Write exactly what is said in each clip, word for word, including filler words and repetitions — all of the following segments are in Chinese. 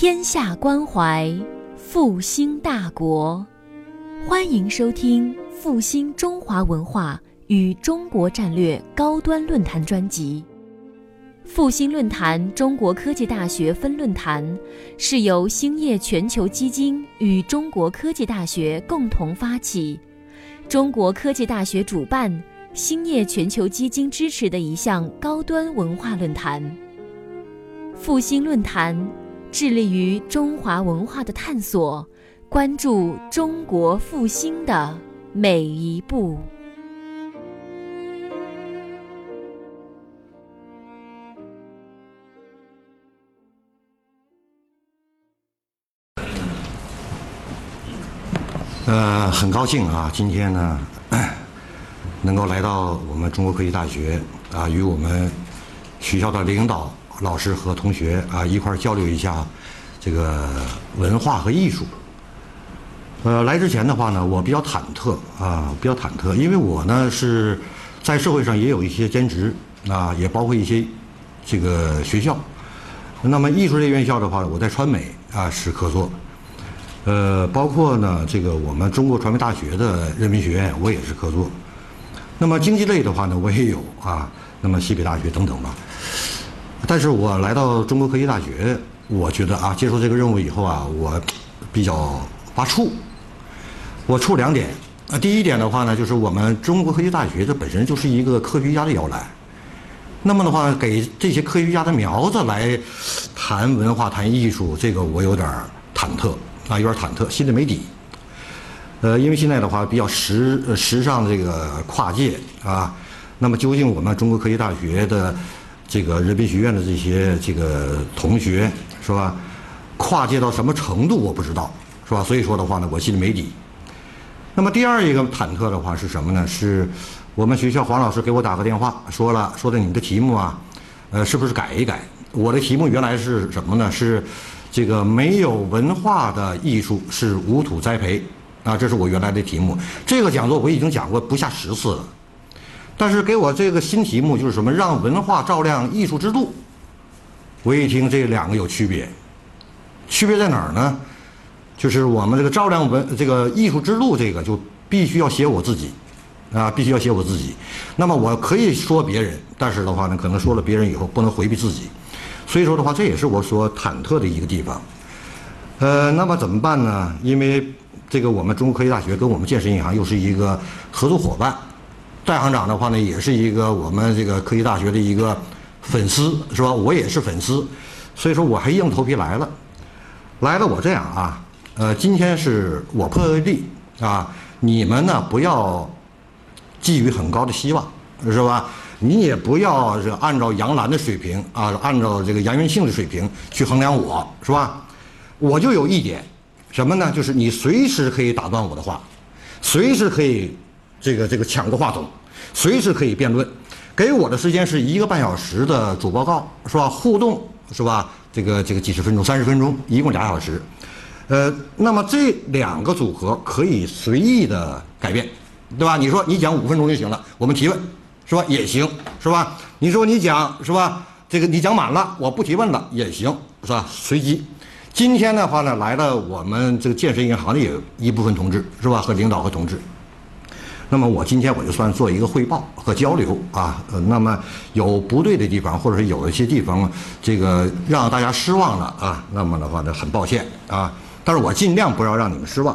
天下关怀，复兴大国。欢迎收听复兴中华文化与中国战略高端论坛专辑。复兴论坛中国科技大学分论坛是由兴业全球基金与中国科技大学共同发起，中国科技大学主办，兴业全球基金支持的一项高端文化论坛。复兴论坛致力于中华文化的探索，关注中国复兴的每一步。 呃，很高兴啊，今天呢，能够来到我们中国科技大学啊，与我们学校的领导、老师和同学啊一块儿交流一下这个文化和艺术。呃，来之前的话呢，我比较忐忑啊，比较忐忑，因为我呢是在社会上也有一些兼职啊，也包括一些这个学校。那么艺术类院校的话，我在川美啊是客座。呃，包括呢，这个我们中国传媒大学的人民学院，我也是客座。那么经济类的话呢，我也有啊。那么西北大学等等吧。但是我来到中国科技大学，我觉得啊，接受这个任务以后啊，我比较发怵。我怵两点啊，第一点的话呢，就是我们中国科技大学这本身就是一个科学家的摇篮。那么的话，给这些科学家的苗子来谈文化、谈艺术，这个我有点忐忑。啊，有点忐忑，心里没底。呃，因为现在的话比较时呃时尚这个跨界啊，那么究竟我们中国科技大学的这个人民学院的这些这个同学是吧，跨界到什么程度我不知道是吧？所以说的话呢，我心里没底。那么第二一个忐忑的话是什么呢？是我们学校黄老师给我打个电话，说了，说的你的题目啊，呃，是不是改一改？我的题目原来是什么呢？是这个没有文化的艺术是无土栽培啊，这是我原来的题目。这个讲座我已经讲过不下十次了，但是给我这个新题目就是什么？让文化照亮艺术之路。我一听这两个有区别，区别在哪儿呢？就是我们这个照亮文这个艺术之路，这个就必须要写我自己啊，必须要写我自己。那么我可以说别人，但是的话呢，可能说了别人以后不能回避自己。所以说的话，这也是我所忐忑的一个地方。呃，那么怎么办呢？因为这个我们中国科技大学跟我们建设银行又是一个合作伙伴，戴行长的话呢，也是一个我们这个科技大学的一个粉丝，是吧？我也是粉丝，所以说我还硬头皮来了。来了，我这样啊，呃，今天是我破例啊，你们呢不要寄予很高的希望，是吧？你也不要是按照杨澜的水平啊，按照这个杨元庆的水平去衡量我，是吧？我就有一点，什么呢？就是你随时可以打断我的话，随时可以这个这个抢过话筒，随时可以辩论。给我的时间是一个半小时的主报告，是吧？互动是吧？这个这个几十分钟、三十分钟，一共俩小时。呃，那么这两个组合可以随意的改变，对吧？你说你讲五分钟就行了，我们提问。是吧？也行，是吧？你说你讲是吧？这个你讲满了，我不提问了也行，是吧？随机。今天的话呢，来了我们这个建设银行的也有一部分同志，是吧？和领导和同志。那么我今天我就算做一个汇报和交流啊。呃，那么有不对的地方，或者是有一些地方这个让大家失望了啊，那么的话呢，很抱歉啊。但是我尽量不要让你们失望。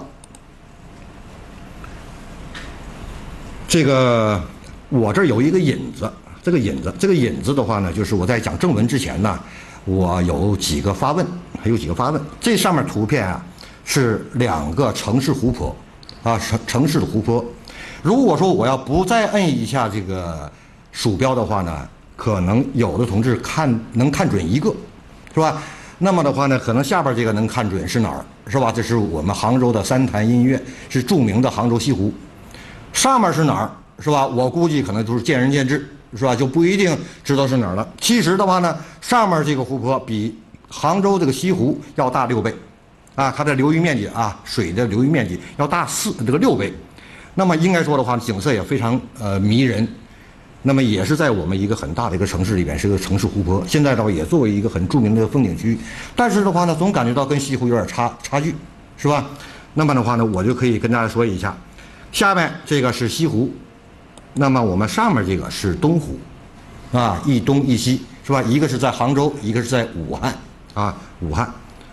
这个。我这儿有一个引子，这个引子，这个引子的话呢，就是我在讲正文之前呢，我有几个发问，还有几个发问。这上面图片啊，是两个城市湖泊，啊，城城市的湖泊。如果说我要不再摁一下这个鼠标的话呢，可能有的同志看能看准一个，是吧？那么的话呢，可能下边这个能看准是哪儿，是吧？这是我们杭州的三潭印月，是著名的杭州西湖。上面是哪儿？是吧？我估计可能都是见仁见智，是吧？就不一定知道是哪儿了。其实的话呢，上面这个湖泊比杭州这个西湖要大六倍，啊，它的流域面积啊，水的流域面积要大四这个六倍。那么应该说的话，景色也非常呃迷人。 那么也是在我们一个很大的一个城市里边，是个城市湖泊。现在的话也作为一个很著名的风景区，但是的话呢，总感觉到跟西湖有点差差距，是吧？那么的话呢，我就可以跟大家说一下，下面这个是西湖，那么我们上面这个是东湖，啊，一东一西，是吧？一个是在杭州，一个是在武汉，啊，武汉。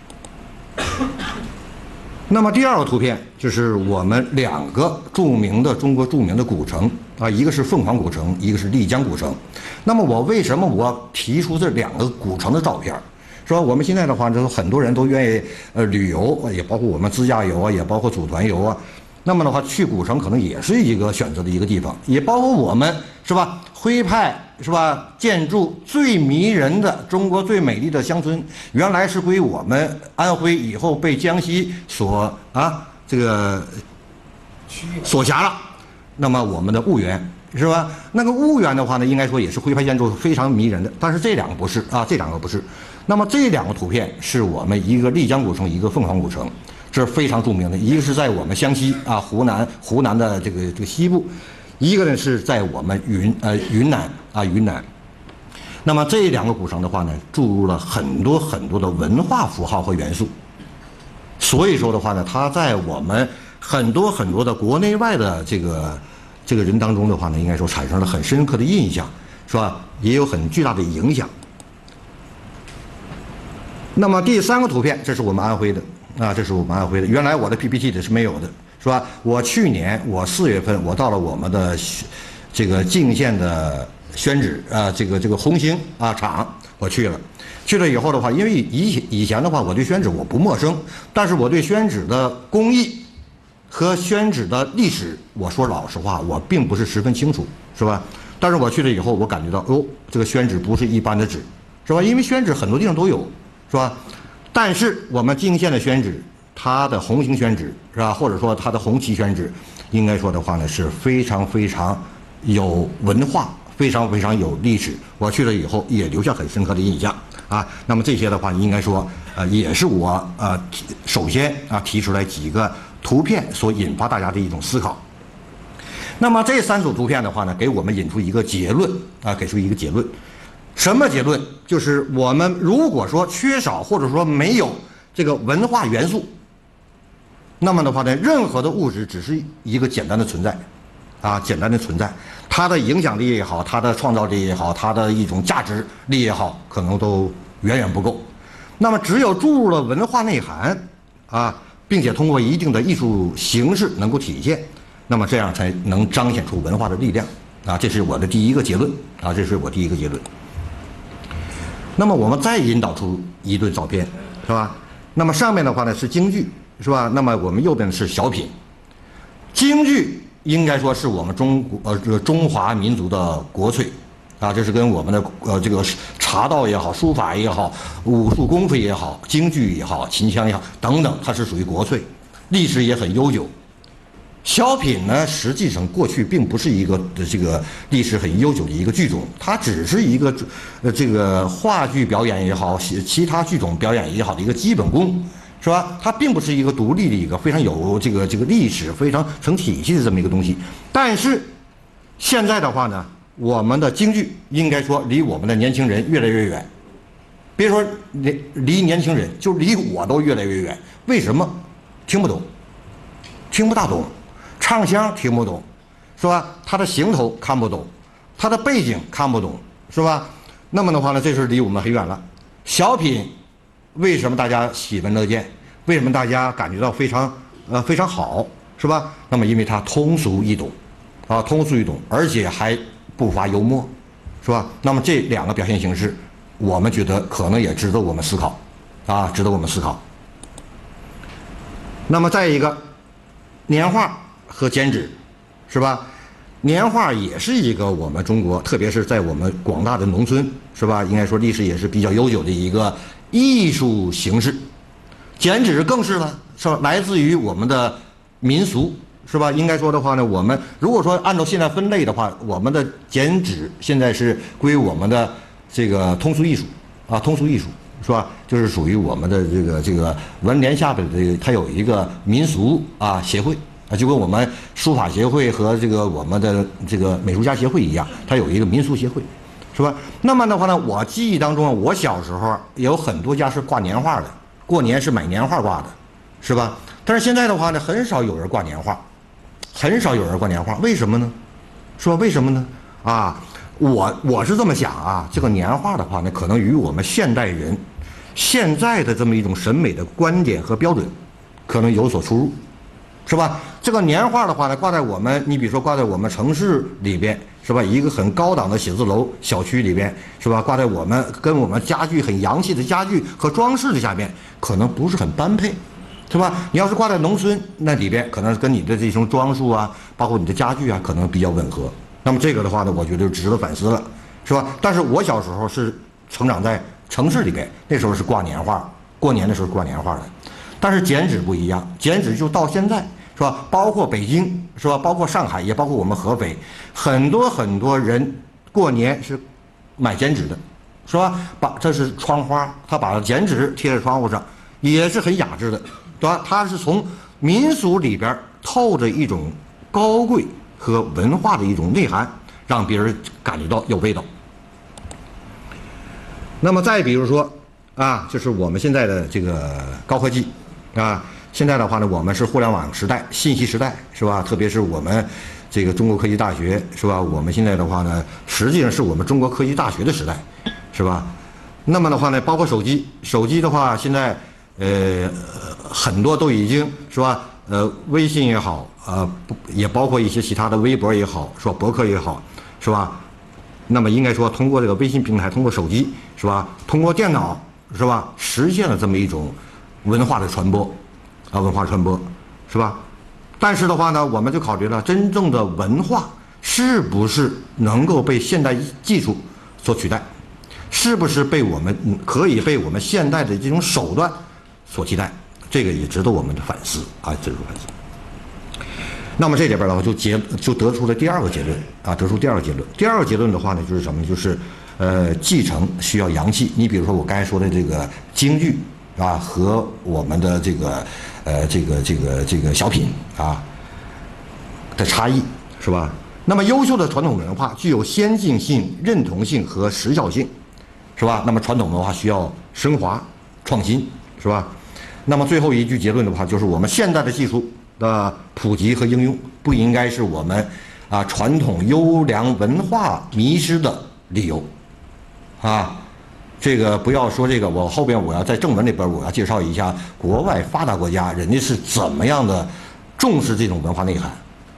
那么第二个图片就是我们两个著名的中国著名的古城啊，一个是凤凰古城，一个是丽江古城。那么我为什么我提出这两个古城的照片？说我们现在的话，就是很多人都愿意呃旅游，也包括我们自驾游啊，也包括组团游啊。那么的话，去古城可能也是一个选择的一个地方，也包括我们是吧？徽派是吧？建筑最迷人的中国最美丽的乡村，原来是归我们安徽，以后被江西所啊这个所辖了。那么我们的婺源是吧？那个婺源的话呢，应该说也是徽派建筑非常迷人的，但是这两个不是啊，这两个不是。那么这两个图片是我们一个丽江古城，一个凤凰古城。这是非常著名的，一个是在我们湘西啊，湖南湖南的这个这个西部，一个呢是在我们云呃云南啊云南。那么这两个古城的话呢，注入了很多很多的文化符号和元素，所以说的话呢，它在我们很多很多的国内外的这个这个人当中的话呢，应该说产生了很深刻的印象，是吧？也有很巨大的影响。那么第三个图片，这是我们安徽的。啊，这是我们安徽的。原来我的 P P T 的是没有的，是吧？我去年我四月份我到了我们的这个泾县的宣纸啊，这个这个红星啊厂，我去了。去了以后的话，因为以以前的话，我对宣纸我不陌生，但是我对宣纸的工艺和宣纸的历史，我说老实话，我并不是十分清楚，是吧？但是我去了以后，我感觉到哦，这个宣纸不是一般的纸，是吧？因为宣纸很多地方都有，是吧？但是我们泾县的宣纸，它的红星宣纸是吧，或者说它的红旗宣纸，应该说的话呢是非常非常有文化，非常非常有历史。我去了以后也留下很深刻的印象啊。那么这些的话，应该说呃也是我呃首先啊提出来几个图片所引发大家的一种思考。那么这三组图片的话呢，给我们引出一个结论啊，给出一个结论。什么结论？就是我们如果说缺少或者说没有这个文化元素，那么的话呢，任何的物质只是一个简单的存在，啊，简单的存在，它的影响力也好，它的创造力也好，它的一种价值力也好，可能都远远不够。那么只有注入了文化内涵，啊，并且通过一定的艺术形式能够体现，那么这样才能彰显出文化的力量，啊，这是我的第一个结论，啊，这是我第一个结论。那么我们再引导出一对照片，是吧？那么上面的话呢是京剧，是吧？那么我们右边是小品。京剧应该说是我们中国呃这个中华民族的国粹，啊，这是跟我们的呃这个茶道也好、书法也好、武术功夫也好、京剧也好、秦腔也好等等，它是属于国粹，历史也很悠久。小品呢，实际上过去并不是一个这个历史很悠久的一个剧种，它只是一个呃这个话剧表演也好，其他剧种表演也好的一个基本功，是吧？它并不是一个独立的一个非常有这个这个历史非常成体系的这么一个东西。但是现在的话呢，我们的京剧应该说离我们的年轻人越来越远，别说离离年轻人，就离我都越来越远。为什么？听不懂，听不大懂。唱腔听不懂，是吧？他的行头看不懂，他的背景看不懂，是吧？那么的话呢，这是离我们很远了。小品为什么大家喜闻乐见？为什么大家感觉到非常呃非常好，是吧？那么因为它通俗易懂，啊，通俗易懂，而且还不乏幽默，是吧？那么这两个表现形式，我们觉得可能也值得我们思考，啊，值得我们思考。那么再一个，年画和剪纸，是吧？年画也是一个我们中国，特别是在我们广大的农村，是吧？应该说历史也是比较悠久的一个艺术形式。剪纸更是了，是吧？来自于我们的民俗，是吧？应该说的话呢，我们如果说按照现在分类的话，我们的剪纸现在是归我们的这个通俗艺术啊，通俗艺术。是吧？就是属于我们的这个这个文联下边的这个，它有一个民俗啊协会啊，就跟我们书法协会和这个我们的这个美术家协会一样，它有一个民俗协会，是吧？那么的话呢，我记忆当中，我小时候有很多家是挂年画的，过年是买年画挂的，是吧？但是现在的话呢，很少有人挂年画，很少有人挂年画，为什么呢？是吧？为什么呢？啊，我我是这么想啊，这个年画的话呢，可能与我们现代人现在的这么一种审美的观点和标准，可能有所出入，是吧？这个年画的话呢，挂在我们，你比如说挂在我们城市里边，是吧？一个很高档的写字楼小区里边，是吧？挂在我们跟我们家具很洋气的家具和装饰的下面，可能不是很般配，是吧？你要是挂在农村那里边，可能跟你的这种装束啊，包括你的家具啊，可能比较吻合。那么这个的话呢，我觉得就值得反思了，是吧？但是我小时候是成长在城市里边，那时候是挂年画，过年的时候挂年画的。但是剪纸不一样，剪纸就到现在，是吧？包括北京，是吧？包括上海，也包括我们合肥，很多很多人过年是买剪纸的，是吧？把这是窗花，他把剪纸贴在窗户上，也是很雅致的，对吧？它是从民俗里边透着一种高贵和文化的一种内涵，让别人感觉到有味道。那么再比如说啊，就是我们现在的这个高科技啊，现在的话呢，我们是互联网时代、信息时代，是吧？特别是我们这个中国科技大学，是吧？我们现在的话呢，实际上是我们中国科技大学的时代，是吧？那么的话呢，包括手机，手机的话，现在呃很多都已经是吧？呃，微信也好，呃，也包括一些其他的微博也好，是吧？博客也好，是吧？那么应该说，通过这个微信平台，通过手机，是吧？通过电脑，是吧？实现了这么一种文化的传播，啊，文化传播，是吧？但是的话呢，我们就考虑了真正的文化是不是能够被现代技术所取代，是不是被我们可以被我们现代的这种手段所替代？这个也值得我们的反思啊，值得反思。那么这里边的话就结就得出了第二个结论啊，得出第二个结论。第二个结论的话呢，就是什么呢？就是呃，继承需要阳气。你比如说我刚才说的这个京剧啊，和我们的这个呃这个这个这个小品啊的差异，是吧？那么优秀的传统文化具有先进性、认同性和时效性，是吧？那么传统文化需要升华、创新，是吧？那么最后一句结论的话，就是我们现代的技术的普及和应用，不应该是我们啊传统优良文化迷失的理由，啊，这个不要说这个，我后边我要在正文里边我要介绍一下国外发达国家人家是怎么样的重视这种文化内涵。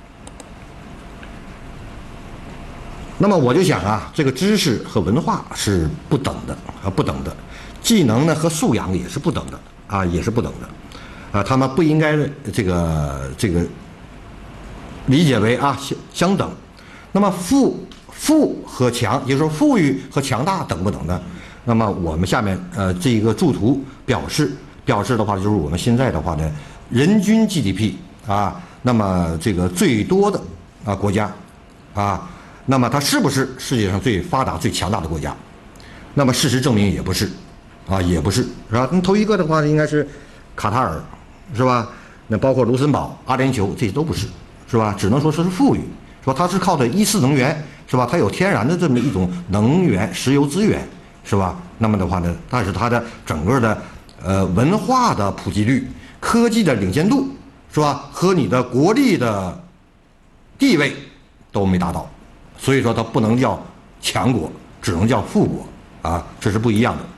那么我就想啊，这个知识和文化是不等的啊，不等的，技能呢和素养也是不等的啊，也是不等的，啊，他们不应该这个这个理解为啊相相等。那么富富和强，也就是说富裕和强大等不等的？那么我们下面呃这一个注图表示表示的话，就是我们现在的话呢，人均 G D P 啊，那么这个最多的啊国家啊。那么它是不是世界上最发达、最强大的国家？那么事实证明也不是，啊，也不是，是吧？那头一个的话应该是卡塔尔，是吧？那包括卢森堡、阿联酋，这些都不是，是吧？只能说是富裕，是吧？它是靠的一次能源，是吧？它有天然的这么一种能源、石油资源，是吧？那么的话呢，但是它的整个的呃文化的普及率、科技的领先度，是吧？和你的国力的地位都没达到。所以说它不能叫强国，只能叫富国啊，这是不一样的。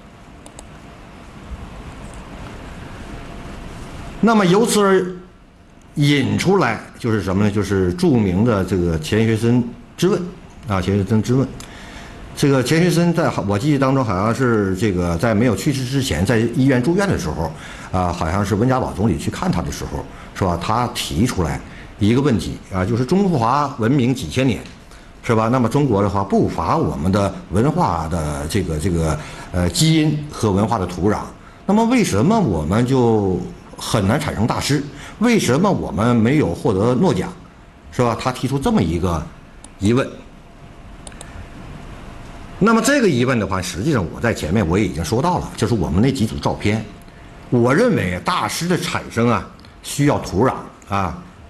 那么由此而引出来就是什么呢？就是著名的这个钱学森之问啊，钱学森之问。这个钱学森在我记忆当中好像是这个在没有去世之前，在医院住院的时候啊，好像是温家宝总理去看他的时候，是吧？他提出来一个问题啊，就是中华文明几千年。是吧？那么中国的话不乏我们的文化的这个这个呃基因和文化的土壤。那么为什么我们就很难产生大师？为什么我们没有获得诺奖？是吧？他提出这么一个疑问。那么这个疑问的话，实际上我在前面我也已经说到了，就是我们那几组照片。我认为大师的产生啊，需要土壤啊。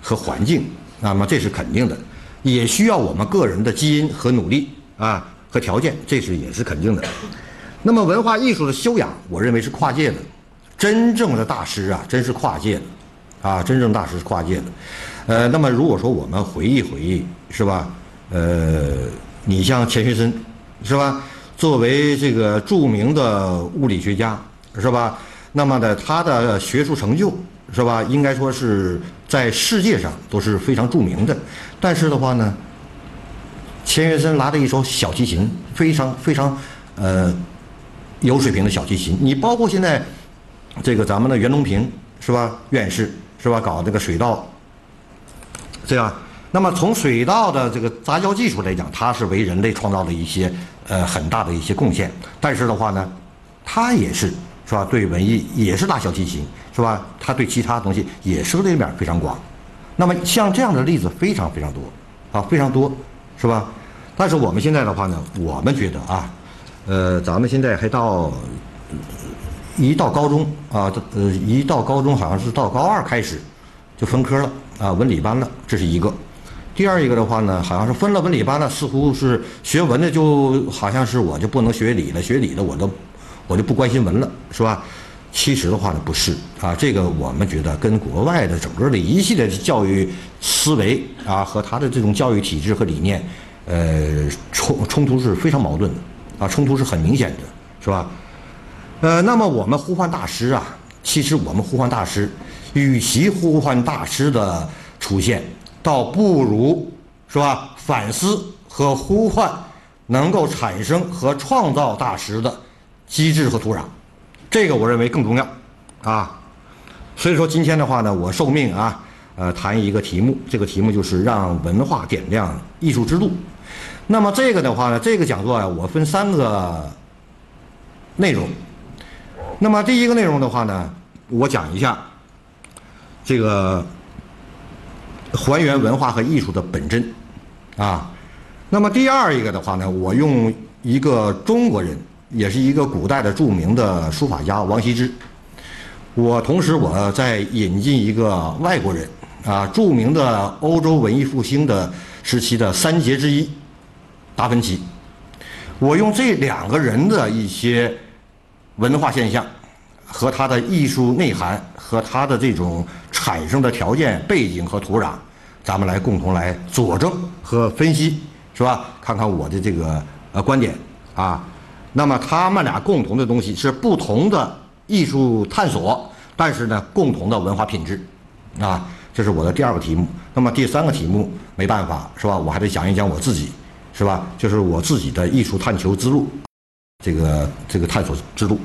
和环境，那么这是肯定的，也需要我们个人的基因和努力啊和条件，这是也是肯定的。那么文化艺术的修养，我认为是跨界的，真正的大师啊，真是跨界的，啊，真正大师是跨界的。呃，那么如果说我们回忆回忆，是吧？呃，你像钱学森，是吧？作为这个著名的物理学家，是吧？那么呢，他的学术成就，是吧？应该说是在世界上都是非常著名的。但是的话呢，钱学森拿着一手小提琴，非常非常呃有水平的小提琴。你包括现在这个咱们的袁隆平，是吧？院士，是吧？搞这个水稻，这样。那么从水稻的这个杂交技术来讲，它是为人类创造了一些呃很大的一些贡献。但是的话呢，它也是是吧？对文艺也是拉小提琴，是吧？它对其他东西也涉猎面非常广。那么像这样的例子非常非常多啊，非常多，是吧？但是我们现在的话呢，我们觉得啊，呃，咱们现在还到一到高中啊，呃，一到高中好像是到高二开始就分科了啊，文理班了，这是一个。第二一个的话呢，好像是分了文理班了，似乎是学文的就好像是我就不能学理了，学理的我都我就不关心文了，是吧？其实的话呢，不是啊，这个我们觉得跟国外的整个的一系列的教育思维啊和他的这种教育体制和理念，呃，冲冲突是非常矛盾的啊，冲突是很明显的，是吧？呃，那么我们呼唤大师啊，其实我们呼唤大师，与其呼唤大师的出现，倒不如是吧反思和呼唤能够产生和创造大师的机制和土壤，这个我认为更重要啊。所以说今天的话呢，我受命啊，呃，谈一个题目，这个题目就是让文化点亮艺术之路。那么这个的话呢，这个讲座啊，我分三个内容。那么第一个内容的话呢，我讲一下这个还原文化和艺术的本真啊。那么第二一个的话呢，我用一个中国人，也是一个古代的著名的书法家王羲之，我同时我在引进一个外国人啊，著名的欧洲文艺复兴的时期的三杰之一达芬奇，我用这两个人的一些文化现象和他的艺术内涵和他的这种产生的条件背景和土壤，咱们来共同来佐证和分析，是吧？看看我的这个呃观点啊。那么他们俩共同的东西是不同的艺术探索，但是呢共同的文化品质啊，这是我的第二个题目。那么第三个题目没办法，是吧？我还得讲一讲我自己，是吧？就是我自己的艺术探求之路，这个这个探索之路。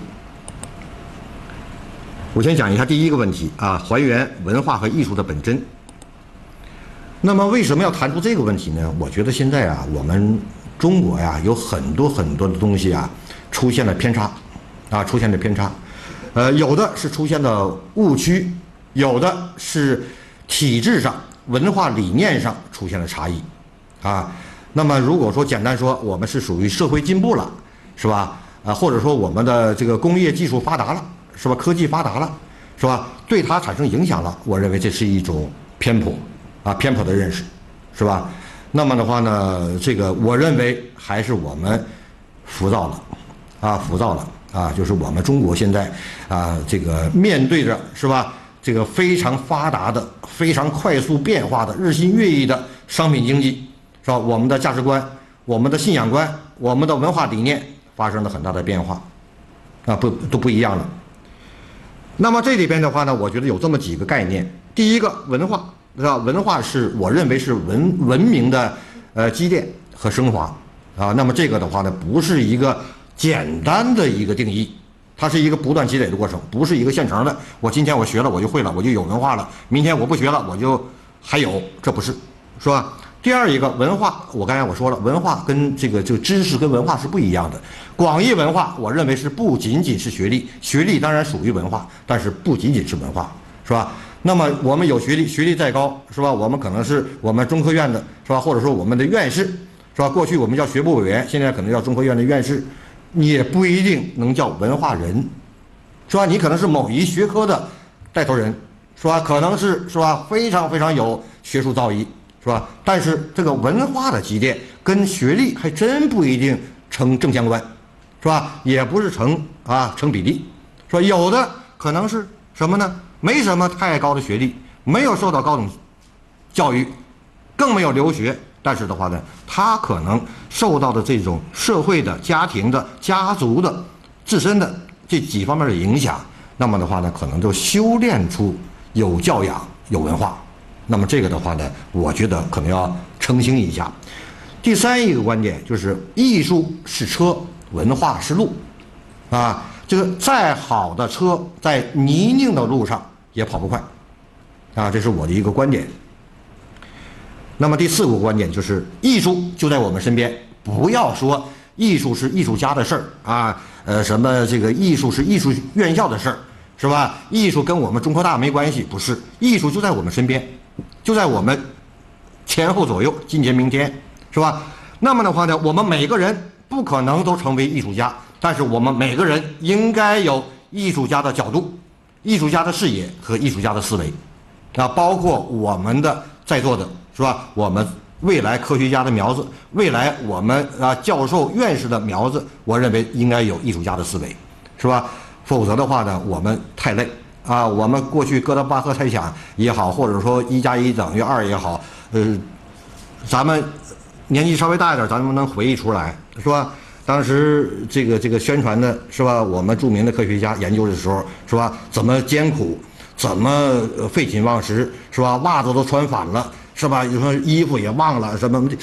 我先讲一下第一个问题啊，还原文化和艺术的本真。那么为什么要谈出这个问题呢？我觉得现在啊，我们中国呀有很多很多的东西啊出现了偏差，啊出现了偏差，呃有的是出现了误区，有的是体制上、文化理念上出现了差异，啊，那么如果说简单说，我们是属于社会进步了，是吧？啊，或者说我们的这个工业技术发达了，是吧？科技发达了，是吧？对它产生影响了，我认为这是一种偏颇，啊，偏颇的认识，是吧？那么的话呢，这个我认为还是我们浮躁了，啊，浮躁了，啊，就是我们中国现在啊，这个面对着是吧，这个非常发达的、非常快速变化的、日新月异的商品经济，是吧？我们的价值观、我们的信仰观、我们的文化理念发生了很大的变化，啊，不都不一样了。那么这里边的话呢，我觉得有这么几个概念。第一个，文化，是吧？文化是我认为是文文明的呃积淀和升华啊。那么这个的话呢，不是一个简单的一个定义，它是一个不断积累的过程，不是一个现成的。我今天我学了，我就会了，我就有文化了；明天我不学了，我就还有，这不是，是吧？第二一个，文化，我刚才我说了，文化跟这个这个知识跟文化是不一样的。广义文化，我认为是不仅仅是学历，学历当然属于文化，但是不仅仅是文化，是吧？那么我们有学历，学历再高，是吧？我们可能是我们中科院的，是吧？或者说我们的院士，是吧？过去我们叫学部委员，现在可能叫中科院的院士，你也不一定能叫文化人，是吧？你可能是某一学科的带头人，是吧？可能是是吧？非常非常有学术造诣，是吧？但是这个文化的积淀跟学历还真不一定成正相关，是吧？也不是成啊成比例，说有的可能是什么呢？没什么太高的学历，没有受到高等教育，更没有留学，但是的话呢，他可能受到的这种社会的、家庭的、家族的、自身的这几方面的影响，那么的话呢，可能就修炼出有教养、有文化。那么这个的话呢，我觉得可能要澄清一下。第三一个观点就是，艺术是车，文化是路，啊，这个再好的车在泥泞的路上也跑不快，啊，这是我的一个观点。那么第四个观点就是，艺术就在我们身边，不要说艺术是艺术家的事儿啊，呃，什么这个艺术是艺术院校的事儿，是吧？艺术跟我们中科大没关系，不是，艺术就在我们身边，就在我们前后左右，今天明天，是吧？那么的话呢，我们每个人不可能都成为艺术家，但是我们每个人应该有艺术家的角度、艺术家的视野和艺术家的思维，啊，包括我们的在座的。是吧？我们未来科学家的苗子，未来我们啊教授、院士的苗子，我认为应该有艺术家的思维，是吧？否则的话呢，我们太累啊。我们过去哥德巴赫猜想也好，或者说一加一等于二也好，呃，咱们年纪稍微大一点，咱们能回忆出来，是吧？当时这个这个宣传的是吧？我们著名的科学家研究的时候，是吧？怎么艰苦，怎么废寝忘食，是吧？袜子都穿反了。是吧？有时候衣服也忘了什么，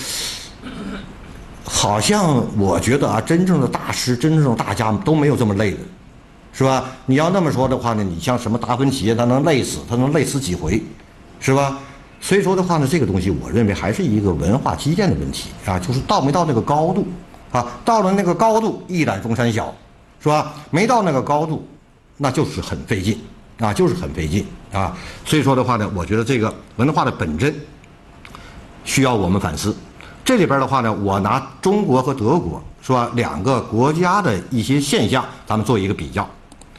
好像我觉得啊，真正的大师、真正的大家都没有这么累的，是吧？你要那么说的话呢，你像什么达芬奇，他能累死，他能累死几回，是吧？所以说的话呢，这个东西我认为还是一个文化积淀的问题啊，就是到没到那个高度啊？到了那个高度，一览众山小，是吧？没到那个高度，那就是很费劲啊，就是很费劲啊。所以说的话呢，我觉得这个文化的本真需要我们反思。这里边的话呢，我拿中国和德国是吧两个国家的一些现象，咱们做一个比较。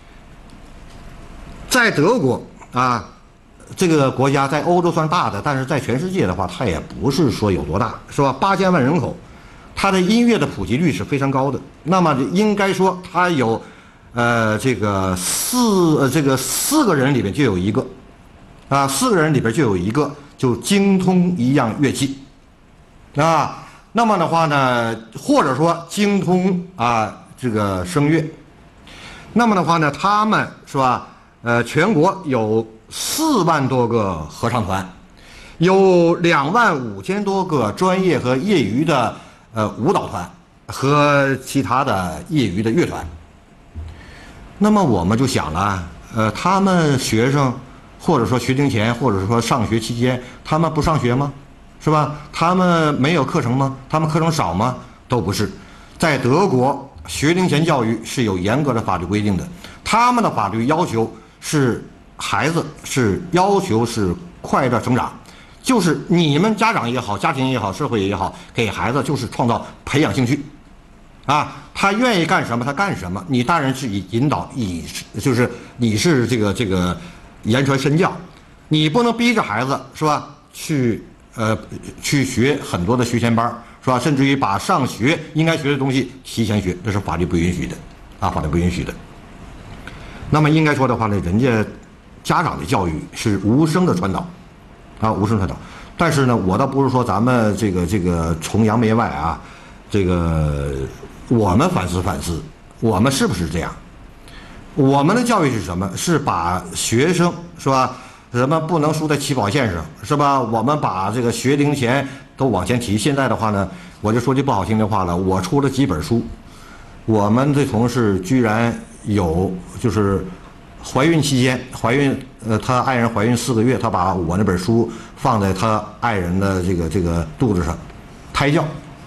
在德国啊，这个国家在欧洲算大的，但是在全世界的话，它也不是说有多大，是吧？八千万人口，它的音乐的普及率是非常高的。那么应该说，它有呃这个四呃这个四个人里面就有一个啊，四个人里边就有一个。就精通一样乐器，啊，那么的话呢，或者说精通啊这个声乐，那么的话呢，他们是吧？呃，全国有四万多个合唱团，有两万五千多个专业和业余的呃舞蹈团和其他的业余的乐团。那么我们就想了，呃，他们学生。或者说学龄前，或者说上学期间，他们不上学吗？是吧？他们没有课程吗？他们课程少吗？都不是。在德国，学龄前教育是有严格的法律规定的，他们的法律要求是孩子是要求是快乐成长，就是你们家长也好，家庭也好，社会也好，给孩子就是创造培养兴趣，啊，他愿意干什么他干什么，你大人是以引导，以就是你是这个这个。言传身教，你不能逼着孩子是吧？去呃去学很多的学前班是吧？甚至于把上学应该学的东西提前学，这是法律不允许的啊，法律不允许的。那么应该说的话呢，人家家长的教育是无声的传导啊，无声传导。但是呢，我倒不是说咱们这个这个崇洋媚外啊，这个我们反思反思，我们是不是这样？我们的教育是什么？是把学生是吧？什么不能输在起跑线上是吧？我们把这个学龄前都往前提。现在的话呢，我就说句不好听的话了，我出了几本书，我们的同事居然有就是怀孕期间，怀孕呃，他爱人怀孕四个月，他把我那本书放在他爱人的这个这个肚子上，胎教，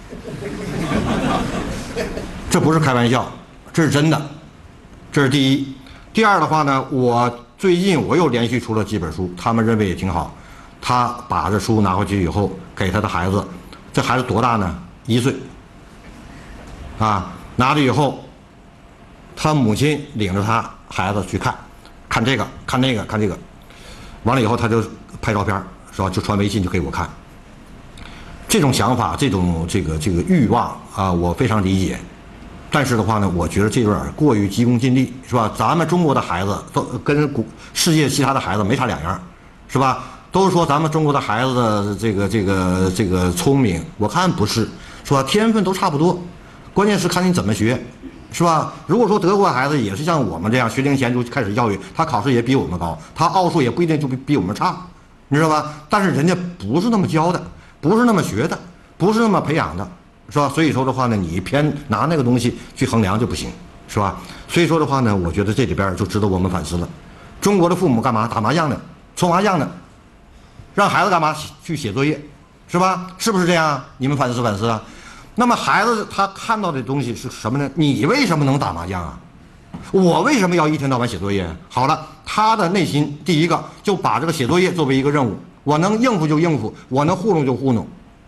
这不是开玩笑，这是真的。这是第一。第二的话呢，我最近我又连续出了几本书，他们认为也挺好。他把这书拿回去以后，给他的孩子，这孩子多大呢？一岁。啊，拿着以后，他母亲领着他孩子去看，看这个，看那个，看这个。完了以后，他就拍照片， 是吧？就传微信就给我看。这种想法，这种这个这个欲望啊，我非常理解。但是的话呢，我觉得这有点过于急功近利，是吧？咱们中国的孩子都跟古世界其他的孩子没啥两样，是吧？都说咱们中国的孩子的这个这个这个聪明，我看不是，是吧？天分都差不多，关键是看你怎么学，是吧？如果说德国孩子也是像我们这样学龄前就开始教育，他考试也比我们高，他奥数也不一定就比比我们差，你知道吧？但是人家不是那么教的，不是那么学的，不是那么培养的。是吧？所以说的话呢，你偏拿那个东西去衡量就不行，是吧？所以说的话呢，我觉得这里边就值得我们反思了。中国的父母干嘛？打麻将呢，搓麻将呢，让孩子干嘛？去写作业，是吧？是不是这样？你们反思反思啊。那么孩子他看到的东西是什么呢？你为什么能打麻将啊？我为什么要一天到晚写作业？好了，他的内心第一个就把这个写作业作为一个任务，我能应付就应付，我能糊弄就糊弄。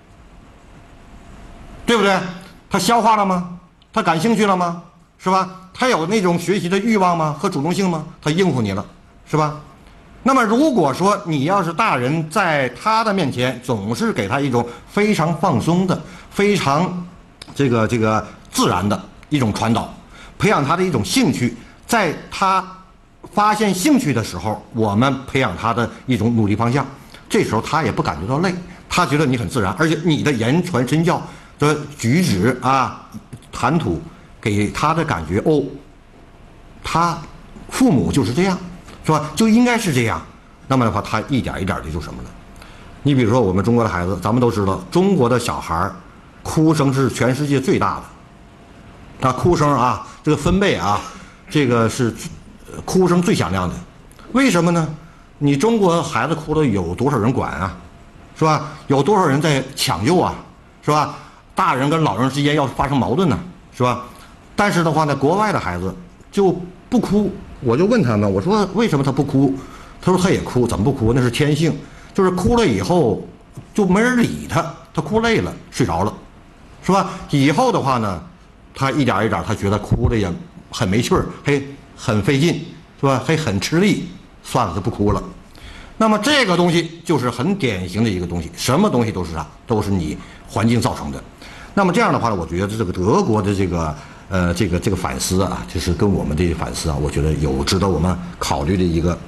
对不对？他消化了吗？他感兴趣了吗？是吧？他有那种学习的欲望吗？和主动性吗？他应付你了，是吧？那么如果说你要是大人在他的面前总是给他一种非常放松的、非常这个这个自然的一种传导，培养他的一种兴趣，在他发现兴趣的时候，我们培养他的一种努力方向，这时候他也不感觉到累，他觉得你很自然，而且你的言传身教的举止啊、谈吐，给他的感觉哦，他父母就是这样，是吧？就应该是这样。那么的话，他一点一点的就什么了？你比如说我们中国的孩子，咱们都知道，中国的小孩哭声是全世界最大的，啊，哭声啊，这个分贝啊，这个是哭声最响亮的。为什么呢？你中国孩子哭了，有多少人管啊？是吧？有多少人在抢救啊？是吧？大人跟老人之间要发生矛盾呢，是吧？但是的话呢，国外的孩子就不哭。我就问他们，我说为什么他不哭？他说他也哭，怎么不哭？那是天性，就是哭了以后就没人理他，他哭累了睡着了，是吧？以后的话呢，他一点一点他觉得哭的也很没趣儿，还很费劲，是吧？还很吃力，算了，他不哭了。那么这个东西就是很典型的一个东西，什么东西都是啥，都是你环境造成的。那么这样的话呢，我觉得这个德国的这个呃这个这个反思啊，就是跟我们的反思啊，我觉得有值得我们考虑的一个。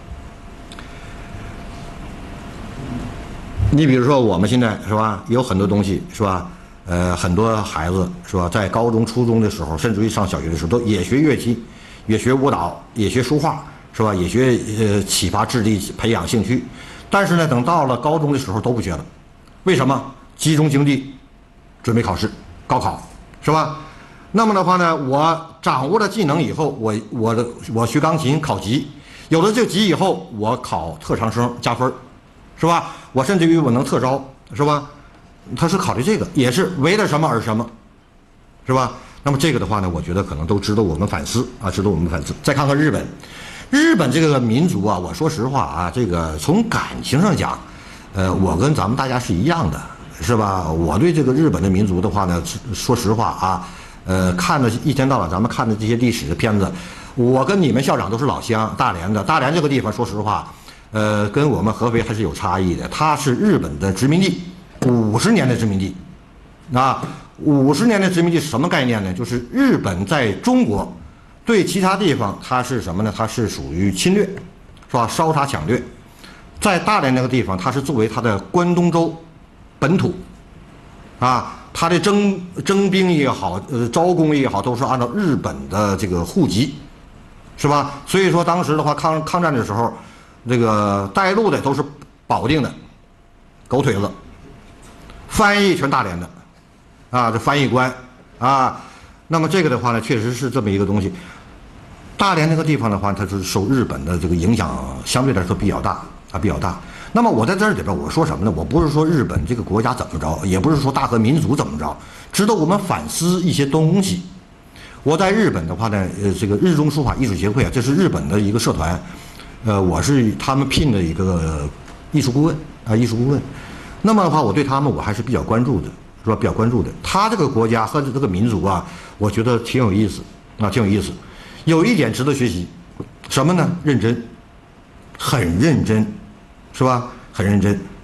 你比如说我们现在是吧，有很多东西是吧，呃，很多孩子是吧，在高中、初中的时候，甚至于上小学的时候，都也学乐器，也学舞蹈，也学书画，是吧？也学呃启发智力、培养兴趣。但是呢，等到了高中的时候都不学了，为什么？集中精力准备考试、高考，是吧？那么的话呢，我掌握了技能以后，我我的我学钢琴考级，有了这级以后，我考特长生加分，是吧？我甚至于我能特招，是吧？他是考虑这个，也是为了什么而什么，是吧？那么这个的话呢，我觉得可能都值得我们反思啊，值得我们反思。再看看日本，日本这个民族啊，我说实话啊，这个从感情上讲，呃，我跟咱们大家是一样的，是吧？我对这个日本的民族的话呢，说实话啊，呃，看的一天到晚咱们看的这些历史的片子，我跟你们校长都是老乡，大连的。大连这个地方，说实话，呃，跟我们合肥还是有差异的。它是日本的殖民地，五十年的殖民地，啊，五十年的殖民地是什么概念呢？就是日本在中国对其他地方它是什么呢？它是属于侵略，是吧？烧杀抢掠。在大连那个地方，它是作为它的关东州本土，啊，它的征征兵也好，呃，招工也好，都是按照日本的这个户籍，是吧？所以说当时的话，抗抗战的时候，这个带路的都是保定的狗腿子，翻译全大连的，啊，这翻译官，啊，那么这个的话呢，确实是这么一个东西。大连那个地方的话，它是受日本的这个影响相对来说比较大，啊，比较大。那么我在这里边我说什么呢？我不是说日本这个国家怎么着，也不是说大和民族怎么着，值得我们反思一些东西。我在日本的话呢，呃，这个日中书法艺术协会啊，这是日本的一个社团，呃，我是他们聘的一个艺术顾问啊，艺术顾问。那么的话，我对他们我还是比较关注的，是吧？比较关注的。他这个国家和这个民族啊，我觉得挺有意思啊，挺有意思。有一点值得学习，什么呢？认真，很认真，是吧？很认真。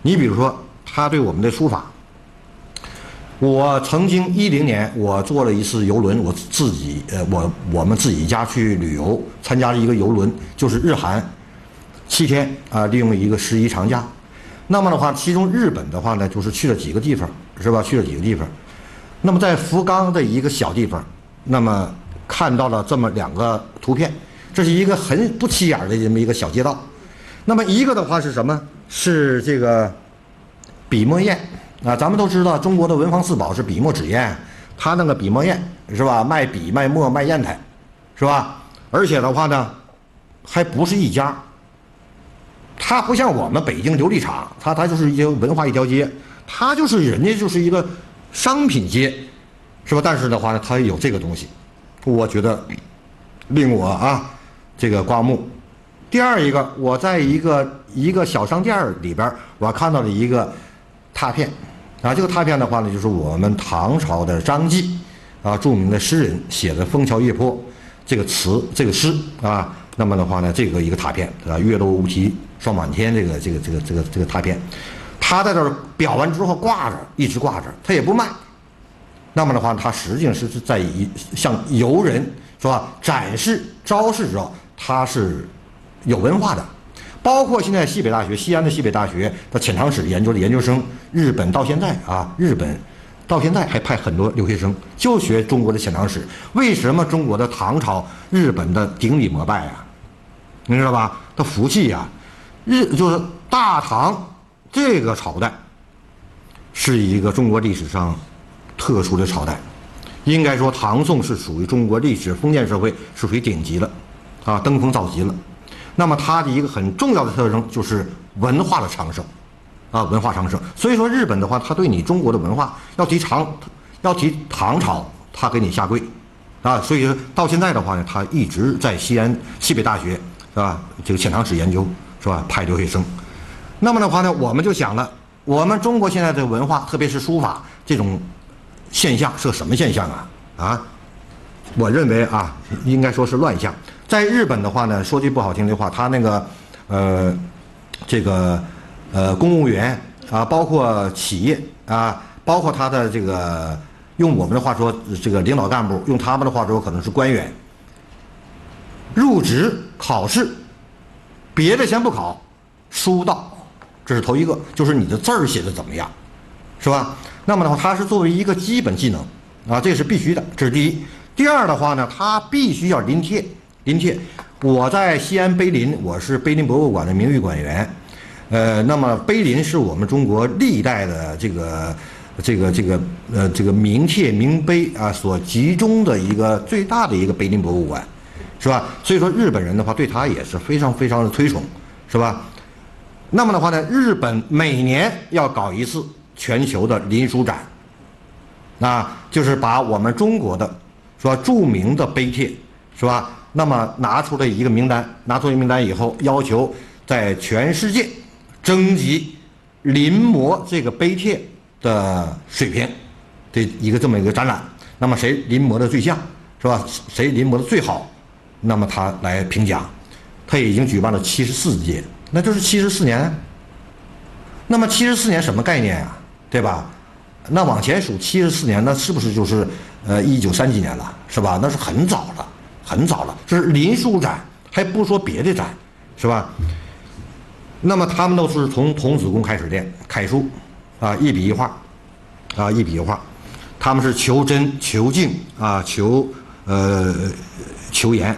你比如说，他对我们的书法，我曾经一零年我坐了一次游轮，我自己呃我我们自己家去旅游，参加了一个游轮，就是日韩七天啊、呃，利用一个十一长假。那么的话，其中日本的话呢，就是去了几个地方，是吧？去了几个地方。那么在福冈的一个小地方，那么看到了这么两个图片，这是一个很不起眼的这么一个小街道。那么一个的话是什么？是这个笔墨砚啊，咱们都知道中国的文房四宝是笔墨纸砚，他那个笔墨砚是吧？卖笔卖墨卖砚台，是吧？而且的话呢，还不是一家。它不像我们北京琉璃厂，它它就是一些文化一条街，它就是人家就是一个商品街，是吧？但是的话呢，它有这个东西，我觉得令我啊这个刮目。第二一个，我在一个一个小商店里边，我看到了一个拓片，啊，这个拓片的话呢，就是我们唐朝的张继啊，著名的诗人写的《枫桥夜泊》这个词这个诗啊。那么的话呢，这个一个拓片啊，月落乌啼霜满天，这个这个这个这个这个拓片，他在这儿裱完之后挂着，一直挂着，他也不卖。那么的话，他实际上是在以向游人是吧展示昭示着他是有文化的。包括现在西北大学，西安的西北大学的遣唐使研究的研究生，日本到现在啊，日本到现在还派很多留学生就学中国的遣唐使。为什么中国的唐朝日本的顶礼膜拜啊？你知道吧？他服气呀、啊，日就是大唐这个朝代是一个中国历史上特殊的朝代，应该说唐宋是属于中国历史封建社会是属于顶级了，啊，登峰造极了。那么它的一个很重要的特征就是文化的昌盛，啊，文化昌盛。所以说日本的话，他对你中国的文化要提唐，要提唐朝，他给你下跪，啊，所以到现在的话呢，他一直在西安西北大学。是吧？这个遣唐使研究是吧？派留学生，那么的话呢，我们就想了，我们中国现在的文化，特别是书法这种现象是个什么现象啊？啊，我认为啊，应该说是乱象。在日本的话呢，说句不好听的话，他那个呃，这个呃公务员啊，包括企业啊，包括他的这个用我们的话说，这个领导干部，用他们的话说，可能是官员。入职考试，别的先不考，书道，这是头一个，就是你的字儿写的怎么样，是吧？那么的话，它是作为一个基本技能啊，这是必须的，这是第一。第二的话呢，它必须要临帖，临帖。我在西安碑林，我是碑林博物馆的名誉馆员，呃，那么碑林是我们中国历代的这个这个这个呃这个名帖名碑啊所集中的一个最大的一个碑林博物馆。是吧？所以说日本人的话对他也是非常非常的推崇，是吧？那么的话呢，日本每年要搞一次全球的临书展，啊，就是把我们中国的是吧著名的碑帖是吧，那么拿出了一个名单，拿出一个名单以后，要求在全世界征集临摹这个碑帖的水平的一个这么一个展览。那么谁临摹的最像，是吧？谁临摹的最好？那么他来评奖，他已经举办了七十四届，那就是七十四年。那么七十四年什么概念啊？对吧？那往前数七十四年，那是不是就是呃一九三几年了，是吧？那是很早了，很早了。这是临书展，还不说别的展，是吧？那么他们都是从童子功开始练楷书，啊，一笔一画，啊，一笔一画，他们是求真、求静啊，求呃求严。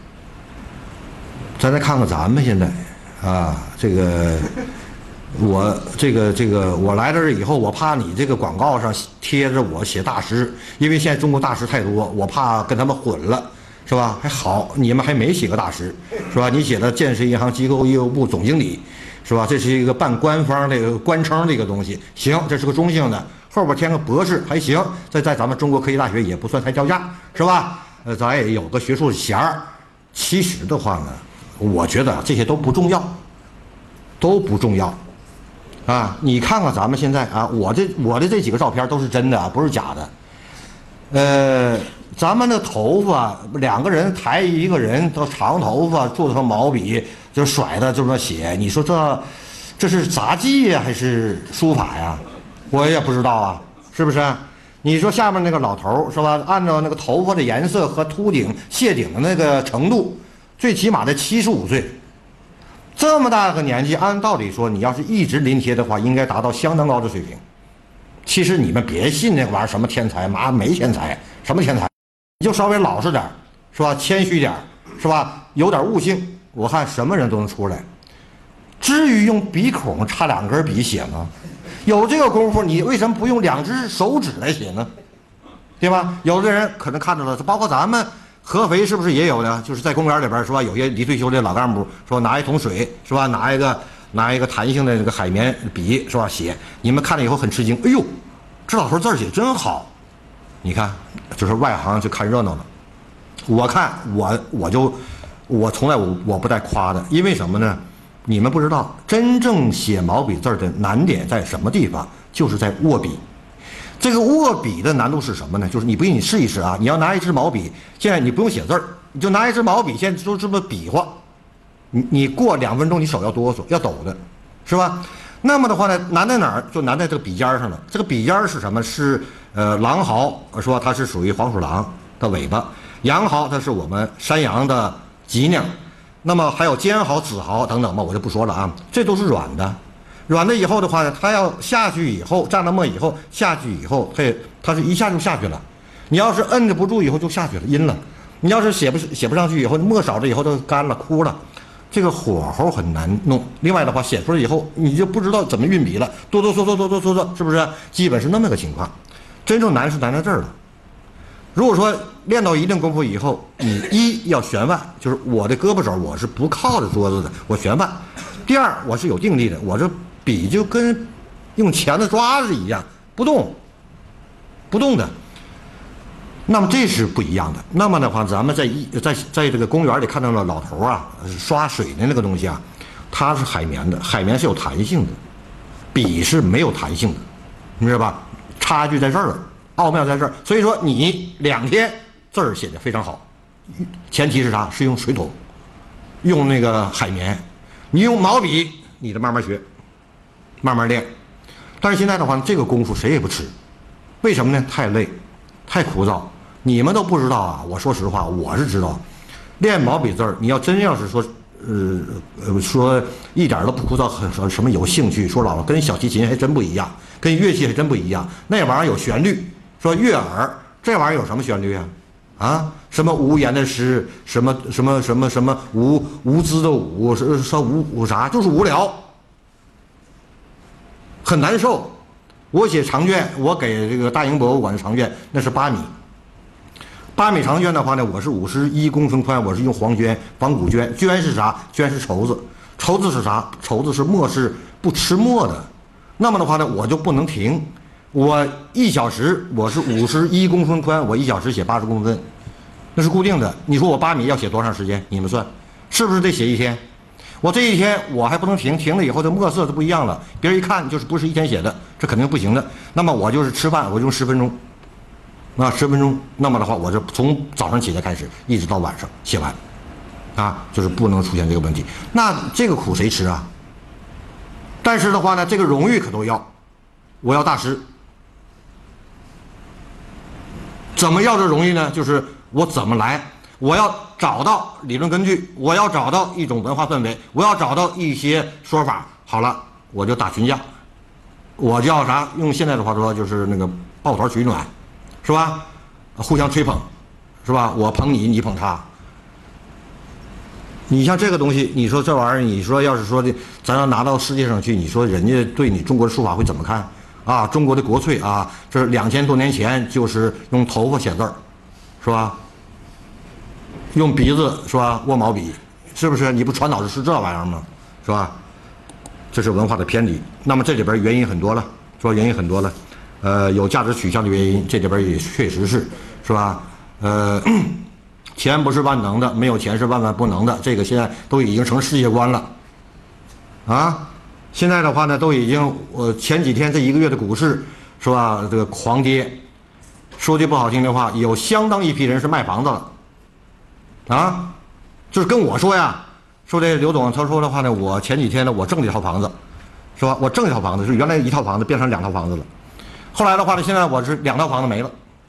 咱再看看咱们现在，啊，这个我这个这个我来这儿以后，我怕你这个广告上贴着我写大师，因为现在中国大师太多，我怕跟他们混了，是吧？还好你们还没写个大师，是吧？你写的建设银行机构业务部总经理，是吧？这是一个半官方这个官称这个东西，行，这是个中性的，后边添个博士还行，在在咱们中国科技大学也不算太掉价，是吧？呃，咱也有个学术衔儿。其实的话呢，我觉得这些都不重要，都不重要，啊！你看看咱们现在啊，我这我的这几个照片都是真的，不是假的。呃，咱们的头发，两个人抬一个人，都长头发，做成毛笔就甩的这么写，你说这这是杂技呀还是书法呀？我也不知道啊，是不是？你说下面那个老头是吧？按照那个头发的颜色和秃顶、谢顶的那个程度，最起码得七十五岁。这么大个年纪，按道理说，你要是一直临帖的话，应该达到相当高的水平。其实你们别信那玩意儿，什么天才，妈没天才，什么天才，你就稍微老实点，是吧？谦虚点，是吧？有点悟性，我看什么人都能出来。至于用笔孔插两根笔写吗？有这个功夫，你为什么不用两只手指来写呢？对吧？有的人可能看到了，包括咱们合肥是不是也有的？就是在公园里边是吧？有些离退休的老干部说拿一桶水是吧？拿一个拿一个弹性的这个海绵笔是吧？写，你们看了以后很吃惊，哎呦，这老头字写真好。你看，就是外行就看热闹了。我看我我就我从来我我不带夸的，因为什么呢？你们不知道，真正写毛笔字的难点在什么地方？就是在握笔。这个握笔的难度是什么呢？就是你不信你试一试啊！你要拿一支毛笔，现在你不用写字儿，你就拿一支毛笔，现在就这么比划，你你过两分钟你手要哆嗦，要抖的，是吧？那么的话呢，难在哪儿？就难在这个笔尖上了。这个笔尖是什么？是呃狼毫，说它是属于黄鼠狼的尾巴；羊毫它是我们山羊的脊梁。那么还有尖毫、子毫等等吧，我就不说了啊。这都是软的，软的以后的话呢，它要下去以后，蘸了墨以后下去以后，它它是一下就下去了。你要是摁着不住以后就下去了，阴了。你要是写不写不上去以后，墨少了以后都干了、枯了，这个火候很难弄。另外的话，写出来以后你就不知道怎么运笔了，哆哆嗦嗦哆哆嗦嗦，是不是？基本是那么个情况。真正难是难在这儿了。如果说练到一定功夫以后，你一要悬腕，就是我的胳膊肘我是不靠着桌子的，我悬腕；第二，我是有定力的，我这笔就跟用钳子抓着一样，不动，不动的。那么这是不一样的。那么的话，咱们在一在在这个公园里看到了老头啊刷水的那个东西啊，它是海绵的，海绵是有弹性的，笔是没有弹性的，你知道吧？差距在这儿了。奥妙在这儿，所以说你两天字儿写得非常好，前提是啥？是用水桶，用那个海绵。你用毛笔，你得慢慢学，慢慢练。但是现在的话，这个功夫谁也不吃，为什么呢？太累，太枯燥。你们都不知道啊！我说实话，我是知道，练毛笔字儿，你要真要是说，呃呃，说一点都不枯燥，很什么有兴趣，说老了跟小提琴还真不一样，跟乐器还真不一样。那玩意儿有旋律。说悦耳，这玩意儿有什么旋律啊？啊，什么无言的诗，什么什么什么什么无无知的无，说说无无啥，就是无聊，很难受。我写长卷，我给这个大英博物馆的长卷那是八米，八米长卷的话呢，我是五十一公分宽，我是用黄绢、仿古绢，绢是啥？绢是绸子，绸子是啥？绸子是墨，是不吃墨的。那么的话呢，我就不能停。我一小时我是五十一公分宽，我一小时写八十公分，那是固定的。你说我八米要写多长时间？你们算，是不是得写一天？我这一天我还不能停，停了以后这墨色就不一样了，别人一看就是不是一天写的，这肯定不行的。那么我就是吃饭，我用十分钟，啊，十分钟。那么的话，我就从早上起来开始，一直到晚上写完，啊，就是不能出现这个问题。那这个苦谁吃啊？但是的话呢，这个荣誉可都要，我要大师。怎么要这荣誉呢？就是我怎么来，我要找到理论根据，我要找到一种文化氛围，我要找到一些说法。好了，我就打群架，我叫啥？用现在的话说就是那个抱团取暖，是吧？互相吹捧，是吧？我捧你，你捧他。你像这个东西，你说这玩意儿，你说要是说的，咱要拿到世界上去，你说人家对你中国的书法会怎么看？啊，中国的国粹啊，这是两千多年前就是用头发写字儿，是吧？用鼻子是吧？握毛笔，是不是？你不传导的是这玩意儿吗？是吧？这是文化的偏离。那么这里边原因很多了，说原因很多了，呃，有价值取向的原因，这里边也确实是，是吧？呃，钱不是万能的，没有钱是万万不能的，这个现在都已经成世界观了，啊。现在的话呢，都已经，我前几天这一个月的股市是吧，这个狂跌，说句不好听的话，有相当一批人是卖房子了，啊，就是跟我说呀，说这刘总他说的话呢，我前几天呢我挣了一套房子， 是吧？我挣一套房子，是原来一套房子变成两套房子了。后来的话呢，现在我是两套房子没了。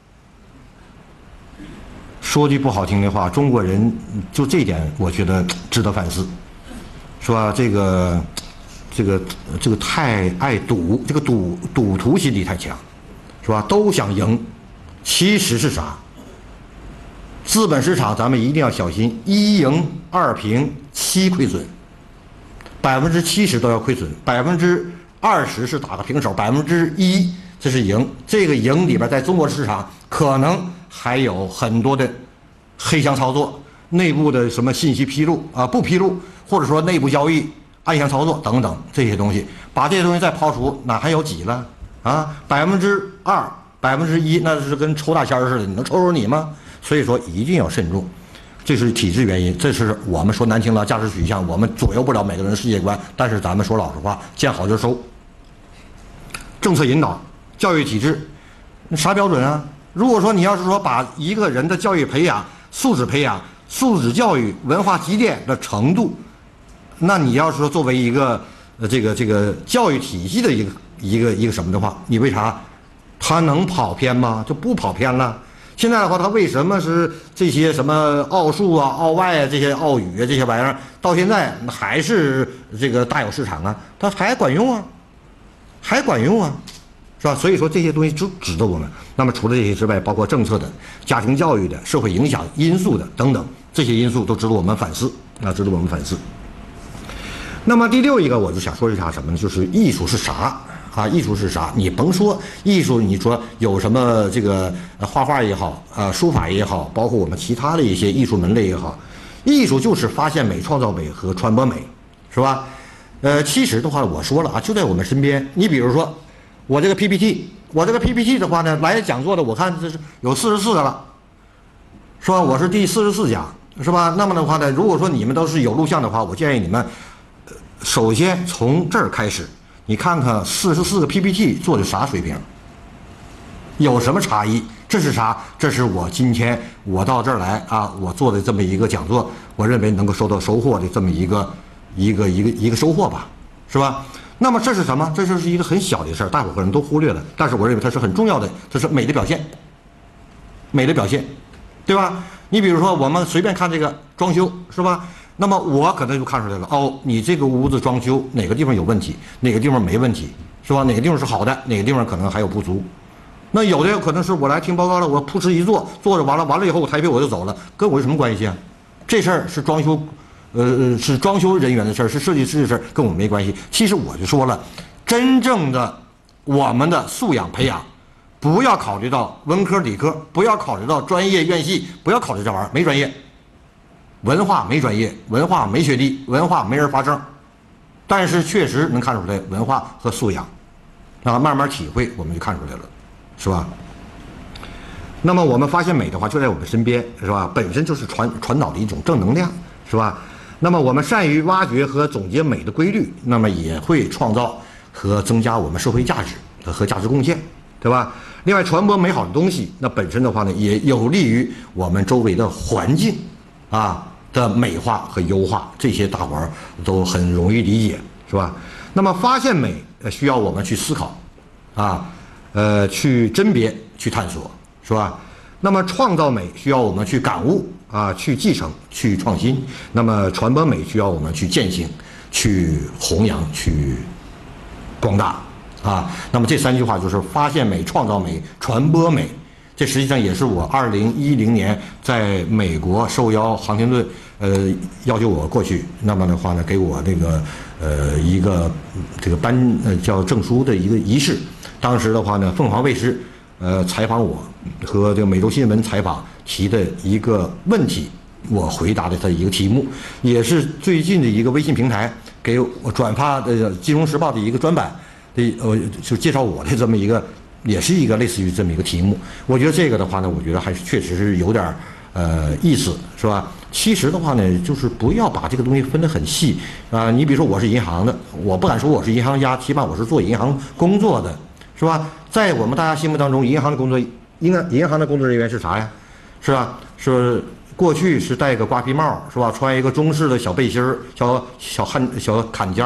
说句不好听的话，中国人就这点，我觉得值得反思，是吧？这个，这个，这个太爱赌，这个赌赌徒心理太强，是吧？都想赢，其实是啥？资本市场咱们一定要小心，一赢二平七亏损，百分之七十都要亏损，百分之二十是打个平手，百分之一这是赢。这个赢里边，在中国市场可能还有很多的黑箱操作，内部的什么信息披露啊不披露，或者说内部交易暗箱操作等等这些东西，把这些东西再抛除，哪还有几了啊？百分之二、百分之一，那是跟抽大签似的，你能抽着你吗？所以说一定要慎重，这是体制原因，这是我们说难听了价值取向，我们左右不了每个人的世界观，但是咱们说老实话，见好就收。政策引导、教育体制，啥标准啊？如果说你要是说把一个人的教育培养、素质培养、素质教育、文化积淀的程度，那你要是说作为一个呃这个这个教育体系的一个一个一个什么的话，你为啥他能跑偏吗？就不跑偏了。现在的话，他为什么是这些什么奥数啊、奥外啊、这些奥语啊这些玩意儿，到现在还是这个大有市场啊？它还管用啊，还管用啊，是吧？所以说这些东西就值得我们。那么除了这些之外，包括政策的、家庭教育的、社会影响因素的等等，这些因素都值得我们反思啊，值得我们反思。那么第六一个，我就想说一下什么呢？就是艺术是啥？啊，艺术是啥？你甭说艺术，你说有什么这个画画也好，呃，书法也好，包括我们其他的一些艺术门类也好，艺术就是发现美、创造美和传播美，是吧？呃，其实的话，我说了啊，就在我们身边。你比如说，我这个 P P T， 我这个 P P T 的话呢，来讲座的，我看这是有四十四个了，是吧？我是第四十四讲，是吧？那么的话呢，如果说你们都是有录像的话，我建议你们，首先从这儿开始。你看看四十四个 P P T 做的啥水平，有什么差异？这是啥？这是我今天我到这儿来啊，我做的这么一个讲座，我认为能够收到收获的这么一个一个一个一个收获吧，是吧？那么这是什么？这就是一个很小的事儿，大伙可能都忽略了，但是我认为它是很重要的，这是美的表现，美的表现，对吧？你比如说我们随便看这个装修，是吧？那么我可能就看出来了，哦，你这个屋子装修哪个地方有问题，哪个地方没问题，是吧？哪个地方是好的，哪个地方可能还有不足。那有的可能是我来听报告了，我噗嗤一坐，坐着完了，完了以后我抬屁我就走了，跟我有什么关系啊？这事儿是装修，呃，是装修人员的事儿，是设计师的事儿，跟我没关系。其实我就说了，真正的我们的素养培养，不要考虑到文科理科，不要考虑到专业院系，不要考虑这玩意儿，没专业。文化没专业，文化没学历，文化没人发证，但是确实能看出来文化和素养，啊，慢慢体会我们就看出来了，是吧？那么我们发现美的话就在我们身边，是吧？本身就是传传导的一种正能量，是吧？那么我们善于挖掘和总结美的规律，那么也会创造和增加我们社会价值和价值贡献，对吧？另外，传播美好的东西，那本身的话呢，也有利于我们周围的环境，啊。的美化和优化，这些大伙儿都很容易理解，是吧？那么发现美需要我们去思考，啊，呃，去甄别、去探索，是吧？那么创造美需要我们去感悟，啊，去继承、去创新。那么传播美需要我们去践行、去弘扬、去光大，啊。那么这三句话就是发现美、创造美、传播美。这实际上也是我二零一零年在美国受邀杭廷顿，呃，要求我过去，那么的话呢，给我那个呃一个这个颁呃叫证书的一个仪式。当时的话呢，凤凰卫视呃采访我和这个美洲新闻采访提的一个问题，我回答的他一个题目，也是最近的一个微信平台给我转发的《金融时报》的一个专版的呃，就介绍我的这么一个。也是一个类似于这么一个题目，我觉得这个的话呢，我觉得还是确实是有点呃意思，是吧？其实的话呢，就是不要把这个东西分得很细啊。你比如说我是银行的，我不敢说我是银行家，起码我是做银行工作的，是吧？在我们大家心目当中，银行的工作，应该银行的工作人员是啥呀？是吧？是过去是戴个瓜皮帽，是吧？穿一个中式的小背心儿、小小汉小坎肩儿，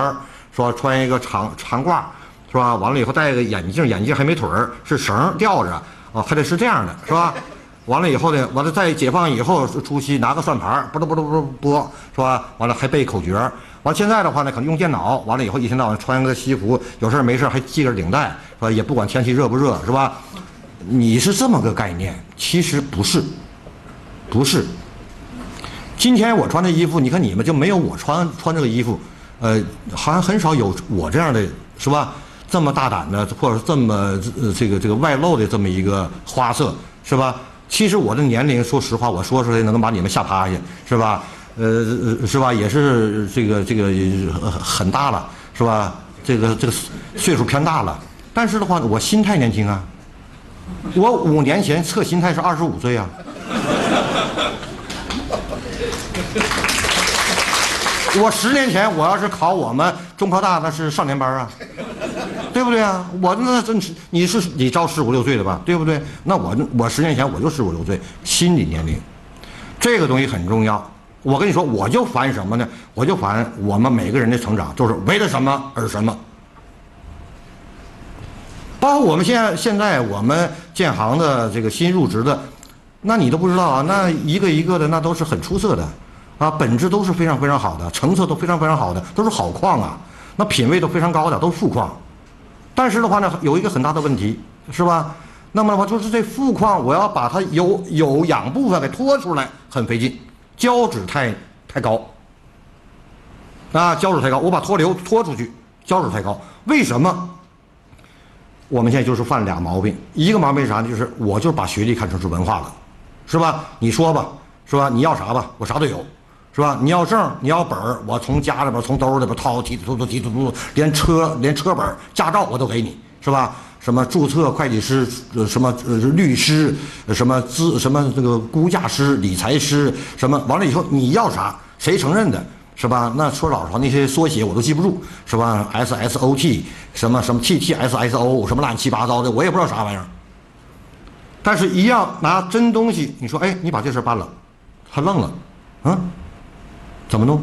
是吧？穿一个长长褂，是吧？完了以后戴个眼镜，眼镜还没腿儿，是绳吊着啊，还得是这样的，是吧？完了以后呢，完了在解放以后初期拿个算盘，不不不不拨，是吧？完了还背口诀。完现在的话呢，可能用电脑，完了以后一天到晚穿个西服，有事没事还系个领带，是吧？也不管天气热不热，是吧？你是这么个概念，其实不是，不是。今天我穿的衣服，你看你们就没有我穿穿这个衣服，呃，好像很少有我这样的，是吧？这么大胆的，或者这么呃这个这个外露的这么一个花色，是吧？其实我的年龄，说实话，我说出来能把你们吓趴下，是吧？呃，是吧？也是这个这个很大了，是吧？这个这个岁数偏大了，但是的话，我心态年轻啊。我五年前测心态是二十五岁啊。我十年前我要是考我们中科大，那是少年班啊，对不对啊？我那真是你是你招十五六岁的吧，对不对？那我我十年前我就十五六岁，心理年龄，这个东西很重要。我跟你说，我就烦什么呢？我就烦我们每个人的成长都是为了什么而什么。包括我们现在现在我们建行的这个新入职的，那你都不知道啊，那一个一个的那都是很出色的。啊，本质都是非常非常好的，成色都非常非常好的，都是好矿啊，那品位都非常高的，都是富矿。但是的话呢，有一个很大的问题，是吧？那么的话，就是这富矿，我要把它有有氧部分给拖出来，很费劲，胶质太太高。啊，胶质太高，我把脱硫拖出去，胶质太高，为什么？我们现在就是犯俩毛病，一个毛病是啥呢？就是我就把学历看成是文化了，是吧？你说吧，是吧？你要啥吧，我啥都有。是吧？你要证，你要本儿，我从家里边、从兜里边掏，提突突提突突，连车、连车本、驾照我都给你，是吧？什么注册会计师，呃，什么呃律师，什么资什么那个估价师、理财师，什么完了以后你要啥，谁承认的，是吧？那说老实话，那些缩写我都记不住，是吧 ？S S O T 什么什么 T T S S O 什么乱七八糟的，我也不知道啥玩意儿。但是，一样拿真东西，你说，哎，你把这事办了，他愣了，嗯。怎么弄？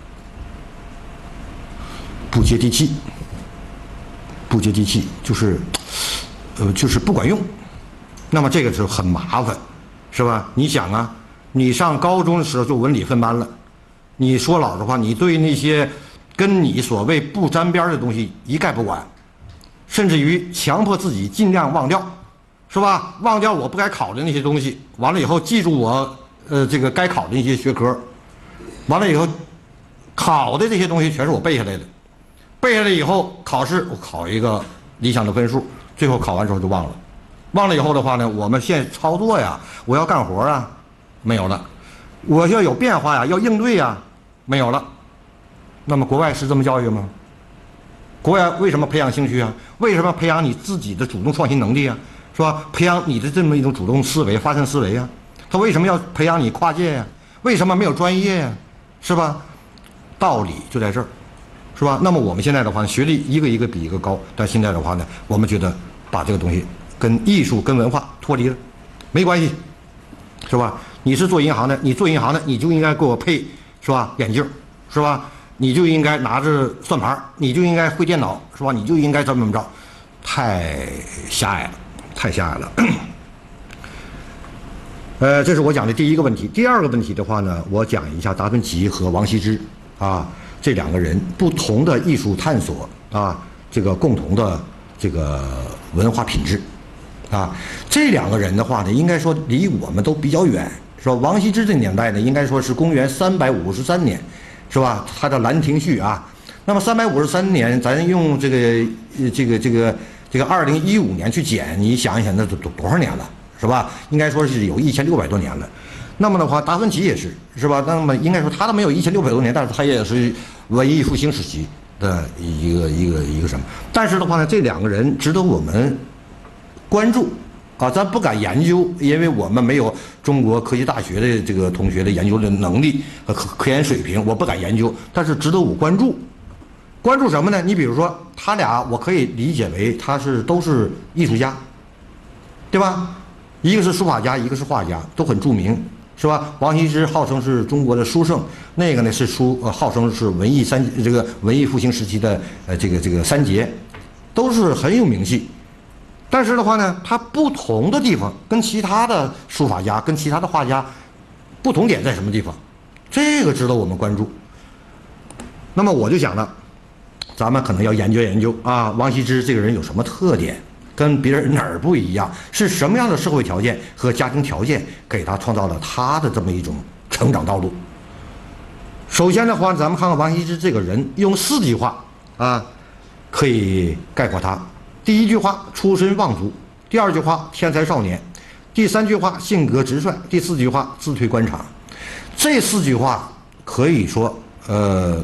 不接地气，不接地气，就是，呃，就是不管用。那么这个就很麻烦，是吧？你想啊，你上高中的时候就文理分班了，你说老实话，你对那些跟你所谓不沾边的东西一概不管，甚至于强迫自己尽量忘掉，是吧？忘掉我不该考的那些东西，完了以后记住我呃这个该考的那些学科。完了以后，考的这些东西全是我背下来的，背下来以后考试我考一个理想的分数，最后考完之后就忘了，忘了以后的话呢，我们现在操作呀，我要干活啊，没有了，我要有变化呀，要应对呀，没有了。那么国外是这么教育吗？国外为什么培养兴趣啊？为什么培养你自己的主动创新能力啊？是吧？培养你的这么一种主动思维、发散思维啊？他为什么要培养你跨界呀？为什么没有专业呀？是吧？道理就在这儿，是吧？那么我们现在的话，学历一个一个比一个高，但现在的话呢，我们觉得把这个东西跟艺术、跟文化脱离了，没关系，是吧？你是做银行的，你做银行的，你就应该给我配，是吧？眼镜，是吧？你就应该拿着算盘，你就应该会电脑，是吧？你就应该怎么怎么着，太狭隘了，太狭隘了。呃，这是我讲的第一个问题。第二个问题的话呢，我讲一下达芬奇和王羲之啊这两个人不同的艺术探索啊，这个共同的这个文化品质啊。这两个人的话呢，应该说离我们都比较远，是吧？王羲之这年代呢，应该说是公元三百五十三年，是吧？他的《兰亭序》啊。那么三百五十三年，咱用这个这个这个这个二零一五年去减，你想一想，那都多多少年了？是吧？应该说是有一千六百多年了。那么的话，达芬奇也是，是吧？那么应该说他都没有一千六百多年，但是他也是文艺复兴时期的一个一个一个什么？但是的话呢，这两个人值得我们关注啊！咱不敢研究，因为我们没有中国科技大学的这个同学的研究的能力和科科研水平，我不敢研究。但是值得我关注。关注什么呢？你比如说，他俩我可以理解为他是都是艺术家，对吧？一个是书法家，一个是画家，都很著名， 是吧？王羲之号称是中国的书圣，那个呢是书呃号称是文艺三这个文艺复兴时期的呃这个这个三杰，都是很有名气。但是的话呢，它不同的地方跟其他的书法家跟其他的画家不同点在什么地方？这个值得我们关注。那么我就想了，咱们可能要研究研究啊，王羲之这个人有什么特点，跟别人哪儿不一样？是什么样的社会条件和家庭条件给他创造了他的这么一种成长道路？首先的话，咱们看看王羲之这个人，用四句话啊可以概括他。第一句话，出身望族；第二句话，天才少年；第三句话，性格直率；第四句话，自推官场。这四句话可以说，呃。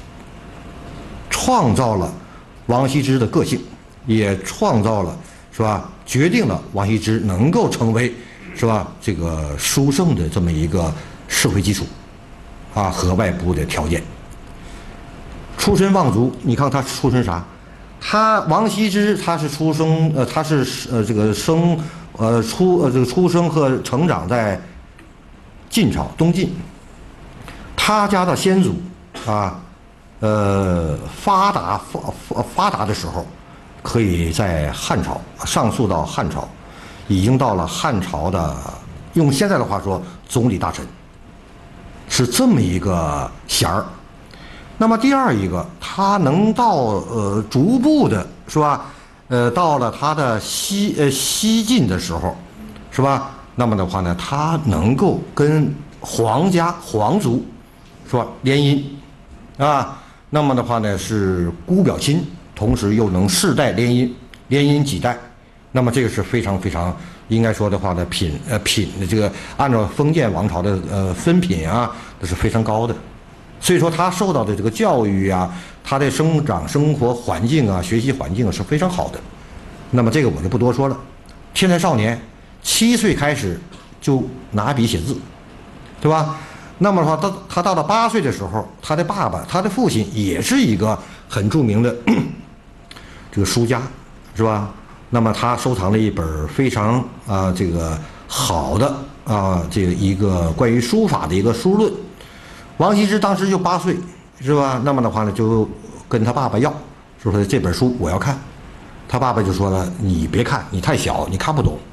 创造了王羲之的个性，也创造了是吧？决定了王羲之能够成为是吧这个书圣的这么一个社会基础啊和外部的条件。出身望族，你看他出身啥？他王羲之他是出生呃他是呃这个生呃出呃这个出生和成长在晋朝东晋，他家的先祖啊。呃，发达发发发达的时候，可以在汉朝上溯到汉朝，已经到了汉朝的，用现在的话说，总理大臣，是这么一个衔儿。那么第二一个，他能到呃逐步的是吧？呃，到了他的西呃西晋的时候，是吧？那么的话呢，他能够跟皇家皇族是吧联姻啊。那么的话呢，是姑表亲，同时又能世代联姻，联姻几代，那么这个是非常非常应该说的话呢，品呃品的这个按照封建王朝的呃分品啊，都是非常高的，所以说他受到的这个教育啊，他的生长生活环境啊，学习环境啊是非常好的。那么这个我就不多说了。天才少年，七岁开始就拿笔写字，对吧？那么的话，到他到了八岁的时候，他的爸爸，他的父亲也是一个很著名的这个书家，是吧？那么他收藏了一本非常啊、呃、这个好的啊、呃、这个一个关于书法的一个书论。王羲之当时就八岁，是吧？那么的话呢，就跟他爸爸要，说说这本书我要看。他爸爸就说了：“你别看，你太小，你看不懂。”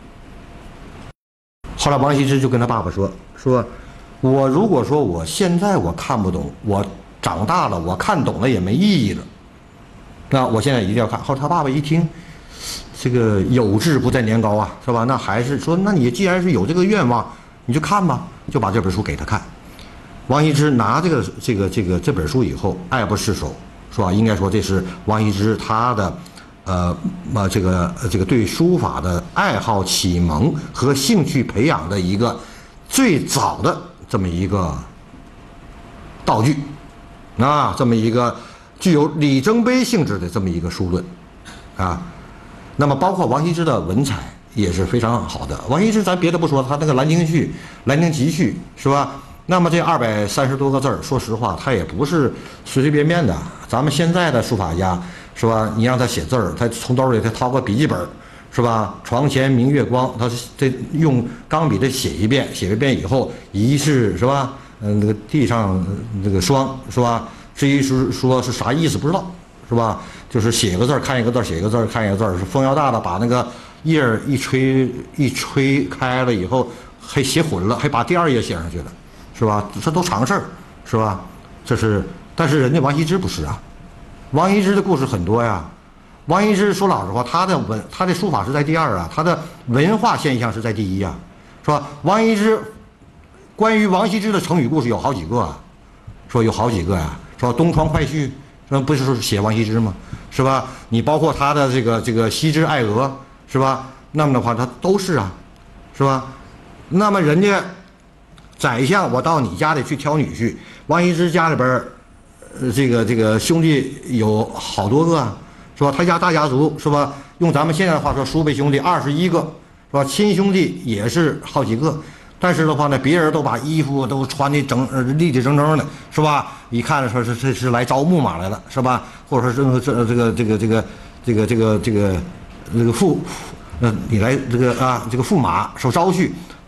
后来王羲之就跟他爸爸说：“说。”我如果说我现在我看不懂，我长大了我看懂了也没意义了，那我现在一定要看。后来他爸爸一听，这个有志不在年高啊，是吧？那还是说，那你既然是有这个愿望，你就看吧，就把这本书给他看。王羲之拿这个这个这个这本书以后，爱不释手，是吧？应该说这是王羲之他的呃呃这个这个对书法的爱好启蒙和兴趣培养的一个最早的这么一个道具，啊，这么一个具有里程碑性质的这么一个书论，啊，那么包括王羲之的文采也是非常好的。王羲之咱别的不说，他那个《兰亭序》《兰亭集序》是吧？那么这二百三十多个字儿，说实话，他也不是随随便便的。咱们现在的书法家是吧？你让他写字儿，他从兜里他掏个笔记本。是吧？床前明月光，他这用钢笔的写一遍，写一遍以后，疑是是吧？嗯，那个地上那个霜是吧？至于是说是啥意思不知道，是吧？就是写一个字看一个字，写一个字看一个字，是风要大了，把那个页儿一吹一吹开了以后，还写混了，还把第二页写上去了，是吧？这都常事儿，是吧？这是，但是人家王羲之不是啊，王羲之的故事很多呀。王羲之说老实话，他的文他的书法是在第二啊，他的文化现象是在第一啊，是吧？王羲之关于王羲之的成语故事有好几个啊，说有好几个呀、啊，说东窗快婿，那不是说写王羲之吗？是吧？你包括他的这个这个羲之爱娥，是吧？那么的话，他都是啊，是吧？那么人家宰相，我到你家里去挑女婿，王羲之家里边，呃，这个这个兄弟有好多个啊。是吧？他家大家族是吧？用咱们现在的话说，叔辈兄弟二十一个，是吧？亲兄弟也是好几个，但是的话呢，别人都把衣服都穿的整呃立立正正的，是吧？一看说是这是来招木马来了，是吧？或者说这这个这个这个这个这个这个这个驸呃你来这个啊这个驸马受招婿，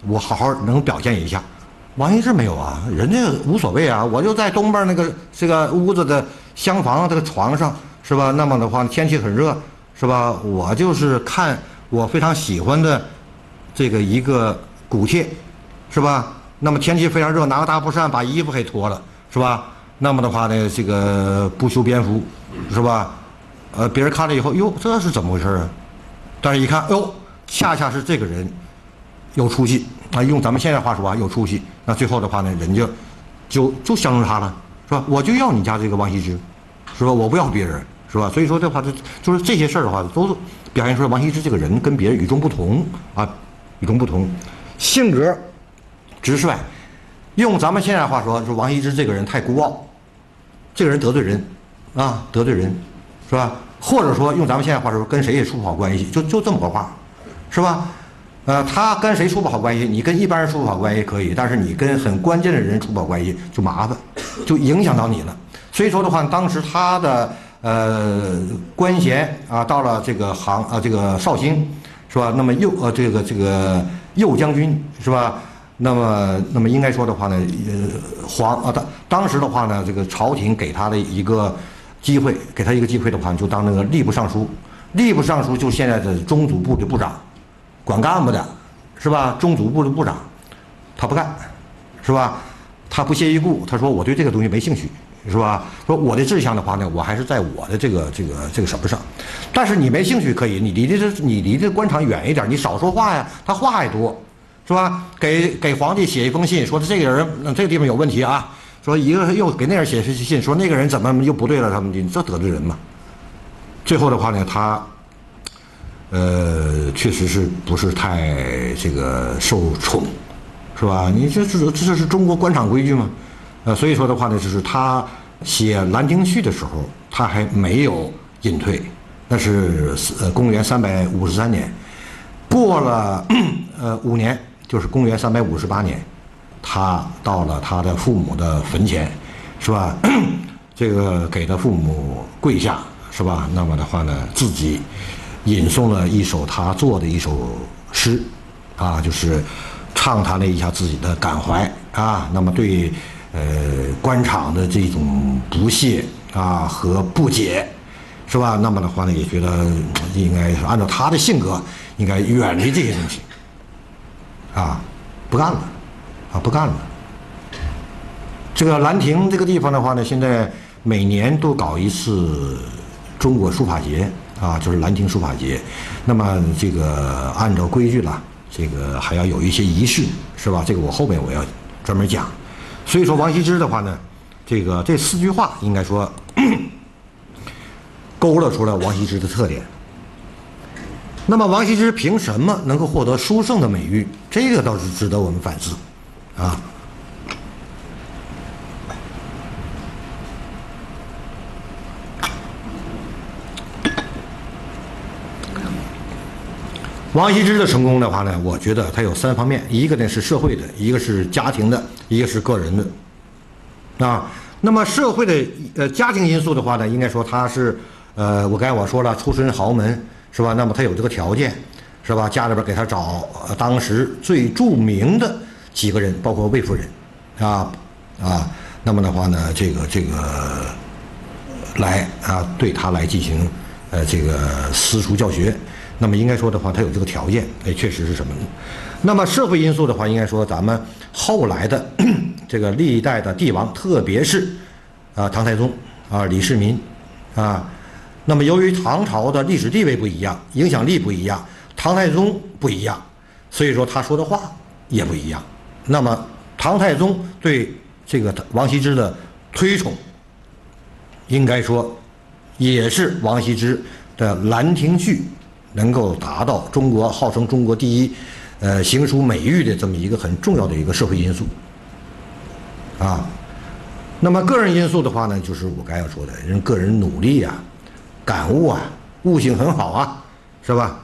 我好好能表现一下。王羲之没有啊，人家无所谓啊，我就在东边那个这个屋子的厢房这个床上，是吧？那么的话天气很热，是吧？我就是看我非常喜欢的这个一个骨帖，是吧？那么天气非常热，拿个大布扇把衣服给脱了，是吧？那么的话呢，这个不修边幅，是吧？呃，别人看了以后，哟，这是怎么回事啊？但是一看，哟，恰恰是这个人有出息啊，用咱们现在话说啊，有出息。那最后的话呢，人家就就相中他了，是吧？我就要你家这个王羲之，是吧？我不要别人，是吧？所以说的话，就就是这些事儿的话，都是表现出来王羲之这个人跟别人与众不同啊，与众不同，性格直率。用咱们现在话说，说王羲之这个人太孤傲，这个人得罪人啊，得罪人，是吧？或者说用咱们现在话说，跟谁也处不好关系，就就这么个话，是吧？呃，他跟谁处不好关系？你跟一般人处不好关系可以，但是你跟很关键的人处不好关系就麻烦，就影响到你了。所以说的话，当时他的呃官衔啊，到了这个杭啊这个绍兴，是吧？那么右呃这个这个右将军是吧？那么那么应该说的话呢，呃皇啊当当时的话呢，这个朝廷给他的一个机会，给他一个机会的话，就当那个吏部尚书，吏部尚书就是现在的中组部的部长。管干部的，是吧？中组部的部长，他不干，是吧？他不屑一顾，他说我对这个东西没兴趣，是吧？说我的志向的话呢，我还是在我的这个这个这个什么上。但是你没兴趣可以，你离的这你离这官场远一点，你少说话呀，他话还多，是吧？给给皇帝写一封信，说这个人这个地方有问题啊，说一个又给那人写信，说那个人怎么又不对了，他们这得罪人嘛。最后的话呢，他。呃，确实是不是太这个受宠，是吧？你这这这是中国官场规矩嘛？呃，所以说的话呢，就是他写《兰亭序》的时候，他还没有隐退，那是呃公元三百五十三年，过了呃五年，就是公元三百五十八年，他到了他的父母的坟前，是吧？这个给他父母跪下，是吧？那么的话呢，自己。引诵了一首他做的一首诗，啊，就是唱他了一下自己的感怀啊。那么对呃官场的这种不屑啊和不解，是吧？那么的话呢，也觉得应该按照他的性格，应该远离这些东西，啊，不干了，啊，不干了。这个兰亭这个地方的话呢，现在每年都搞一次中国书法节。啊，就是兰亭书法节，那么这个按照规矩了，这个还要有一些仪式，是吧？这个我后面我要专门讲。所以说王羲之的话呢，这个这四句话应该说勾勒出了王羲之的特点。那么王羲之凭什么能够获得书圣的美誉？这个倒是值得我们反思啊。王羲之的成功的话呢，我觉得他有三方面，一个呢是社会的，一个是家庭的，一个是个人的，啊，那么社会的呃家庭因素的话呢，应该说他是呃我刚才我说了，出身豪门是吧？那么他有这个条件是吧？家里边给他找、呃、当时最著名的几个人，包括魏夫人，啊啊，那么的话呢，这个这个来啊对他来进行呃这个私塾教学。那么应该说的话，他有这个条件，哎，确实是什么呢？那么社会因素的话，应该说咱们后来的这个历代的帝王，特别是啊唐太宗啊李世民啊，那么由于唐朝的历史地位不一样，影响力不一样，唐太宗不一样，所以说他说的话也不一样。那么唐太宗对这个王羲之的推崇，应该说也是王羲之的《兰亭序》能够达到中国号称中国第一，呃，行书美誉的这么一个很重要的一个社会因素，啊，那么个人因素的话呢，就是我刚才要说的，人个人努力啊，感悟啊，悟性很好啊，是吧？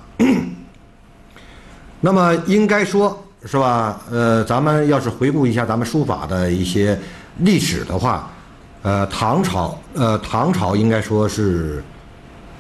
那么应该说是吧？呃，咱们要是回顾一下咱们书法的一些历史的话，呃，唐朝，呃，唐朝应该说是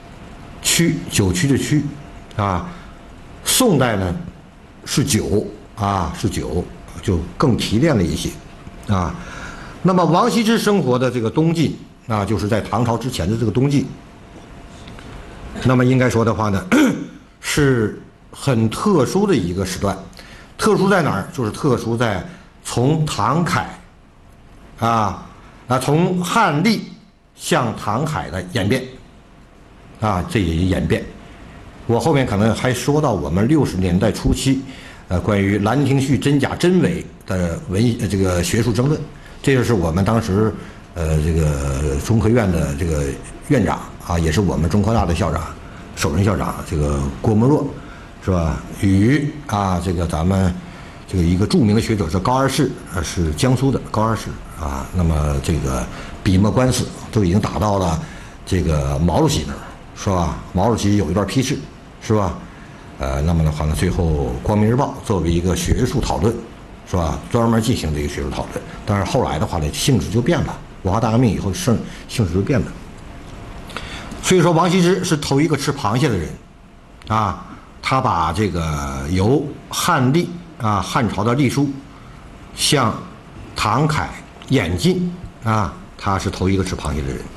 曲，九曲的曲。啊，宋代呢是九啊是酒，就更提炼了一些啊。那么王羲之生活的这个东晋啊，就是在唐朝之前的这个东晋，那么应该说的话呢，是很特殊的一个时段。特殊在哪儿？就是特殊在从唐楷啊啊从汉隶向唐楷的演变啊，这也演变。我后面可能还说到我们六十年代初期，呃，关于《兰亭序》真假真伪的文艺这个学术争论，这就是我们当时呃这个中科院的这个院长啊，也是我们中科大的校长，首任校长这个郭沫若，是吧？与啊这个咱们这个一个著名的学者是高二世，呃是江苏的高二世啊，那么这个笔墨官司都已经打到了这个毛主席那儿，是吧？毛主席有一段批示。是吧？呃，那么的话呢，最后《光明日报》作为一个学术讨论，是吧？专门进行的一个学术讨论。但是后来的话呢，性质就变了。文化大革命以后，性性质就变了。所以说，王羲之是头一个吃螃蟹的人，啊，他把这个由汉隶啊汉朝的隶书向唐楷演进啊，他是头一个吃螃蟹的人。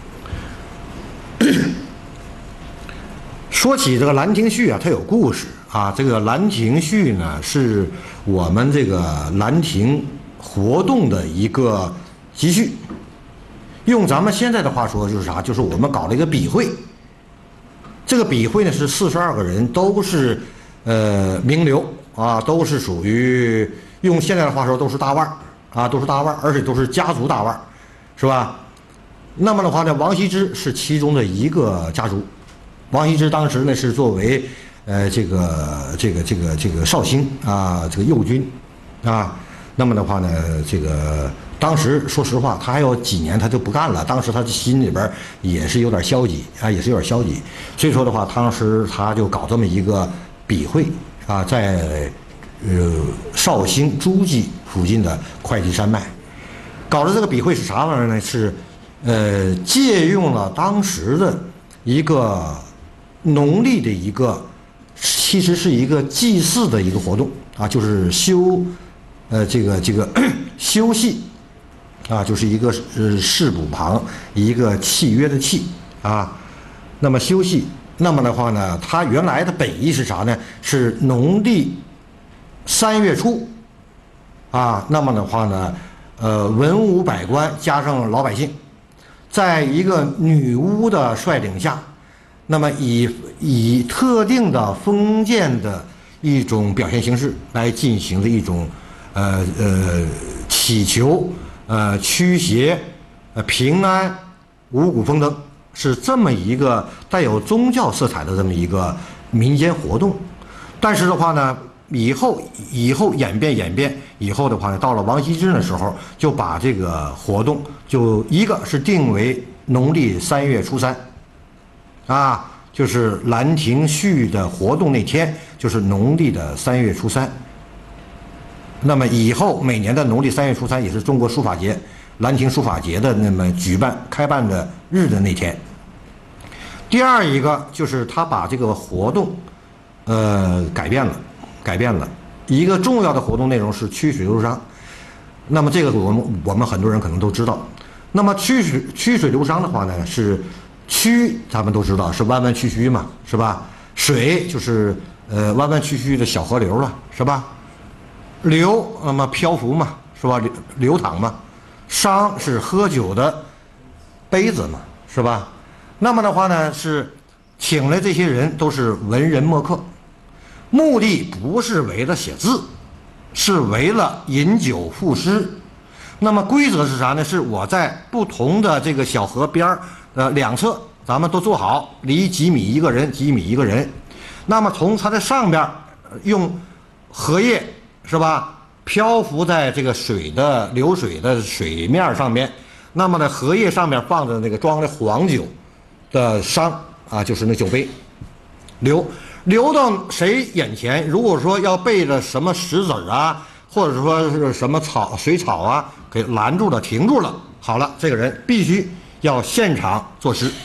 说起这个《兰亭序》啊，它有故事啊。这个《兰亭序》呢，是我们这个兰亭活动的一个集序。用咱们现在的话说，就是啥？就是我们搞了一个笔会。这个笔会呢，是四十二个人，都是呃名流啊，都是属于用现在的话说，都是大腕儿啊，都是大腕儿，而且都是家族大腕儿，是吧？那么的话呢，王羲之是其中的一个家族。王羲之当时呢是作为呃这个这个这个这个绍兴啊这个右军啊，那么的话呢，这个当时说实话，他还有几年他就不干了，当时他的心里边也是有点消极啊，也是有点消极，所以说的话，当时他就搞这么一个笔会啊，在呃绍兴诸暨附近的会稽山脉搞的这个笔会是啥玩意儿呢？是呃借用了当时的一个农历的一个，其实是一个祭祀的一个活动啊，就是修，呃，这个这个修戏，啊，就是一个呃士补旁一个契约的契啊。那么修戏，那么的话呢，它原来的本意是啥呢？是农历三月初，啊，那么的话呢，呃，文武百官加上老百姓，在一个女巫的率领下。那么以以特定的封建的一种表现形式来进行的一种呃呃祈求呃驱邪呃平安五谷丰登，是这么一个带有宗教色彩的这么一个民间活动。但是的话呢，以后以后演变演变以后的话呢，到了王羲之的时候，就把这个活动就一个是定为农历三月初三。啊，就是《兰亭序》的活动那天，就是农历的三月初三。那么以后每年的农历三月初三也是中国书法节、兰亭书法节的那么举办开办的日的那天。第二一个就是他把这个活动，呃，改变了，改变了。一个重要的活动内容是曲水流觞。那么这个我们我们很多人可能都知道。那么曲水曲水流觞的话呢是。曲咱们都知道是弯弯曲曲嘛，是吧？水就是呃弯弯曲曲的小河流了，是吧？流那么漂浮嘛，是吧？流流淌嘛。觞是喝酒的杯子嘛，是吧？那么的话呢，是请来这些人都是文人墨客，目的不是为了写字，是为了饮酒赋诗。那么规则是啥呢？是我在不同的这个小河边儿。呃，两侧咱们都做好，离几米一个人，几米一个人。那么从它的上边用荷叶是吧，漂浮在这个水的流水的水面上面。那么呢，荷叶上面放着那个装的黄酒的觞啊，就是那酒杯，流流到谁眼前？如果说要背着什么石子啊，或者说是什么草水草啊，给拦住了，停住了。好了，这个人必须。要现场作诗，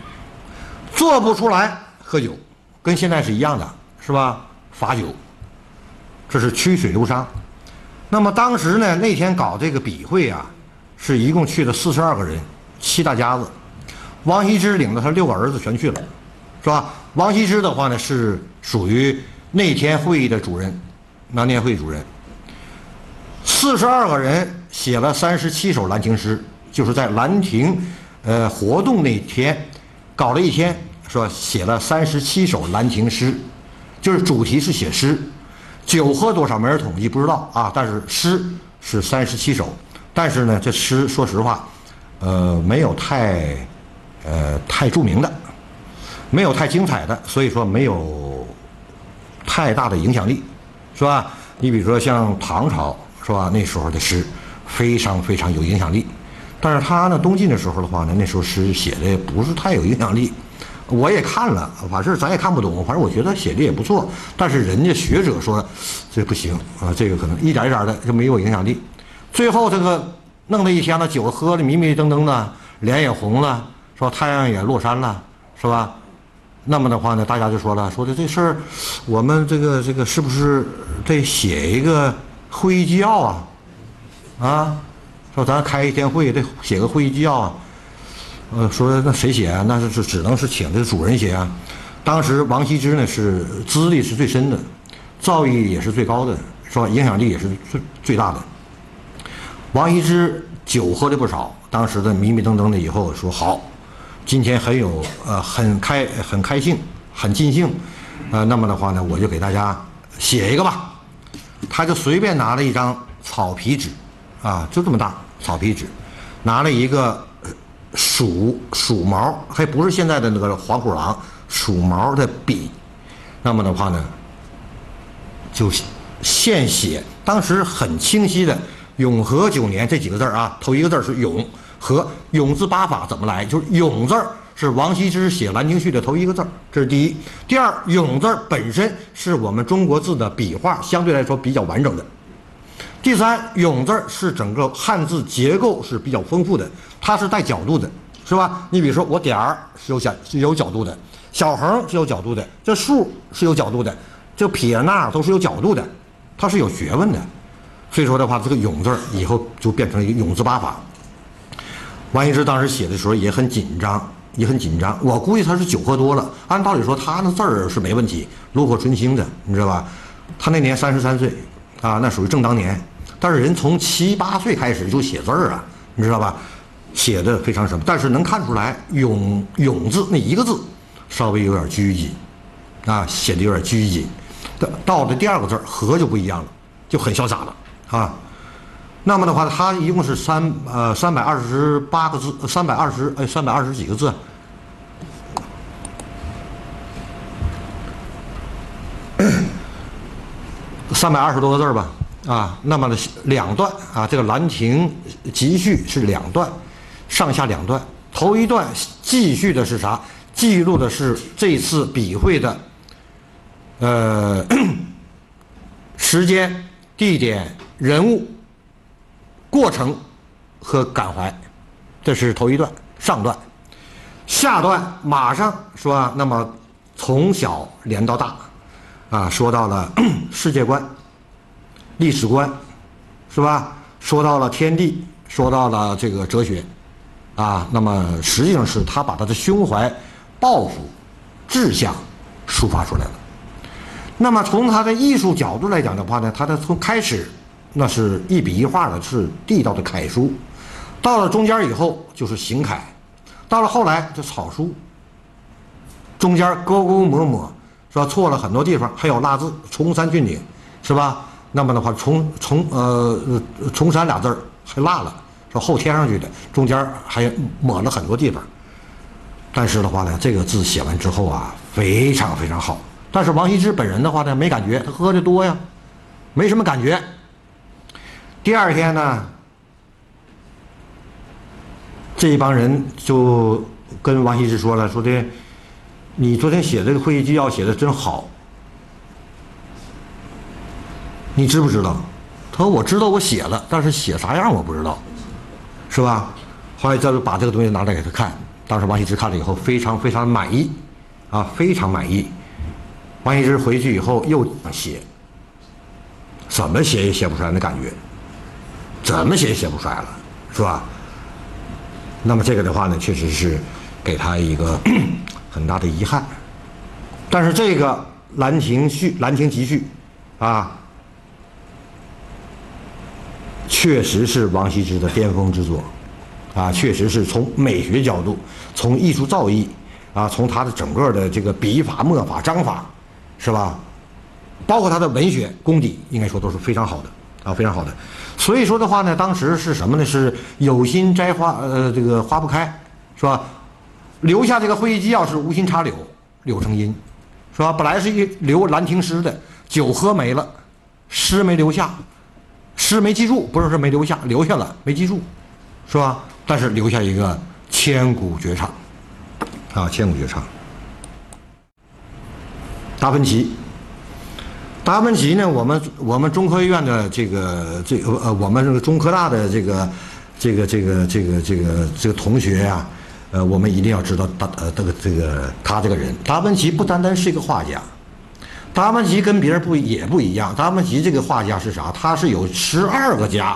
做不出来喝酒，跟现在是一样的，是吧？罚酒。 这是曲水流觞。那么当时呢，那天搞这个笔会啊，是一共去了四十二个人，七大家子。王羲之领着他六个儿子全去了，是吧？王羲之的话呢，是属于那天会议的主任，那年会主任。四十二个人写了三十七首兰亭诗，就是在兰亭，呃，活动那天，搞了一天，说写了三十七首兰亭诗，就是主题是写诗。酒喝多少没人统计，不知道啊，但是诗是三十七首。但是呢，这诗说实话，呃，没有太。呃，太著名的，没有太精彩的，所以说没有太大的影响力，是吧？你比如说像唐朝，是吧？那时候的诗非常非常有影响力，但是他呢，东晋的时候的话呢，那时候诗写的不是太有影响力。我也看了，反正咱也看不懂，反正我觉得写的也不错，但是人家学者说这不行啊，这个可能一点一点的就没有影响力。最后这个弄了一天了，酒喝的迷迷瞪瞪的，脸也红了。说太阳也落山了，是吧？那么的话呢，大家就说了，说的这事儿，我们这个这个是不是得写一个会议纪要啊？啊，说咱开一天会得写个会议纪要啊。呃，说那谁写啊？那是只能是请这个主人写啊。当时王羲之呢是资历是最深的，造诣也是最高的，是吧？影响力也是最最大的。王羲之酒喝的不少，当时的迷迷瞪瞪的，以后说好。今天很有呃很开很开心很尽兴，呃那么的话呢，我就给大家写一个吧。他就随便拿了一张草皮纸，啊就这么大草皮纸，拿了一个鼠鼠毛，还不是现在的那个黄虎狼，鼠毛的笔，那么的话呢，就现写，当时很清晰的“永和九年”这几个字啊，头一个字是永。和永字八法怎么来？就是永字是王羲之写《兰亭序》的头一个字，这是第一。第二，永字本身是我们中国字的笔画相对来说比较完整的。第三，永字是整个汉字结构是比较丰富的，它是带角度的，是吧？你比如说我点儿是有角是有角度的，小横是有角度的，这竖是有角度的，这撇捺都是有角度的，它是有学问的。所以说的话，这个永字以后就变成一个永字八法。王羲之当时写的时候也很紧张，也很紧张。我估计他是酒喝多了。按道理说，他的字儿是没问题，炉火纯青的，你知道吧？他那年三十三岁，啊，那属于正当年。但是人从七八岁开始就写字儿啊，你知道吧？写的非常什么，但是能看出来“永”“永”字那一个字稍微有点拘谨，啊，写的有点拘谨。到了第二个字“和”就不一样了，就很潇洒了啊。那么的话，它一共是三呃三百二十八个字，三百二十哎三百二十几个字，三百二十多个字吧啊。那么的两段啊，这个《兰亭集序》是两段，上下两段。头一段记叙的是啥？记录的是这次笔会的呃时间、地点、人物。过程和感怀，这是头一段上段。下段马上说啊，那么从小连到大，啊，说到了世界观、历史观，是吧？说到了天地，说到了这个哲学，啊，那么实际上是他把他的胸怀、抱负、志向抒发出来了。那么从他的艺术角度来讲的话呢，他的从开始。那是一笔一画的，是地道的楷书，到了中间以后就是行楷，到了后来就草书，中间勾勾抹抹，是吧？错了很多地方，还有落字，崇山峻岭，是吧？那么的话，崇崇呃崇山俩字儿还落了，是后添上去的，中间还抹了很多地方。但是的话呢，这个字写完之后啊，非常非常好。但是王羲之本人的话呢，没感觉，他喝的多呀，没什么感觉。第二天呢，这一帮人就跟王羲之说了，说的你昨天写这个会议纪要写的真好，你知不知道？他说我知道我写了，但是写啥样我不知道，是吧？后来再把这个东西拿来给他看，当时王羲之看了以后非常非常满意，啊，非常满意。王羲之回去以后又写， 怎么写也写不出来的感觉，怎么写也写不出来了，是吧？那么这个的话呢，确实是给他一个很大的遗憾。但是这个《兰亭序》《兰亭集序》啊，确实是王羲之的巅峰之作，啊，确实是从美学角度，从艺术造诣啊，从他的整个的这个笔法、墨法、章法，是吧？包括他的文学功底，应该说都是非常好的啊，非常好的。所以说的话呢，当时是什么呢？是有心摘花，呃，这个花不开，是吧？留下这个会议纪要是无心插柳，柳成荫，是吧？本来是一留兰亭诗的，酒喝没了，诗没留下，诗没记住，不是说没留下，留下了没记住，是吧？但是留下一个千古绝唱，啊，千古绝唱。达芬奇。达芬奇呢，我们我们中科院的这个这个呃，我们这个中科大的这个这个这个这个这个这个同学呀、啊，呃，我们一定要知道达呃这个这个他这个人，达芬奇不单单是一个画家，达芬奇跟别人不也不一样，达芬奇这个画家是啥？他是有十二个家，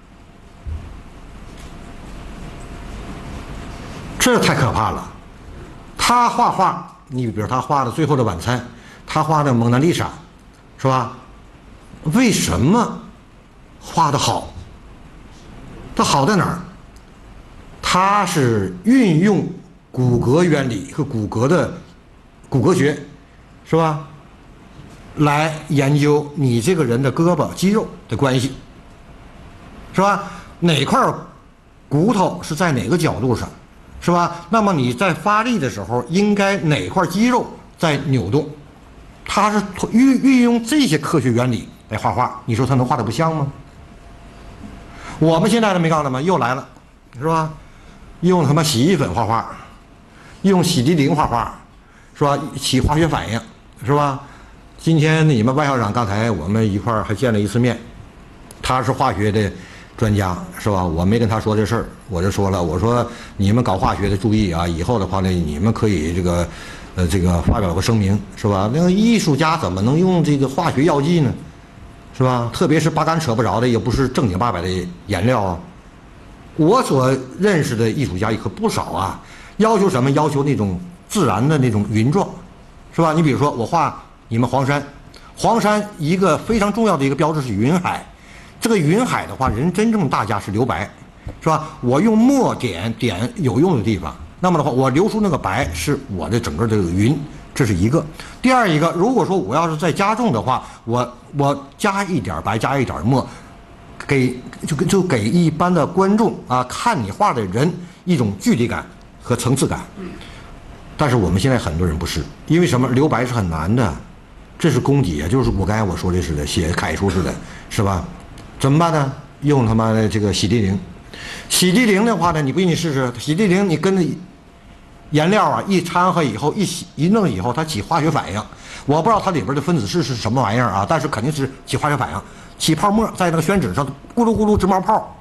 这太可怕了。他画画，你比如他画的《最后的晚餐》，他画的《蒙娜丽莎》。是吧？为什么画得好？它好在哪儿？它是运用骨骼原理和骨骼的骨骼学，是吧？来研究你这个人的胳膊肌肉的关系，是吧？哪块骨头是在哪个角度上，是吧？那么你在发力的时候，应该哪块肌肉在扭动？他是运运用这些科学原理来画画，你说他能画得不像吗？我们现在都没告诉他们，又来了，是吧？用他妈洗衣粉画画，用洗涤灵画画，是吧？起化学反应，是吧？今天你们万校长刚才我们一块儿还见了一次面，他是化学的专家，是吧？我没跟他说这事儿，我就说了，我说你们搞化学的注意啊，以后的话呢，你们可以这个。呃，这个发表个声明是吧？那个艺术家怎么能用这个化学药剂呢？是吧？特别是八竿扯不着的，也不是正经八百的颜料啊。我所认识的艺术家也可不少啊。要求什么？要求那种自然的那种云状，是吧？你比如说我画你们黄山，黄山一个非常重要的一个标志是云海。这个云海的话，人真正大家是留白，是吧？我用墨点点有用的地方。那么的话，我留出那个白是我的整个这个云，这是一个。第二一个，如果说我要是再加重的话，我我加一点白，加一点墨，给就就给一般的观众啊看你画的人一种距离感和层次感。但是我们现在很多人不是，因为什么？留白是很难的，这是功底啊，就是我刚才我说的似的，写楷书似的，是吧？怎么办呢？用他妈的这个洗涤灵。洗涤灵的话呢，你不信你试试，洗涤灵你跟着颜料啊一掺和以后，一洗一弄以后，它起化学反应。我不知道它里边的分子式是什么玩意儿啊，但是肯定是起化学反应，起泡沫，在那个宣纸上咕噜咕噜直冒泡。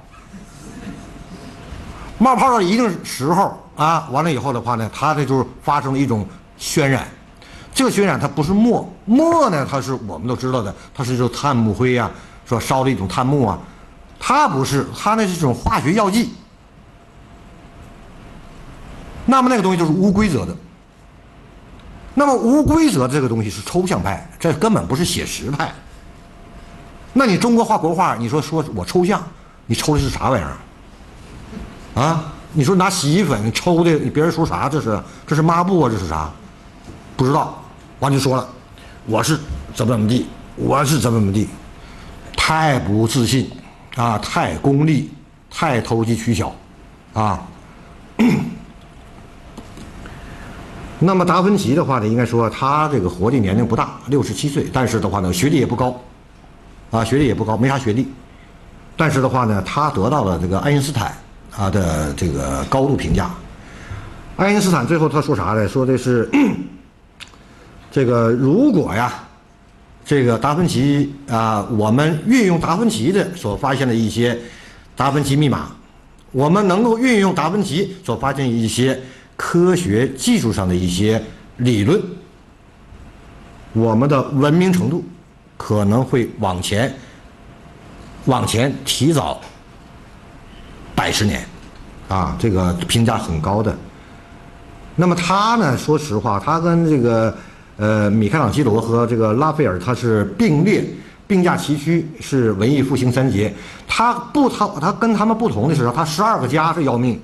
冒泡到一定时候啊，完了以后的话呢，它这就是发生了一种渲染。这个渲染它不是墨，墨呢它是我们都知道的，它是这种炭木灰啊，说烧的一种炭木啊，它不是，它那是这种化学药剂。那么那个东西就是无规则的。那么无规则这个东西是抽象派，这根本不是写实派。那你中国画国画，你说说我抽象，你抽的是啥玩意儿？啊？你说拿洗衣粉抽的，别人说啥？这是这是抹布啊？这是啥？不知道。完就说了，我是怎么怎么地，我是怎么怎么地，太不自信啊，太功利，太投机取巧，啊。那么达芬奇的话呢，应该说他这个活的年龄不大，六十七岁，但是的话呢，学历也不高，啊，学历也不高，没啥学历，但是的话呢，他得到了这个爱因斯坦啊的这个高度评价。爱因斯坦最后他说啥呢？说的是这个如果呀，这个达芬奇啊，我们运用达芬奇的所发现的一些达芬奇密码，我们能够运用达芬奇所发现一些科学技术上的一些理论，我们的文明程度可能会往前往前提早百十年，啊，这个评价很高的。那么他呢，说实话，他跟这个呃米开朗基罗和这个拉斐尔他是并列并驾齐驱，是文艺复兴三杰。他不他他跟他们不同的是，他十二个家是要命。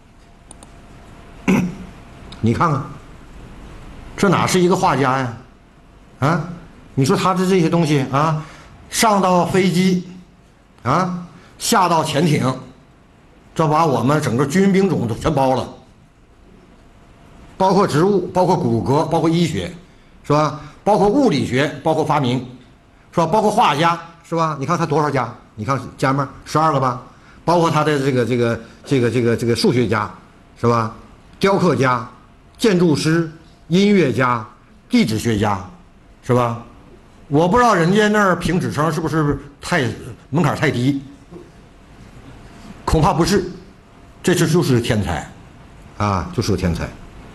你看看，这哪是一个画家呀？啊，你说他的这些东西啊，上到飞机，啊，下到潜艇，这把我们整个军兵种都全包了，包括植物，包括骨骼，包括医学，是吧？包括物理学，包括发明，是吧？包括画家，是吧？你看他多少家？你看家们十二个吧，包括他的这个这个这个这个这个数学家，是吧？雕刻家、建筑师、音乐家、地质学家，是吧？我不知道人家那儿评职称是不是太门槛太低，恐怕不是，这这就是个天才，啊，就是个天才。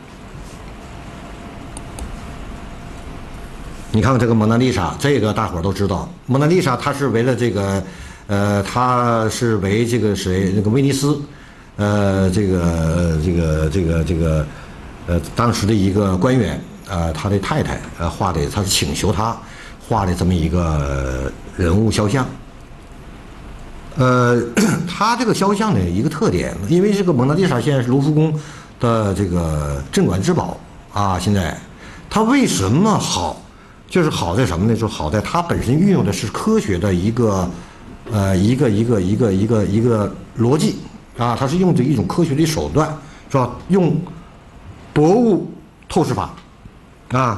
你看看这个蒙娜丽莎，这个大伙儿都知道，蒙娜丽莎她是为了这个，呃，她是为这个谁那个威尼斯。呃，这个这个这个这个，呃，当时的一个官员，呃，他的太太，呃，画的，他是请求他画的这么一个人物肖像。呃，他这个肖像呢，一个特点，因为这个蒙娜丽莎现在是卢浮宫的这个镇馆之宝啊，现在它为什么好？就是好在什么呢？就好在它本身运用的是科学的一个，呃，一个一个一个一个一个逻辑。啊，它是用这一种科学的手段，是吧？用薄雾透视法，啊，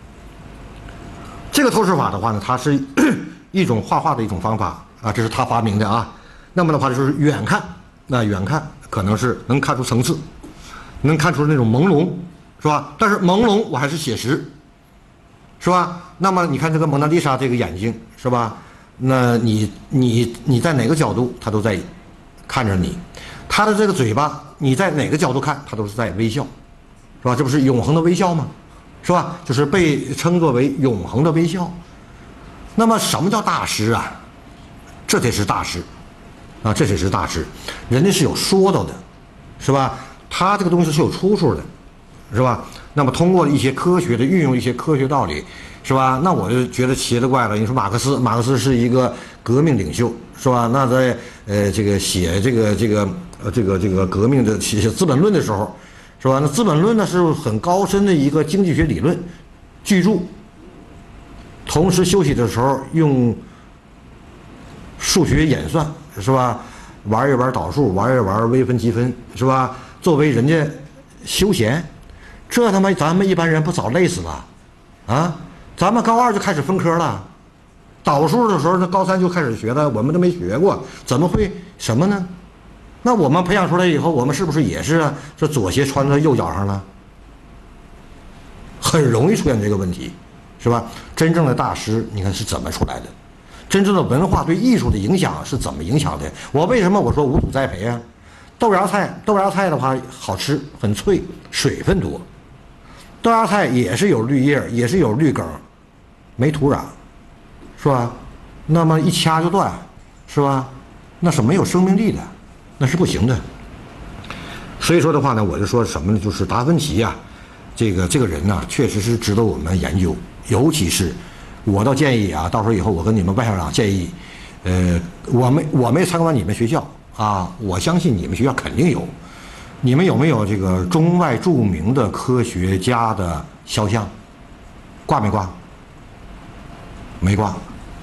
这个透视法的话呢，它是一种画画的一种方法啊，这是他发明的啊。那么的话就是远看，那远看可能是能看出层次，能看出那种朦胧，是吧？但是朦胧我还是写实，是吧？那么你看这个蒙娜丽莎这个眼睛，是吧？那你你你在哪个角度，它都在看着你。他的这个嘴巴，你在哪个角度看，他都是在微笑，是吧？这不是永恒的微笑吗？是吧？就是被称作为永恒的微笑。那么什么叫大师啊？这才是大师，啊，这才是大师。人家是有说道的，是吧？他这个东西是有出处的，是吧？那么通过一些科学的运用，一些科学道理，是吧？那我就觉得奇了怪了。你说马克思，马克思是一个革命领袖，是吧？那在呃这个写这个这个。呃，这个这个革命的写《资本论》的时候，是吧？那《资本论》呢是很高深的一个经济学理论巨著，同时休息的时候用数学演算，是吧？玩一玩导数，玩一玩微分积分，是吧？作为人家休闲，这他妈咱们一般人不早累死了啊！咱们高二就开始分科了，导数的时候那高三就开始学了，我们都没学过，怎么会什么呢？那我们培养出来以后，我们是不是也是啊？这左鞋穿在右脚上了，很容易出现这个问题，是吧？真正的大师，你看是怎么出来的？真正的文化对艺术的影响是怎么影响的？我为什么我说无土栽培啊？豆芽菜，豆芽菜的话好吃，很脆，水分多。豆芽菜也是有绿叶，也是有绿梗，没土壤，是吧？那么一掐就断，是吧？那是没有生命力的。那是不行的，所以说的话呢，我就说什么呢？就是达芬奇呀、啊，这个这个人呢、啊，确实是值得我们研究。尤其是，我倒建议啊，到时候以后我跟你们外校长建议，呃，我没我没参观你们学校啊，我相信你们学校肯定有。你们有没有这个中外著名的科学家的肖像？挂没挂？没挂，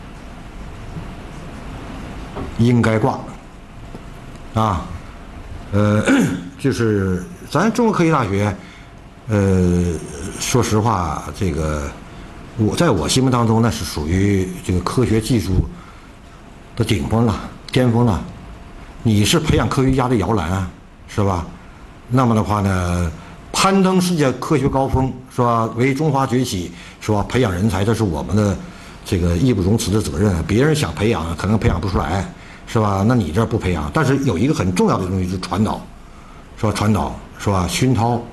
应该挂。啊，呃，就是咱中国科技大学，呃，说实话，这个我在我心目当中那是属于这个科学技术的顶峰了、巅峰了。你是培养科学家的摇篮啊，是吧？那么的话呢，攀登世界科学高峰，是吧？为中华崛起，是吧？培养人才，这是我们的这个义不容辞的责任。别人想培养，可能培养不出来。是吧？那你这不培养，但是有一个很重要的东西是传导，是吧？传导是吧？熏陶。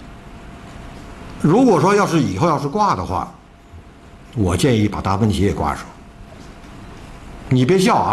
如果说要是以后要是挂的话，我建议把达芬奇也挂上。你别笑啊，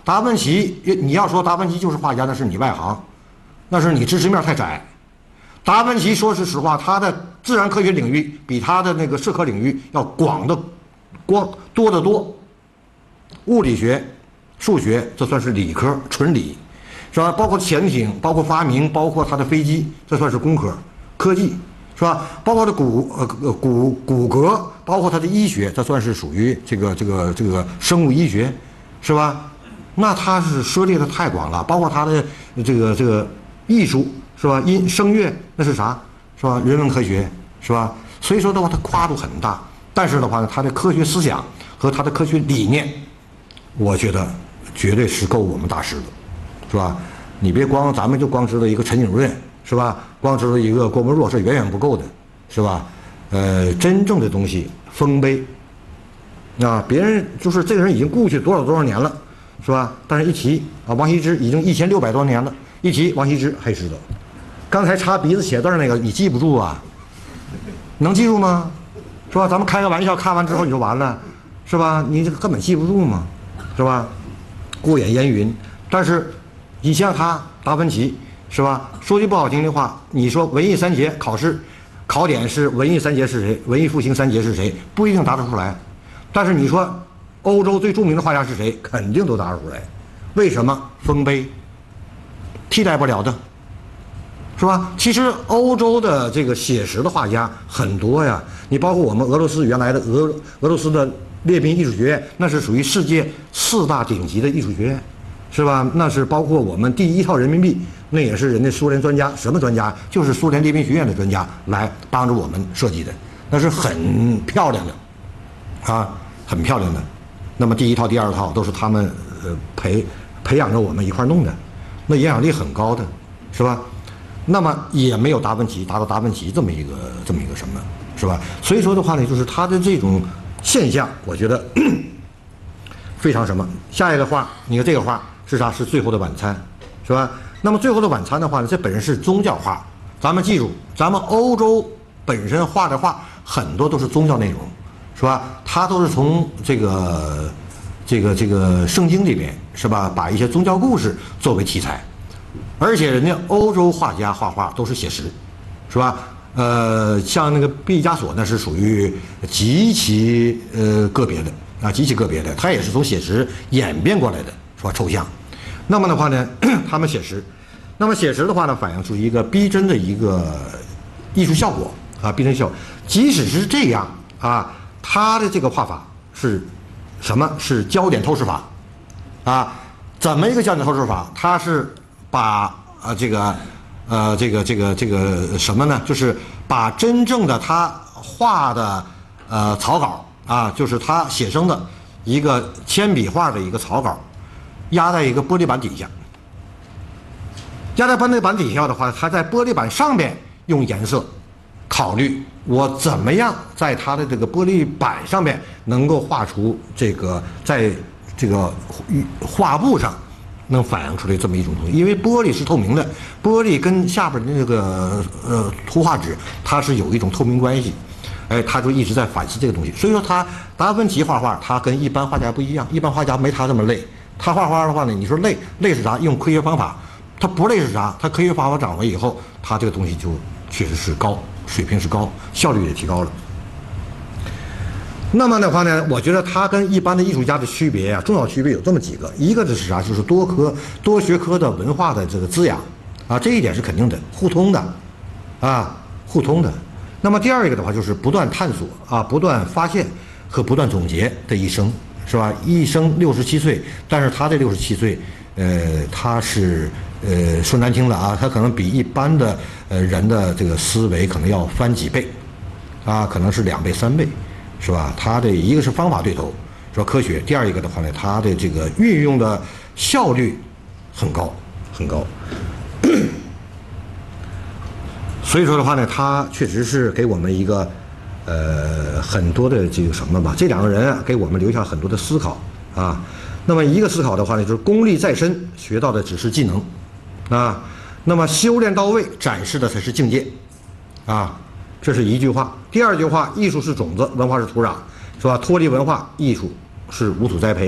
达芬奇，你要说达芬奇就是画家，那是你外行，那是你知识面太窄。达芬奇说是实话，他的自然科学领域比他的那个社科领域要广的光多得多。物理学、数学这算是理科，纯理，是吧？包括潜艇，包括发明，包括他的飞机，这算是工科，科技，是吧？包括的骨呃骨骨骼，包括他的医学，这算是属于这个这个这个生物医学，是吧？那他是涉猎的太广了，包括他的这个这个艺术，是吧？音声乐那是啥？是吧？人文科学，是吧？所以说的话，他跨度很大，但是的话呢，他的科学思想和他的科学理念，我觉得绝对是够我们大师的，是吧？你别光咱们就光知道一个陈景润，是吧？光知道一个郭沫若是远远不够的，是吧？呃，真正的东西，丰碑啊，别人就是这个人已经故去多少多少年了，是吧？但是一提啊，王羲之已经一千六百多年了，一提王羲之还知道。刚才擦鼻子写字那个你记不住啊？能记住吗？是吧？咱们开个玩笑，看完之后你就完了，是吧？你这个根本记不住嘛，是吧？过眼烟云。但是你像他达芬奇，是吧？说句不好听的话，你说文艺三杰考试考点是文艺三杰是谁？文艺复兴三杰是谁？不一定答得出来。但是你说欧洲最著名的画家是谁？肯定都答得出来。为什么？丰碑，替代不了的。是吧？其实欧洲的这个写实的画家很多呀，你包括我们俄罗斯原来的俄俄罗斯的列宾艺术学院，那是属于世界四大顶级的艺术学院，是吧？那是包括我们第一套人民币，那也是人家苏联专家，什么专家？就是苏联列宾学院的专家来帮助我们设计的，那是很漂亮的，啊，很漂亮的。那么第一套、第二套都是他们呃培培养着我们一块弄的，那影响力很高的，是吧？那么也没有达芬奇达到达芬奇这么一个这么一个什么，是吧？所以说的话呢，就是他的这种现象，我觉得非常什么。下一个画，你看这个画是啥？是《最后的晚餐》，是吧？那么《最后的晚餐》的话呢，这本身是宗教画。咱们记住，咱们欧洲本身画的画很多都是宗教内容，是吧？它都是从这个这个这个圣经里边，是吧？把一些宗教故事作为题材。而且人家欧洲画家画画都是写实，是吧？呃，像那个毕加索那是属于极其呃个别的啊，极其个别的，他也是从写实演变过来的，是吧？抽象。那么的话呢，他们写实，那么写实的话呢，反映出一个逼真的一个艺术效果啊，逼真效果。即使是这样啊，他的这个画法是什么？是焦点透视法啊？怎么一个焦点透视法？它是把呃这个呃这个这个这个什么呢？就是把真正的他画的呃草稿啊，就是他写生的一个铅笔画的一个草稿，压在一个玻璃板底下。压在玻璃板底下的话，他在玻璃板上边用颜色考虑我怎么样在他的这个玻璃板上面能够画出这个在这个画布上能反映出来这么一种东西。因为玻璃是透明的，玻璃跟下边的那个呃图画纸它是有一种透明关系，哎，他就一直在反思这个东西。所以说他达芬奇画画，他跟一般画家不一样，一般画家没他这么累。他画画的话呢，你说累累是啥？用科学方法。他不累是啥？他科学方法掌握以后，他这个东西就确实是高，水平是高，效率也提高了。那么的话呢，我觉得他跟一般的艺术家的区别啊，重要区别有这么几个。一个是啥？就是多科多学科的文化的这个滋养啊，这一点是肯定的，互通的啊，互通的。那么第二一个的话，就是不断探索啊，不断发现和不断总结的一生，是吧？一生六十七岁，但是他这六十七岁，呃，他是呃说难听了啊，他可能比一般的呃人的这个思维可能要翻几倍，啊，可能是两倍三倍，是吧？他的一个是方法对头，说科学；第二一个的话呢，他的这个运用的效率很高，很高。所以说的话呢，他确实是给我们一个呃很多的这个什么吧，这两个人啊，给我们留下很多的思考啊。那么一个思考的话呢，就是功力在身，学到的只是技能啊。那么修炼到位，展示的才是境界啊。这是一句话。第二句话，艺术是种子，文化是土壤，是吧？脱离文化，艺术是无土栽培。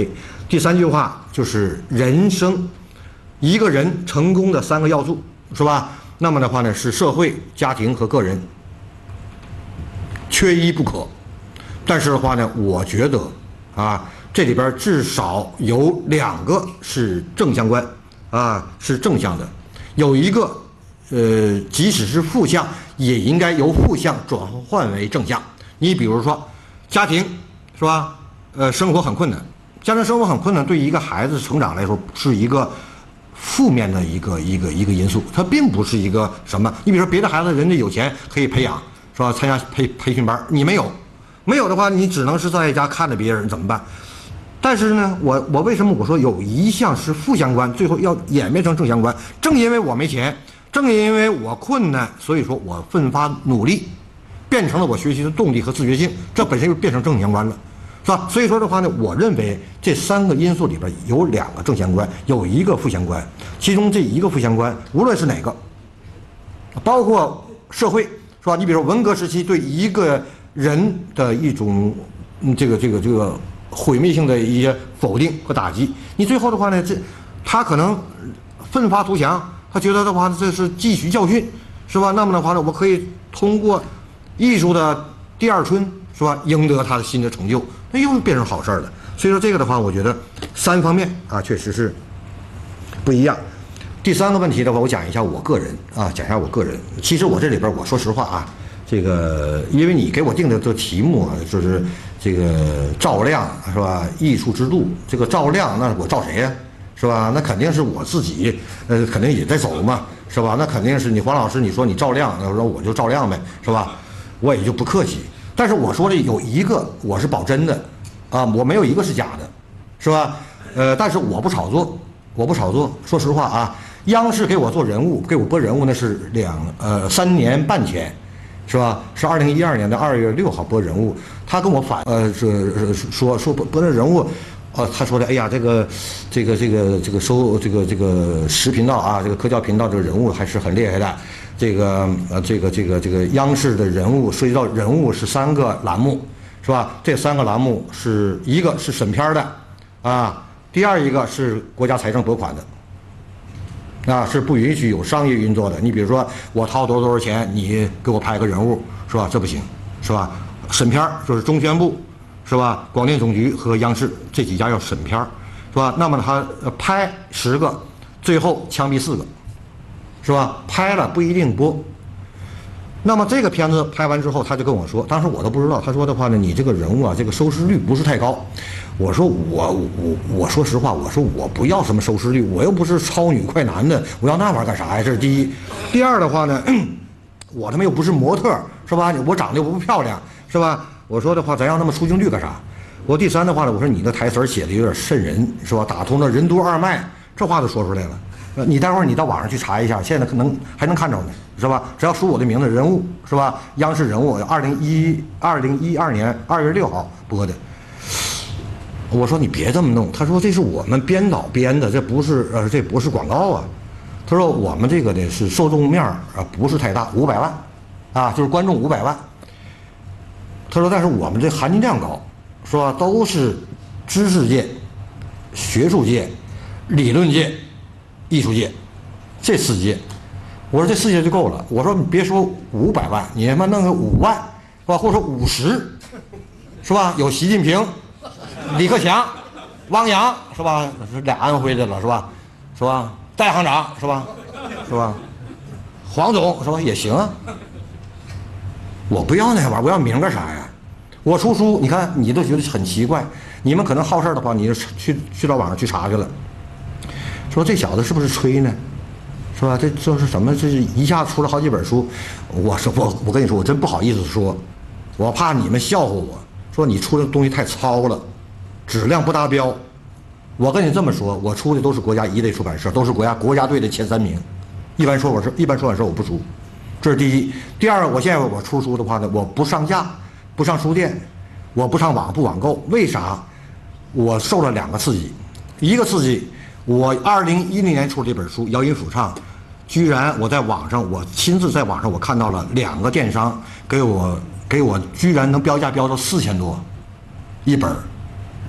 第三句话就是人生一个人成功的三个要素，是吧？那么的话呢，是社会、家庭和个人，缺一不可。但是的话呢，我觉得啊，这里边至少有两个是正相关，啊，是正向的，有一个，呃，即使是负向，也应该由负向转换为正向。你比如说，家庭是吧？呃，生活很困难，家庭生活很困难，对于一个孩子成长来说是一个负面的一个一个一个因素，它并不是一个什么。你比如说别的孩子，人家有钱可以培养，是吧？参加培培训班，你没有，没有的话，你只能是在家看着别人怎么办？但是呢，我我为什么我说有一项是负相关，最后要演变成正相关？正因为我没钱，正因为我困难，所以说我奋发努力，变成了我学习的动力和自觉性，这本身就变成正相关了。是吧？所以说的话呢，我认为这三个因素里边有两个正相关，有一个负相关。其中这一个负相关，无论是哪个，包括社会，是吧？你比如说文革时期对一个人的一种嗯这个这个这个毁灭性的一些否定和打击，你最后的话呢，这他可能奋发图强，他觉得的话这是汲取教训，是吧？那么的话呢，我可以通过艺术的第二春，是吧？赢得他的新的成就。那又变成好事了，所以说这个的话，我觉得三方面啊确实是不一样。第三个问题的话，我讲一下我个人啊，讲一下我个人。其实我这里边，我说实话啊，这个因为你给我定的这个题目啊，就是这个照亮是吧？艺术之路，这个照亮，那我照谁呀？是吧？那肯定是我自己，呃，肯定也在走嘛，是吧？那肯定是你黄老师，你说你照亮，我说我就照亮呗，是吧？我也就不客气。但是我说的有一个我是保真的，啊，我没有一个是假的，是吧？呃，但是我不炒作，我不炒作。说实话啊，央视给我做人物，给我播人物那是两呃三年半前，是吧？是二零一二年的二月六号播人物，他跟我反呃是说说播播的人物，呃，他说的，哎呀，这个这个这个这个收这个这个实频道啊，这个科教频道这个人物还是很厉害的。这个呃，这个这个这个央视的人物涉及到人物是三个栏目，是吧？这三个栏目是一个是审片的，啊，第二一个是国家财政拨款的，啊，是不允许有商业运作的。你比如说我掏多少多少钱，你给我拍个人物，是吧？这不行，是吧？审片就是中宣部，是吧？广电总局和央视这几家要审片，是吧？那么他拍十个，最后枪毙四个。是吧？拍了不一定播。那么这个片子拍完之后，他就跟我说，当时我都不知道。他说的话呢，你这个人物啊，这个收视率不是太高。我说我我我说实话，我说我不要什么收视率，我又不是超女快男的，我要那玩意儿干啥呀？这是第一。第二的话呢，我他妈又不是模特，是吧？我长得又不漂亮，是吧？我说的话，咱要那么出镜率干啥？我第三的话呢，我说你的台词写的有点瘆人，是吧？打通了任督二脉，这话都说出来了。你待会儿你到网上去查一下，现在可能还能看着呢，是吧？只要输我的名字，人物是吧？央视人物，二零一二零一二年二月六号播的。我说你别这么弄，他说这是我们编导编的，这不是呃这不是广告啊。他说我们这个呢是受众面啊不是太大，五百万，啊就是观众五百万。他说但是我们这含金量高，是吧？都是知识界、学术界、理论界。艺术界，这四界，我说这四界就够了。我说你别说五百万，你他妈弄个五万，是吧？或者说五十，是吧？有习近平、李克强、汪洋，是吧？是俩安徽的了，是吧？是吧？戴行长，是吧？是吧？黄总，是吧？也行啊。我不要那玩意儿，我要名干啥呀？我出书，你看你都觉得很奇怪，你们可能好事的话，你就去去到网上去查去了。说这小子是不是吹呢？是吧？这这是什么？这是一下出了好几本书。我说我我跟你说，我真不好意思说，我怕你们笑话我，说你出的东西太糙了，质量不达标。我跟你这么说，我出的都是国家一类出版社，都是国家国家队的前三名。一般说我是一般出版社我不出，这是第一。第二，我现在我出书的话呢，我不上架，不上书店，我不上网不网购。为啥？我受了两个刺激，一个刺激。我二零一零年出了这本书《摇音辅唱》，居然我在网上，我亲自在网上我看到了两个电商给我给我居然能标价标到四千多一本。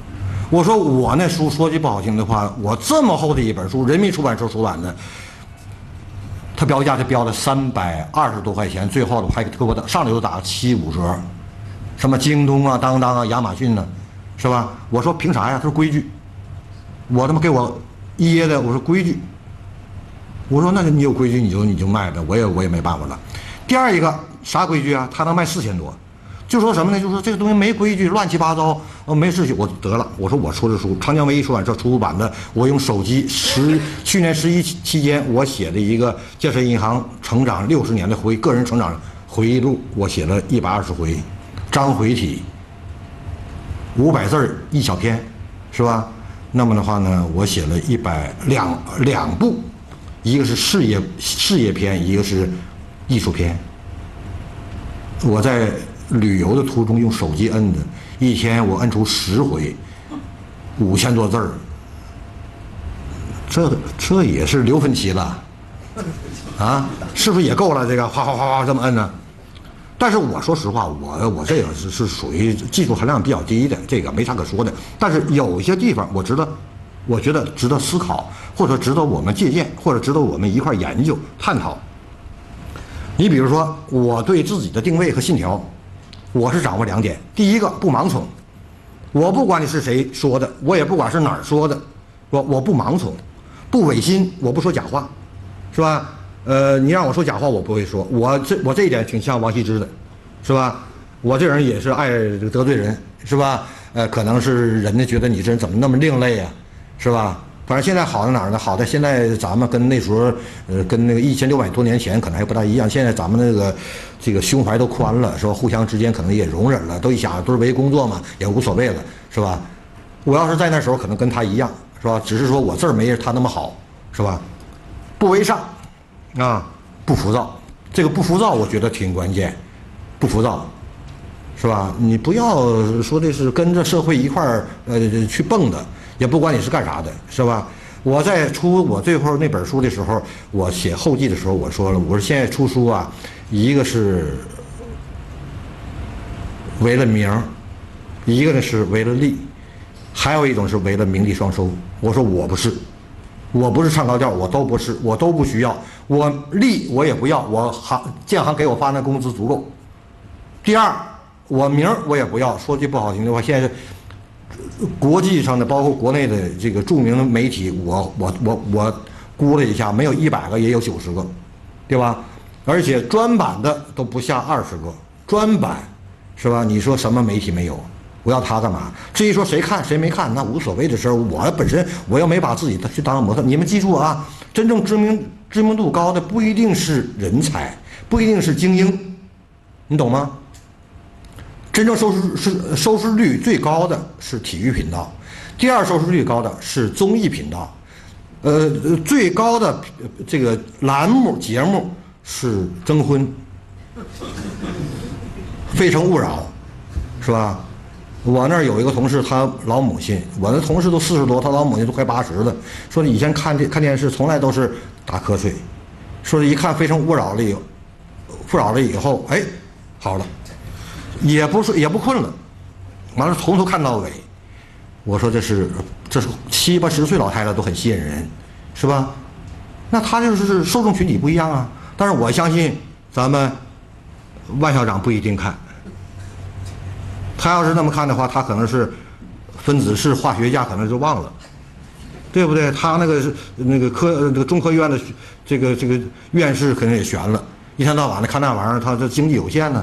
我说我那书说句不好听的话，我这么厚的一本书，人民出版社出版的，他标价他标了三百二十多块钱，最后还给我打上来又打了七五折，什么京东啊、当当啊、亚马逊呢、啊，是吧？我说凭啥呀？他说规矩，我他妈给我噎的，我说规矩，我说那你有规矩你就你就卖呗，我也我也没办法了。第二一个啥规矩啊？他能卖四千多。就说什么呢？就说这个东西没规矩，乱七八糟，呃，没事情。我得了，我说我出的书，长江文艺出版社出版的，我用手机十去年十一期间我写的一个建设银行成长六十年的回个人成长回忆录，我写了一百二十回，章回体，五百字一小篇，是吧？那么的话呢，我写了一百两两部，一个是事业事业篇，一个是艺术篇。我在旅游的途中用手机摁的，一天我摁出十回，五千多字儿，这这也是六分期了，啊，是不是也够了？这个哗哗哗哗这么摁呢？但是我说实话，我我这个是是属于技术含量比较低的，这个没啥可说的。但是有一些地方，我值得，我觉得值得思考，或者值得我们借鉴，或者值得我们一块研究探讨。你比如说，我对自己的定位和信条。我是掌握两点，第一个不盲从，我不管你是谁说的，我也不管是哪儿说的，我我不盲从，不违心，我不说假话，是吧？呃，你让我说假话，我不会说，我这我这一点挺像王羲之的，是吧？我这人也是爱得罪人，是吧？呃，可能是人家觉得你这人怎么那么另类啊，是吧？反正现在好在哪儿呢？好在现在咱们跟那时候，呃，跟那个一千六百多年前可能还不大一样。现在咱们那个这个胸怀都宽了，是吧？互相之间可能也容忍了，都一想都是为工作嘛，也无所谓了，是吧？我要是在那时候可能跟他一样，是吧？只是说我字儿没他那么好，是吧？不为上，啊，不浮躁。这个不浮躁，我觉得挺关键，不浮躁，是吧？你不要说的是跟着社会一块儿呃去蹦的。也不管你是干啥的，是吧？我在出我最后那本书的时候，我写后记的时候，我说了，我说现在出书啊，一个是为了名，一个呢是为了利，还有一种是为了名利双收。我说我不是，我不是唱高调，我都不是，我都不需要，我利我也不要，我行建行给我发那工资足够。第二，我名我也不要，说句不好听的话，现在国际上的，包括国内的这个著名的媒体，我我我我估了一下，没有一百个也有九十个，对吧？而且专版的都不下二十个，专版，是吧？你说什么媒体没有？我要它干嘛？至于说谁看谁没看，那无所谓的事儿。我本身我又没把自己去当模特。你们记住啊，真正知名知名度高的不一定是人才，不一定是精英，你懂吗？真正收视是收视率最高的是体育频道，第二收视率高的是综艺频道，呃，最高的这个栏目节目是征婚、非诚勿扰，是吧？我那儿有一个同事，他老母亲，我的同事都四十多，他老母亲都快八十了，说以前看电看电视从来都是打瞌睡，说一看非诚勿扰了以后，勿扰了以后，哎，好了。也不是也不困了，完了从头看到尾。我说这是这是七八十岁老太太都很吸引人，是吧？那他就是受众群体不一样啊。但是我相信咱们万校长不一定看，他要是那么看的话，他可能是分子式化学家，可能就忘了，对不对？他那个是那个科那个中科院的这个这个院士可能也悬了，一天到晚的看那玩意儿，他这经济有限呢。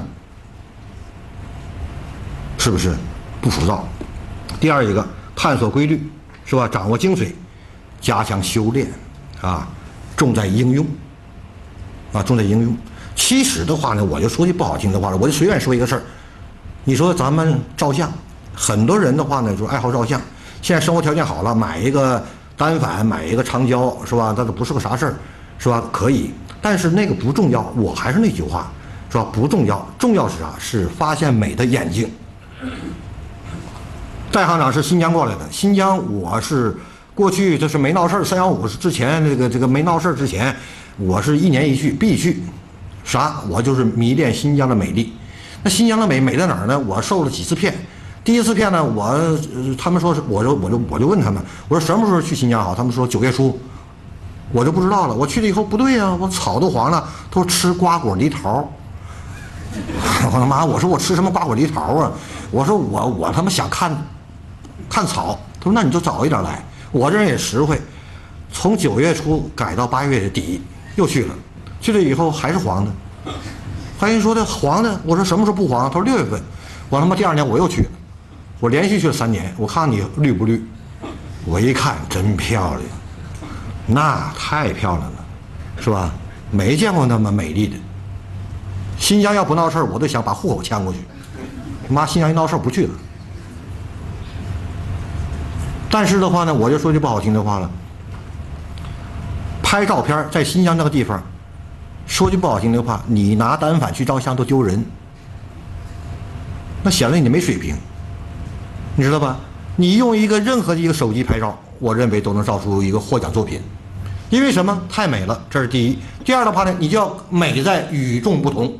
是不是不浮躁？第二一个探索规律，是吧？掌握精髓，加强修炼，啊，重在应用，啊，重在应用。其实的话呢，我就说句不好听的话了，我就随便说一个事儿。你说咱们照相，很多人的话呢，就爱好照相。现在生活条件好了，买一个单反，买一个长焦，是吧？那都不是个啥事儿，是吧？可以，但是那个不重要。我还是那句话，是吧？不重要，重要是啥？是发现美的眼睛。戴行长是新疆过来的，新疆我是过去就是没闹事儿，三幺五之前这个这个没闹事儿之前，我是一年一去必去，啥？我就是迷恋新疆的美丽。那新疆的美美在哪儿呢？我受了几次骗， 第一次骗呢，我、呃、他们说是，我就我就我就问他们，我说什么时候去新疆好？他们说九月初，我就不知道了。我去了以后不对呀、啊，我草都黄了，都吃瓜果梨桃。我他妈，我说我吃什么瓜果梨桃啊？我说我我他妈想看看草。他说那你就早一点来。我这人也实惠，从九月初改到八月底又去了，去了以后还是黄的。还人说的黄的，我说什么时候不黄？他说六月份。我他妈第二年我又去了，我连续去了三年，我看你绿不绿？我一看真漂亮，那太漂亮了，是吧？没见过那么美丽的。新疆要不闹事儿，我都想把户口迁过去。妈，新疆一闹事儿不去了。但是的话呢，我就说句不好听的话了，拍照片在新疆那个地方，说句不好听的话，你拿单反去照相都丢人，那显得你没水平，你知道吧？你用一个任何一个手机拍照，我认为都能照出一个获奖作品。因为什么？太美了，这是第一。第二的话呢，你就要美在与众不同，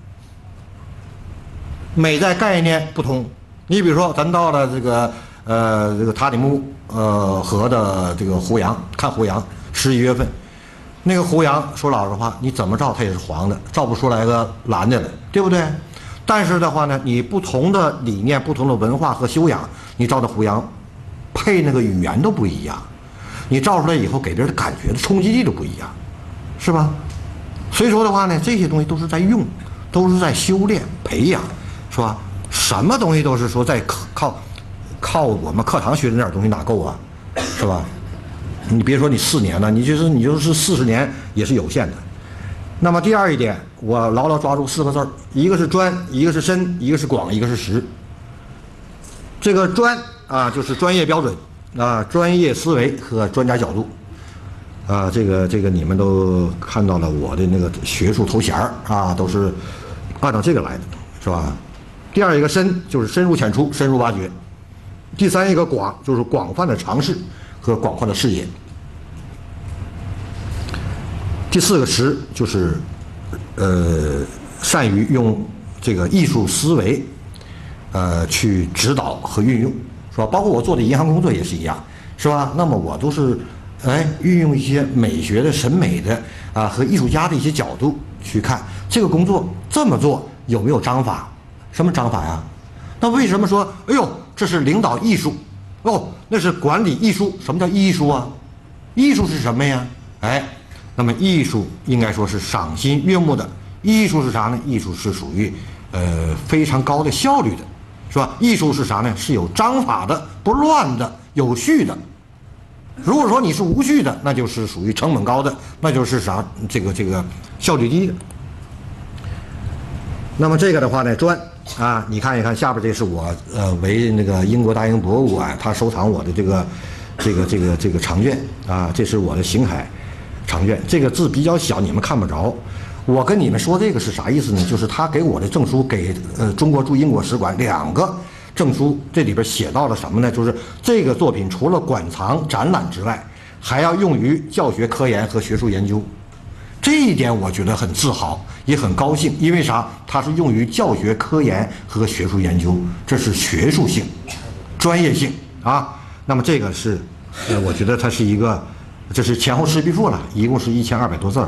美在概念不同。你比如说，咱到了这个呃这个塔里木呃河的这个胡杨，看胡杨，十一月份，那个胡杨说老实话，你怎么照它也是黄的，照不出来个蓝的来，对不对？但是的话呢，你不同的理念、不同的文化和修养，你照的胡杨，配那个语言都不一样。你照出来以后，给别人的感觉的冲击力都不一样，是吧？所以说的话呢，这些东西都是在用，都是在修炼、培养，是吧？什么东西都是说在靠靠我们课堂学的那点东西哪够啊，是吧？你别说你四年了，你就是你就是四十年也是有限的。那么第二一点，我牢牢抓住四个字儿，一个是专，一个是深，一个是广，一个是实。这个专啊，就是专业标准。啊，专业思维和专家角度，啊，这个这个你们都看到了我的那个学术头衔啊，都是按照这个来的，是吧？第二一个深就是深入浅出、深入挖掘；第三一个广就是广泛的尝试和广泛的视野；第四个实就是呃善于用这个艺术思维呃去指导和运用。是吧？包括我做的银行工作也是一样，是吧？那么我都是，哎，运用一些美学的、审美的啊和艺术家的一些角度去看这个工作这么做有没有章法？什么章法呀？那为什么说，哎呦，这是领导艺术，哦，那是管理艺术？什么叫艺术啊？艺术是什么呀？哎，那么艺术应该说是赏心悦目的。艺术是啥呢？艺术是属于呃非常高的效率的。是吧？艺术是啥呢？是有章法的，不乱的，有序的。如果说你是无序的，那就是属于成本高的，那就是啥？这个这个效率低的。那么这个的话呢，专啊，你看一看下边这是我呃为那个英国大英博物馆，它收藏我的这个这个这个这个长卷啊，这是我的星海长卷，这个字比较小，你们看不着。我跟你们说这个是啥意思呢？就是他给我的证书，给呃中国驻英国使馆两个证书，这里边写到了什么呢？就是这个作品除了馆藏展览之外，还要用于教学科研和学术研究。这一点我觉得很自豪，也很高兴。因为啥？它是用于教学科研和学术研究，这是学术性、专业性啊。那么这个是，呃，我觉得它是一个，这是前后赤壁赋了，一共是一千二百多字儿。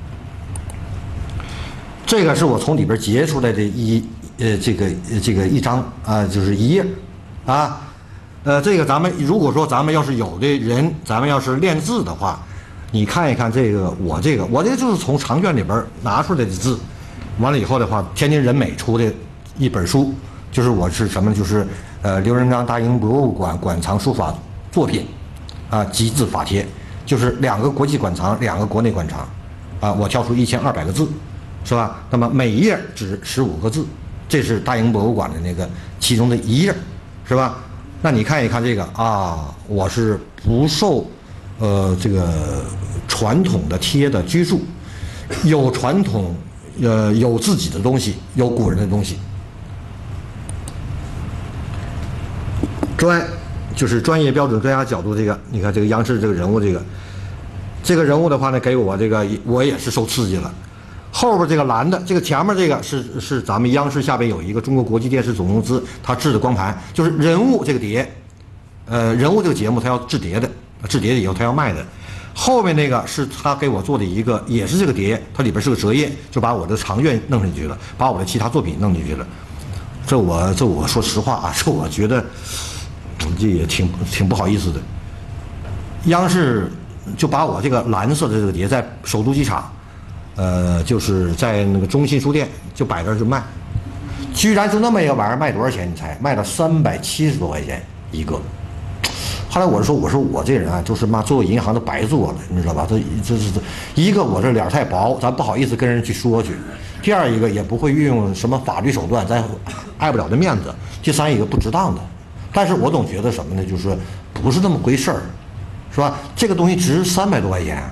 这个是我从里边截出来的一呃这个这个一张啊，就是一页啊，呃，这个咱们如果说咱们要是有的人，咱们要是练字的话，你看一看这个我这个我这就是从长卷里边拿出来的字，完了以后的话，天津人美出的一本书，就是我是什么，就是呃刘仁刚大英博物馆馆藏书法作品啊集字法帖，就是两个国际馆藏，两个国内馆藏啊，我挑出一千二百个字。是吧？那么每一页只十五个字，这是大英博物馆的那个其中的一页，是吧？那你看一看这个啊，我是不受呃这个传统的贴的拘束，有传统，呃有自己的东西，有古人的东西。专就是专业标准、专家角度，这个你看这个央视这个人物，这个这个人物的话呢，给我这个我也是受刺激了。 后边这个蓝的，这个前面这个是是咱们央视下边有一个中国国际电视总公司，它制的光盘，就是人物这个碟，呃，人物这个节目它要制碟的，制碟以后它要卖的。后面那个是他给我做的一个，也是这个碟，它里边是个折页，就把我的长卷弄进去了，把我的其他作品弄进去了。这我这我说实话啊，这我觉得这也挺挺不好意思的。央视就把我这个蓝色的这个碟在首都机场，呃，就是在那个中信书店就摆这儿就卖，居然就那么一个玩意儿卖多少钱？你猜？卖了三百七十多块钱一个。后来我说，我说我这人啊，就是妈做银行都白做了，你知道吧？这这这这，一个我这脸太薄，咱不好意思跟人去说去；第二一个也不会运用什么法律手段，咱碍不了这面子；第三一个不值当的。但是我总觉得什么呢？就是不是那么回事儿，是吧？这个东西值三百多块钱，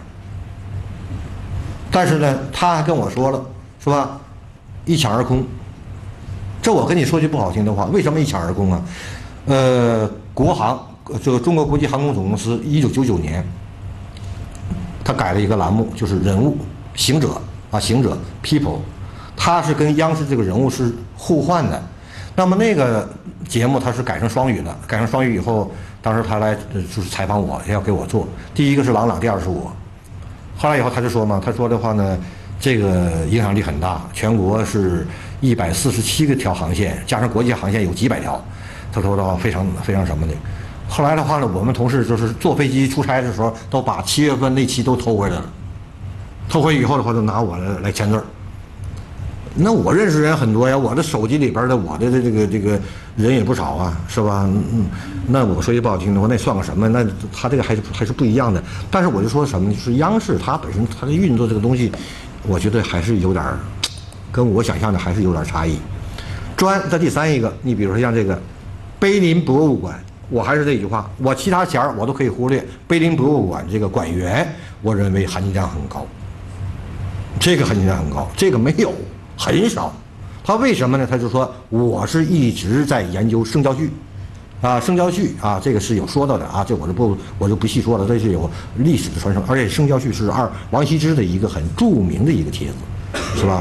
但是呢，他还跟我说了，是吧？一抢而空。这我跟你说句不好听的话，为什么一抢而空啊？呃，国航。这个中国国际航空总公司一九九九年，他改了一个栏目，就是人物行者啊，行者 people， 他是跟央视这个人物是互换的。那么那个节目他是改成双语了，改成双语以后，当时他来就是采访我，要给我做。第一个是郎朗，第二是我。后来以后他就说嘛，他说的话呢，这个影响力很大，全国是一百四十七个条航线，加上国际航线有几百条。他说的话非常非常什么的。后来的话呢，我们同事就是坐飞机出差的时候，都把七月份那期都偷回来了。偷回以后的话，就拿我来来签字儿。那我认识人很多呀，我的手机里边的我的这个这个人也不少啊，是吧？嗯，那我说句不好听的话，那算个什么？那他这个还是还是不一样的。但是我就说什么呢？就是央视它本身它的运作这个东西，我觉得还是有点儿，跟我想象的还是有点差异。专在第三一个，你比如说像这个碑林博物馆。我还是这句话，我其他钱儿我都可以忽略。碑林博物馆这个馆员，我认为含金量很高。这个含金量很高，这个没有，很少。他为什么呢？他就说我是一直在研究圣教序，啊，圣教序啊，这个是有说到的啊，这我就不我就不细说了，这是有历史的传承，而且圣教序是二王羲之的一个很著名的一个帖子，是吧？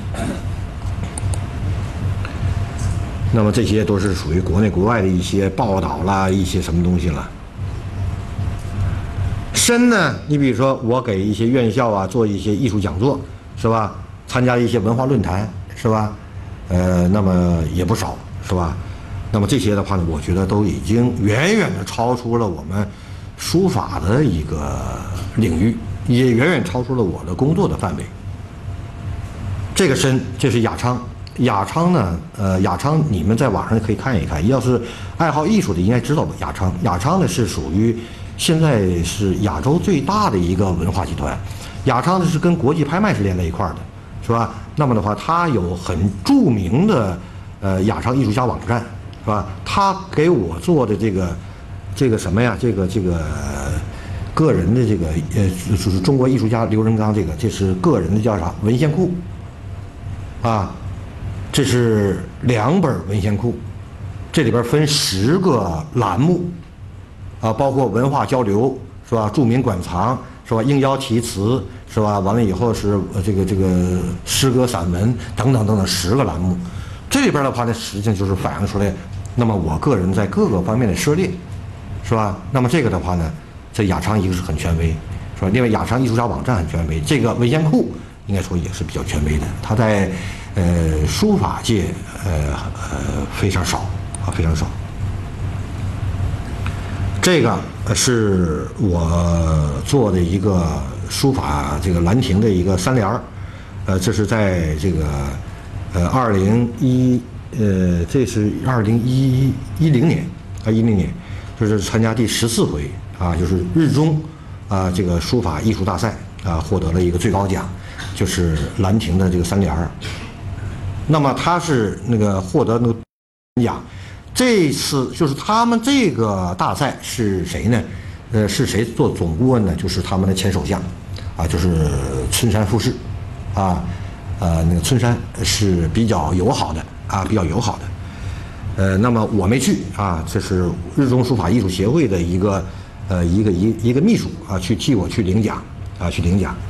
那么这些都是属于国内国外的一些报道啦，一些什么东西了。深呢，你比如说我给一些院校啊做一些艺术讲座，是吧？参加一些文化论坛，是吧？呃，那么也不少，是吧？那么这些的话呢，我觉得都已经远远的超出了我们书法的一个领域，也远远超出了我的工作的范围。这个深，这是雅昌。雅昌呢，呃，雅昌你们在网上可以看一看，要是爱好艺术的应该知道雅昌。雅昌呢是属于现在是亚洲最大的一个文化集团。雅昌呢是跟国际拍卖是连在一块儿的，是吧？那么的话，它有很著名的呃雅昌艺术家网站，是吧？他给我做的这个这个什么呀？这个这个个人的这个呃，就是中国艺术家刘仁刚这个，这是个人的叫啥文献库啊？这是两本文献库，这里边分十个栏目，啊，包括文化交流，是吧？著名馆藏，是吧？应邀题词，是吧？完了以后是这个这个诗歌散文等等等等十个栏目，这里边的话呢，实际上就是反映出来，那么我个人在各个方面的涉猎，是吧？那么这个的话呢，在雅昌一个是很权威，是吧？另外雅昌艺术家网站很权威，这个文献库应该说也是比较权威的，它在。呃，书法界呃呃非常少啊，非常少。这个是我做的一个书法这个兰亭的一个三联儿，呃，这是在这个呃二零一呃这是二零一一零年啊一零年，就是参加第十四回啊，就是日中啊这个书法艺术大赛啊，获得了一个最高奖，就是兰亭的这个三联儿。那么他是那个获得那个奖，这次就是他们这个大赛是谁呢？呃，是谁做总顾问呢？就是他们的前首相，啊，就是村山富士，啊，呃，那个村山是比较友好的啊，比较友好的。呃，那么我没去啊，这是日中书法艺术协会的一个呃一个一一个秘书啊，去替我去领奖啊，去领奖。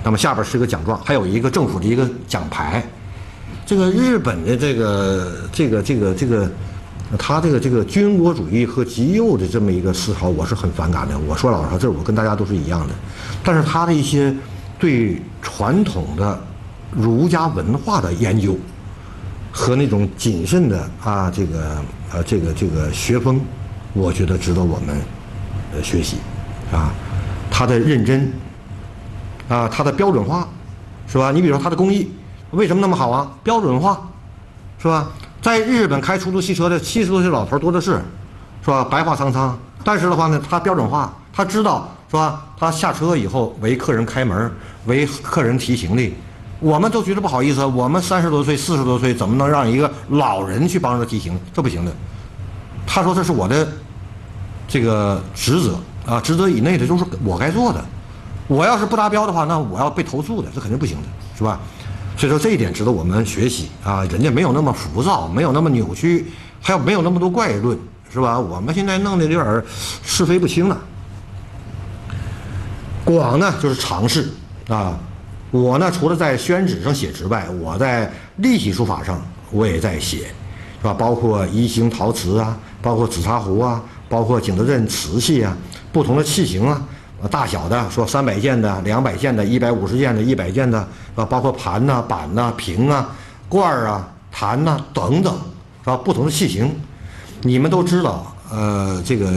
那么下边是一个奖状，还有一个政府的一个奖牌。这个日本的这个这个这个这个，他这个这个军国主义和极右的这么一个思潮，我是很反感的。我说老实话，这我跟大家都是一样的。但是他的一些对传统的儒家文化的研究和那种谨慎的啊这个呃这个这个学风，我觉得值得我们呃学习啊。他的认真啊，他的标准化，是吧？你比如说他的工艺。为什么那么好啊？标准化，是吧？在日本开出租汽车的七十多岁老头多的是，是吧？白发苍苍，但是的话呢，他标准化，他知道，是吧？他下车以后为客人开门，为客人提行李，我们都觉得不好意思，我们三十多岁、四十多岁，怎么能让一个老人去帮着提行？这不行的。他说这是我的这个职责啊，职责以内的就是我该做的。我要是不达标的话，那我要被投诉的，这肯定不行的，是吧？所以说这一点值得我们学习啊！人家没有那么浮躁，没有那么扭曲，还有没有那么多怪论，是吧？我们现在弄得有点是非不清了。广呢就是尝试啊，我呢除了在宣纸上写之外，我在立体书法上我也在写，是吧？包括宜兴陶瓷啊，包括紫砂壶啊，包括景德镇瓷器啊，不同的器型啊。大小的说三百件的、两百件的、一百五十件的、一百件的啊，包括盘呐、板呐、瓶啊、罐儿啊、坛呐等等，是吧？不同的器型，你们都知道，呃，这个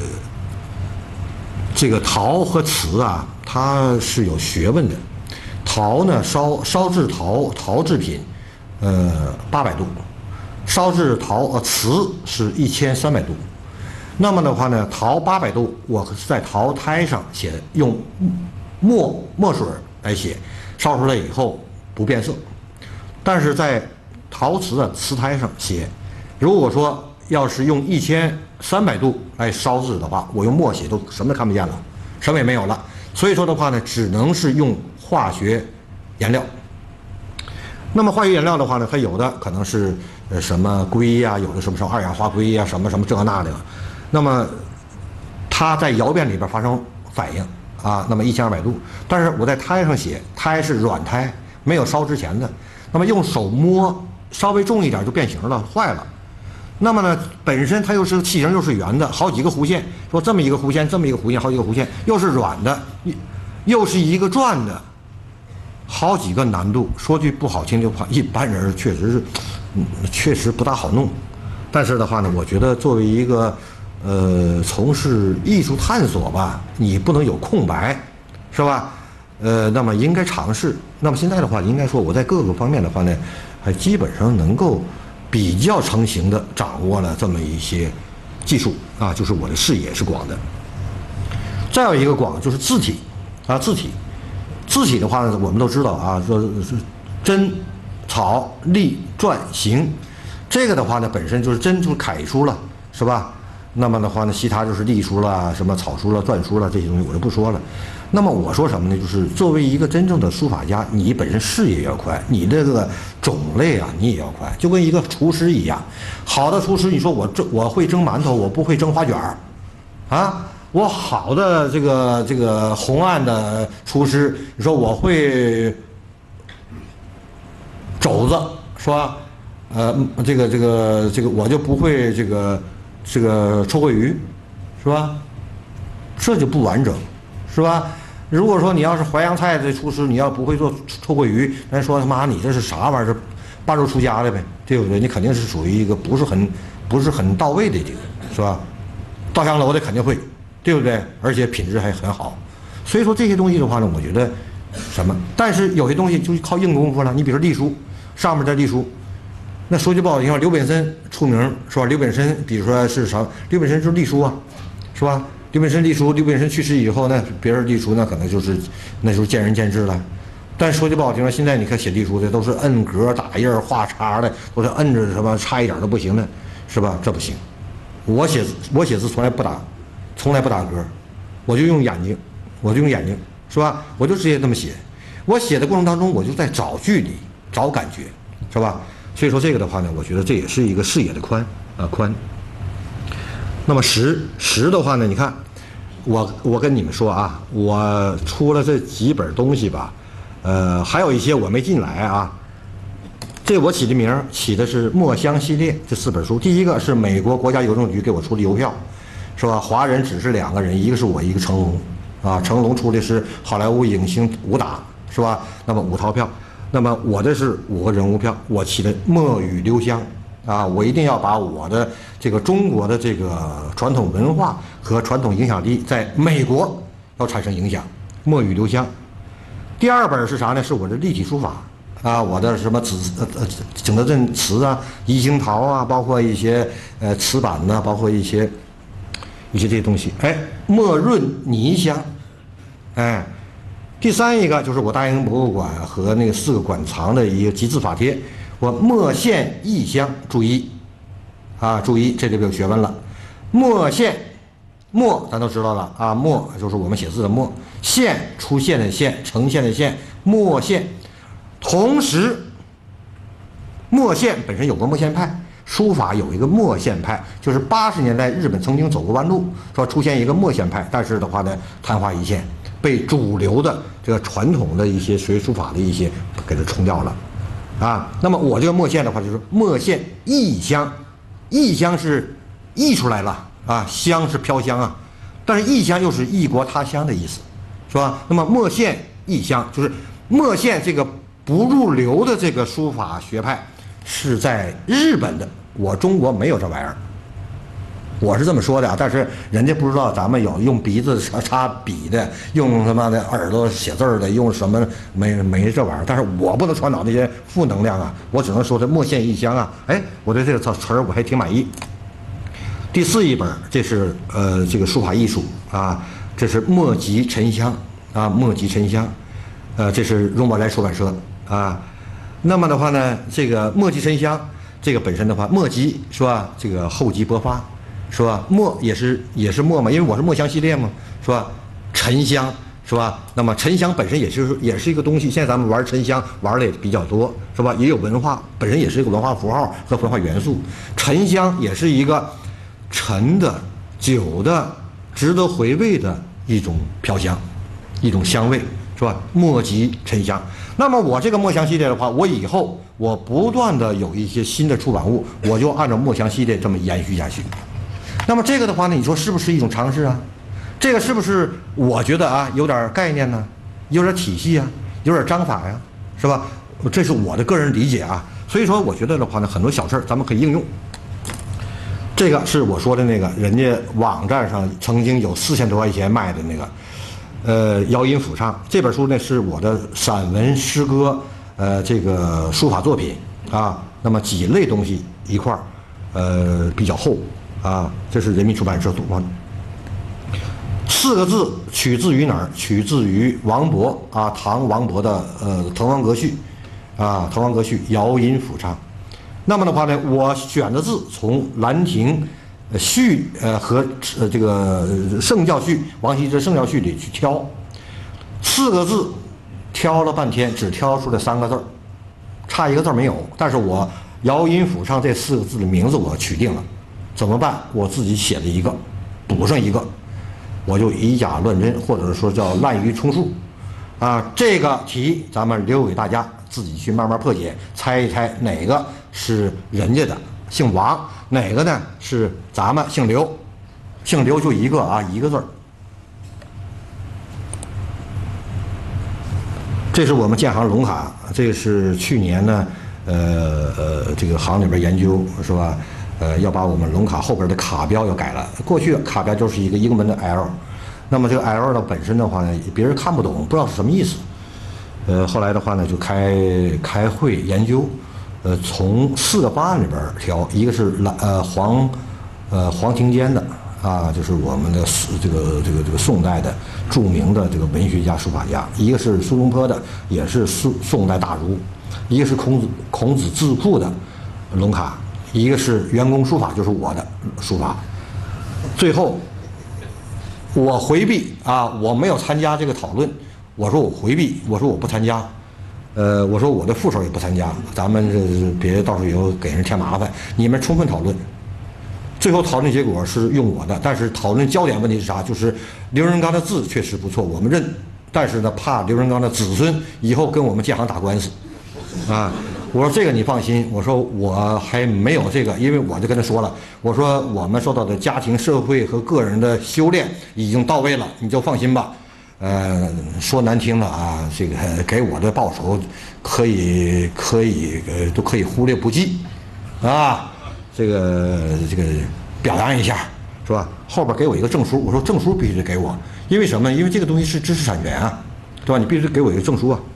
这个陶和瓷啊，它是有学问的。陶呢，烧烧制陶陶制品，呃，八百度；烧制陶呃瓷是一千三百度。那么的话呢，陶八百度，我是在陶胎上写，用墨墨水来写，烧出来以后不变色。但是在陶瓷的瓷胎上写，如果说要是用一千三百度来烧制的话，我用墨写都什么都看不见了，什么也没有了。所以说的话呢，只能是用化学颜料。那么化学颜料的话呢，它有的可能是呃什么硅呀、啊，有的什么什么二氧化硅呀、啊，什么什么这那的。那么它在窑变里边发生反应啊，那么一千二百度，但是我在胎上写，胎是软胎，没有烧之前的，那么用手摸稍微重一点就变形了，坏了。那么呢，本身它又是器型又是圆的，好几个弧线，说这么一个弧线，这么一个弧线，好几个弧线，又是软的，又是一个转的，好几个难度。说句不好听的话，一般人确实是，嗯，确实不大好弄。但是的话呢，我觉得作为一个呃，从事艺术探索吧，你不能有空白，是吧？呃，那么应该尝试。那么现在的话，应该说我在各个方面的话呢，还基本上能够比较成型的掌握了这么一些技术啊，就是我的视野是广的。再有一个广就是字体啊，字体，字体的话呢，我们都知道啊，说是真、草、隶、篆、行，这个的话呢，本身就是真就是楷书了，是吧？那么的话呢，其他就是隶书啦、什么草书啦、篆书啦这些东西我就不说了。那么我说什么呢？就是作为一个真正的书法家，你本身视野要宽，你这个种类啊你也要宽，就跟一个厨师一样。好的厨师，你说我蒸我会蒸馒头，我不会蒸花卷儿，啊，我好的这个这个红案的厨师，你说我会肘子是吧？呃，这个这个这个我就不会这个。这个臭鳜鱼，是吧？这就不完整，是吧？如果说你要是淮扬菜的厨师，你要不会做臭鳜鱼，人说他妈你这是啥玩意儿？半路出家的呗，对不对？你肯定是属于一个不是很不是很到位的这个，是吧？稻香楼的肯定会，对不对？而且品质还很好。所以说这些东西的话呢，我觉得什么？但是有些东西就靠硬功夫了。你比如说隶书，上面的隶书。那说句不好听话，刘本森出名是吧？刘本森，比如说是啥？刘本森就是隶书啊，是吧？刘本森隶书，刘本森去世以后，那别人隶书那可能就是那时候见仁见智了。但说句不好听的，现在你看写隶书的都是摁格、打印、画叉的，都是摁着什么差一点都不行的，是吧？这不行。我写我写字从来不打，从来不打格，我就用眼睛，我就用眼睛，是吧？我就直接这么写。我写的过程当中，我就在找距离、找感觉，是吧？所以说这个的话呢，我觉得这也是一个视野的宽啊宽。那么实实的话呢，你看，我我跟你们说啊，我出了这几本东西吧， 呃，还有一些我没进来啊。这我起的名儿起的是墨香系列这四本书。第一个是美国国家邮政局给我出的邮票，是吧？华人只是两个人，一个是我，一个成龙，啊，成龙出的是好莱坞影星武打，是吧？那么五套票，那么我这是五个人物票，我起的墨雨留香，啊，我一定要把我的这个中国的这个传统文化和传统影响力在美国要产生影响，墨雨留香。第二本是啥呢？是我的立体书法。啊，我的什么紫呃呃景德镇瓷啊、宜兴陶啊，包括一些呃瓷板呐、啊，包括一些一些这些东西。哎，墨润泥香，哎，第三一个就是我大英博物馆和那个四个馆藏的一个集字法帖，我墨线异香，注意啊，注意这里边有学问了。墨线，墨咱都知道了啊，墨就是我们写字的墨，线出现的线，呈现的线，墨线。同时，墨线本身有个墨线派，书法有一个墨线派，就是八十年代日本曾经走过弯路，说出现一个墨线派，但是的话呢，昙花一现，被主流的这个传统的一些学书法的一些给它冲掉了，啊，那么我这个墨线的话就是墨线异香，异香是溢出来了啊，香是飘香啊，但是异香又是异国他乡的意思，是吧？那么墨线异香就是墨线这个。不入流的这个书法学派是在日本的，我中国没有这玩意儿，我是这么说的啊。但是人家不知道咱们有用鼻子插插笔的，用他妈的耳朵写字的，用什么没没这玩意儿。但是我不能传导那些负能量啊，我只能说这墨线异香啊。哎，我对这个词儿我还挺满意。第四一本，这是呃这个书法艺术啊，这是墨迹沉香啊，墨迹沉香，呃，这是荣宝斋出版社。啊，那么的话呢，这个墨迹沉香，这个本身的话，墨迹是吧？这个厚积薄发，是吧？墨也是也是墨嘛，因为我是墨香系列嘛，是吧？沉香是吧？那么沉香本身也是也是一个东西，现在咱们玩沉香玩的也比较多，是吧？也有文化，本身也是一个文化符号和文化元素。沉香也是一个陈的、久的、值得回味的一种飘香，一种香味。是吧？墨迹沉香。那么我这个墨香系列的话，我以后我不断的有一些新的出版物，我就按照墨香系列这么延续下去。那么这个的话呢，你说是不是一种尝试啊？这个是不是我觉得啊有点概念呢，有点体系啊，有点章法呀，是吧？这是我的个人理解啊。所以说，我觉得的话呢，很多小事儿咱们可以应用。这个是我说的那个，人家网站上曾经有四千多块钱卖的那个。呃，摇音抚唱这本书呢，是我的散文、诗歌，呃，这个书法作品啊。那么几类东西一块儿，呃，比较厚啊。这是人民出版社读完。四个字取自于哪儿？取自于王勃啊，唐王勃的呃《滕王阁序》啊，《滕王阁序》摇音抚唱。那么的话呢，我选的字从《兰亭》。序呃和呃这个圣教序王羲之圣教序里去挑四个字，挑了半天只挑出来三个字，差一个字没有。但是我摇音抚唱这四个字的名字我取定了，怎么办？我自己写了一个，补上一个，我就以假乱真，或者说叫滥竽充数啊。这个题咱们留给大家自己去慢慢破解，猜一猜哪个是人家的姓王，哪个呢是咱们姓刘？姓刘就一个啊，一个字儿。这是我们建行龙卡，这是去年呢，呃呃，这个行里边研究是吧？呃，要把我们龙卡后边的卡标要改了。过去卡标就是一个英文的 L， 那么这个 L 呢本身的话呢，别人看不懂，不知道是什么意思。呃，后来的话呢，就开开会研究。呃，从四个方案里边挑，一个是蓝呃黄，呃黄庭坚的啊，就是我们的这个这个这个宋代的著名的这个文学家、书法家；一个是苏东坡的，也是宋宋代大儒；一个是孔子孔子字库的龙卡；一个是员工书法，就是我的书法。最后，我回避啊，我没有参加这个讨论，我说我回避，我说我不参加。呃，我说我的副手也不参加，咱们这别到时候以后给人添麻烦。你们充分讨论，最后讨论结果是用我的，但是讨论焦点问题是啥？就是刘仁刚的字确实不错，我们认， 但是呢，怕刘仁刚的子孙以后跟我们建行打官司，啊。我说这个你放心，我说我还没有这个，因为我就跟他说了，我说我们受到的家庭、社会和个人的修炼已经到位了，你就放心吧。呃，说难听了啊，这个给我的报酬可以可以呃都可以忽略不计，啊，这个这个表扬一下是吧？后边给我一个证书，我说证书必须得给我，因为什么？因为这个东西是知识产权啊，对吧？你必须给我一个证书啊。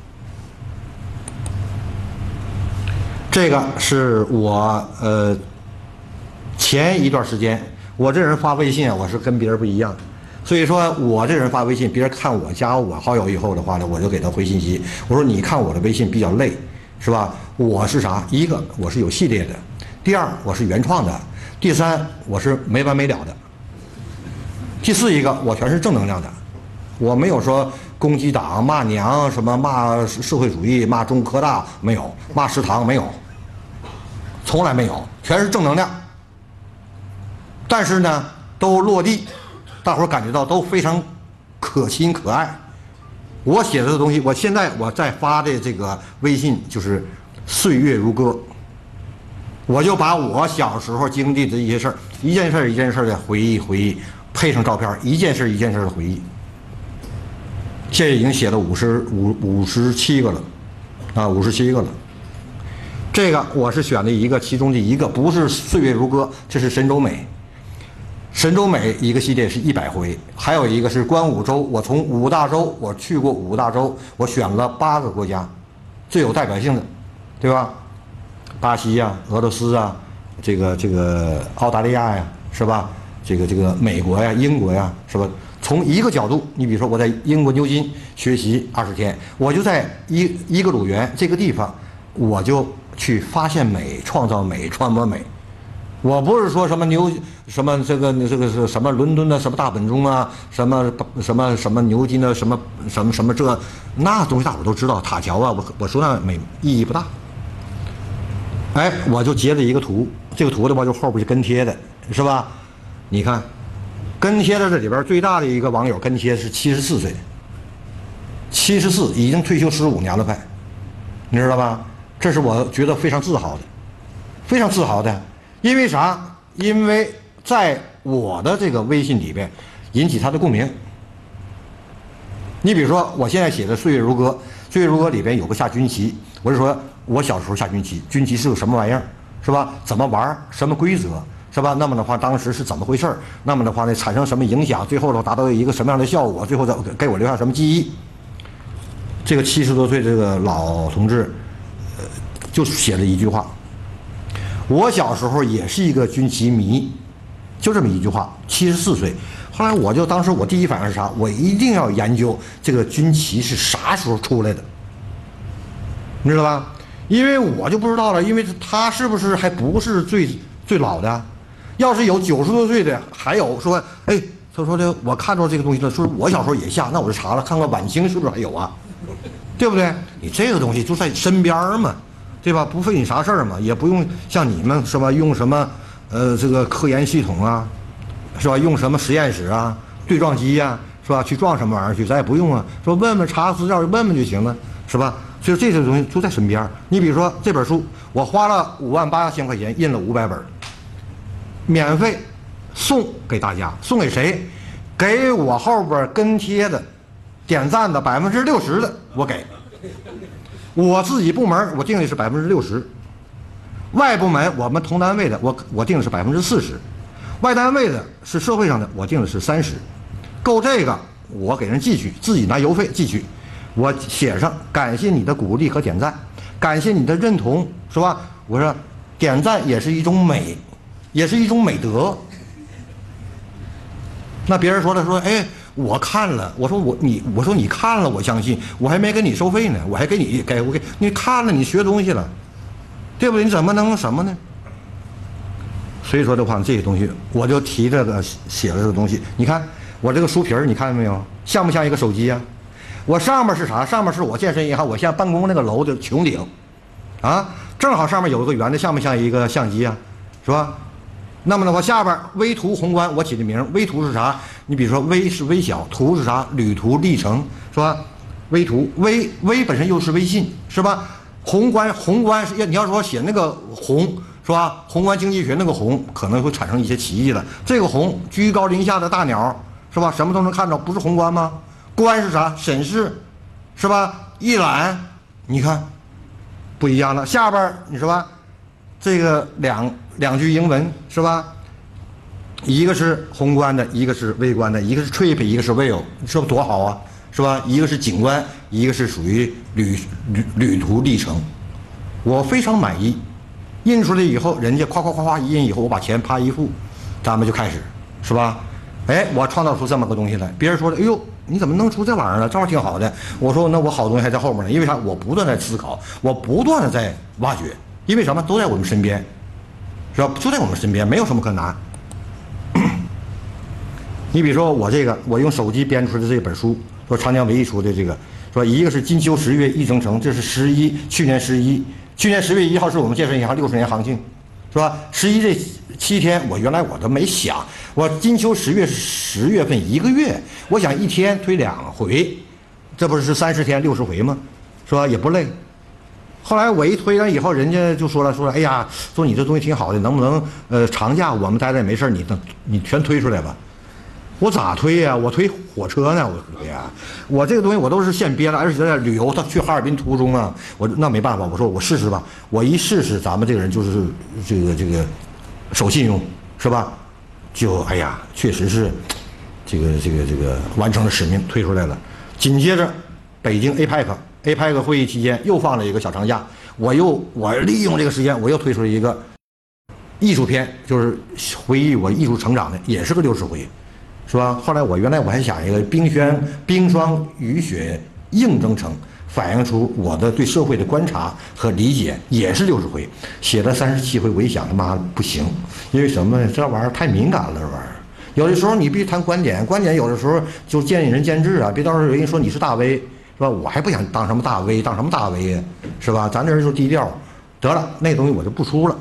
这个是我呃前一段时间，我这人发微信啊，我是跟别人不一样，所以说我这人发微信，别人看我加我好友以后的话呢，我就给他回信息，我说你看我的微信比较累，是吧？我是啥？一个我是有系列的，第二我是原创的，第三我是没完没了的，第四一个我全是正能量的，我没有说攻击党、骂娘、什么骂社会主义、骂中科大，没有，骂食堂没有，从来没有，全是正能量。但是呢，都落地，大伙儿感觉到都非常可亲可爱。我写的东西，我现在我在发的这个微信就是岁月如歌，我就把我小时候经历的一些事儿，一件事一件事的回忆回忆，配上照片，一件事一件事的回忆。现在已经写了五十五五十七个了，啊，五十七个了。这个我是选的一个，其中的一个不是岁月如歌，这是神州美。神州美一个系列是一百回，还有一个是观五洲。我从五大洲，我去过五大洲，我选了八个国家，最有代表性的，对吧？巴西呀、啊、俄罗斯啊，这个这个澳大利亚呀，是吧？这个这个美国呀、英国呀，是吧？从一个角度，你比如说我在英国牛津学习二十天，我就在伊伊格鲁园这个地方，我就去发现美、创造美、传播美。我不是说什么牛什么这个这个是什么伦敦的什么大本钟啊，什么什么什么牛津的什么什么什么这那东西大伙都知道，塔桥啊，我我说那美意义不大。哎，我就截了一个图，这个图的话就后边就跟贴的，是吧？你看。跟贴在这里边最大的一个网友跟贴是七十四岁，七十四已经退休十五年了快，你知道吧？这是我觉得非常自豪的，非常自豪的。因为啥？因为在我的这个微信里边引起他的共鸣。你比如说，我现在写的《岁月如歌》，《岁月如歌》里边有个下军棋，我是说我小时候下军棋，军棋是个什么玩意儿，是吧？怎么玩？什么规则？是吧？那么的话，当时是怎么回事儿？那么的话呢，产生什么影响？最后呢，达到一个什么样的效果？最后给我留下什么记忆？这个七十多岁这个老同志，呃，就写了一句话：我小时候也是一个军棋迷，就这么一句话。七十四岁，后来我就当时我第一反应是啥？我一定要研究这个军棋是啥时候出来的，你知道吧？因为我就不知道了，因为他是不是还不是最最老的？要是有九十多岁的，还有说，哎，他说的我看到这个东西了，说我小时候也下，那我就查了，看看晚清是不是还有啊，对不对？你这个东西就在身边嘛，对吧？不费你啥事儿嘛，也不用像你们是吧，用什么呃这个科研系统啊，是吧？用什么实验室啊、对撞机呀、啊，是吧？去撞什么玩意儿去，咱也不用啊，说问问查资料问问就行了，是吧？所以这些东西就在身边。你比如说这本书，我花了五万八千块钱印了五百本。免费送给大家，送给谁？给我后边跟贴的、点赞的百分之六十的，我给。我自己部门我定的是百分之六十，外部门我们同单位的我我定的是百分之四十，外单位的是社会上的我定的是三十。够这个我给人寄去，自己拿邮费寄去，我写上感谢你的鼓励和点赞，感谢你的认同，是吧？我说点赞也是一种美。也是一种美德。那别人说了，说，哎，我看了，我说我你，我说你看了，我相信，我还没给你收费呢，我还给你给我给你看了，你学东西了，对不对？你怎么能什么呢？所以说的话，这些东西我就提这个写了这个东西。你看我这个书皮儿，你看到没有？像不像一个手机啊？我上面是啥？上面是我健身银行，我现在办公那个楼的穹顶，啊，正好上面有一个圆的，像不像一个相机啊？是吧？ 那么的话，下边微图宏观我起的名，微图是啥？你比如说微是微小，图是啥？旅途历程是吧？微图微微本身又是微信是吧？宏观宏观是要你要说写那个宏是吧？宏观经济学那个宏可能会产生一些歧义了。这个宏居高临下的大鸟是吧？什么都能看着，不是宏观吗？观是啥？审视是吧？一览你看不一样了。下边你说吧，这个两两句英文是吧？一个是宏观的，一个是微观的，一个是 trip， 一个是 will， 你说多好啊，是吧？一个是景观，一个是属于旅旅旅途历程，我非常满意。印出来以后，人家夸夸夸夸一印以后，我把钱啪一付，咱们就开始，是吧？哎，我创造出这么个东西来，别人说了，哎呦，你怎么弄出这玩意儿了？正好挺好的。我说，那我好东西还在后面呢，因为啥？我不断在思考，我不断的在挖掘，因为什么？都在我们身边，是吧？就在我们身边，没有什么可难。你比如说我这个，我用手机编出的这本书，说长江唯一出的这个，说一个是金秋十月一征程，这是十一，去年十一，去年十月一号是我们建设银行六十年行庆，是吧？十一这七天，我原来我都没想，我金秋十月是十月份一个月，我想一天推两回，这不是三十天六十回吗？是吧？也不累。后来我一推完以后，人家就说了，说了，哎呀，说你这东西挺好的，能不能呃长假我们待着也没事，你等你全推出来吧。我咋推呀、啊？我推火车呢？我推呀、啊！我这个东西我都是现编的，而且在旅游，他去哈尔滨途中啊，我那没办法，我说我试试吧。我一试试，咱们这个人就是这个这个守信用，是吧？就哎呀，确实是这个这个这个完成了使命，推出来了。紧接着，北京 A P E C A P E C 会议期间又放了一个小长假，我又我利用这个时间，我又推出了一个艺术片，就是回忆我艺术成长的，也是个六十回。是吧？后来我原来我还想一个冰轩冰霜雨雪映征成，反映出我的对社会的观察和理解，也是六十回，写了三十七回。我一想他妈不行，因为什么？这玩意儿太敏感了，这玩意儿。有的时候你必须谈观点，观点有的时候就见仁见智啊，别到时候有人说你是大 V， 是吧？我还不想当什么大 V， 当什么大 V 呀，是吧？咱这人就低调，得了，那东西我就不出了。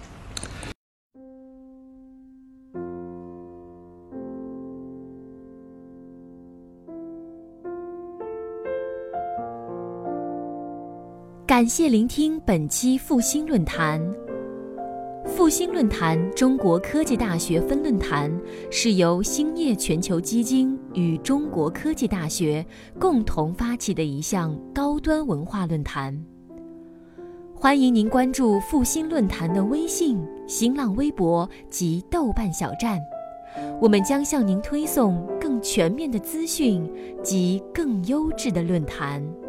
感谢聆听本期复兴论坛。复兴论坛中国科技大学分论坛是由兴业全球基金与中国科技大学共同发起的一项高端文化论坛。欢迎您关注复兴论坛的微信、新浪微博及豆瓣小站，我们将向您推送更全面的资讯及更优质的论坛。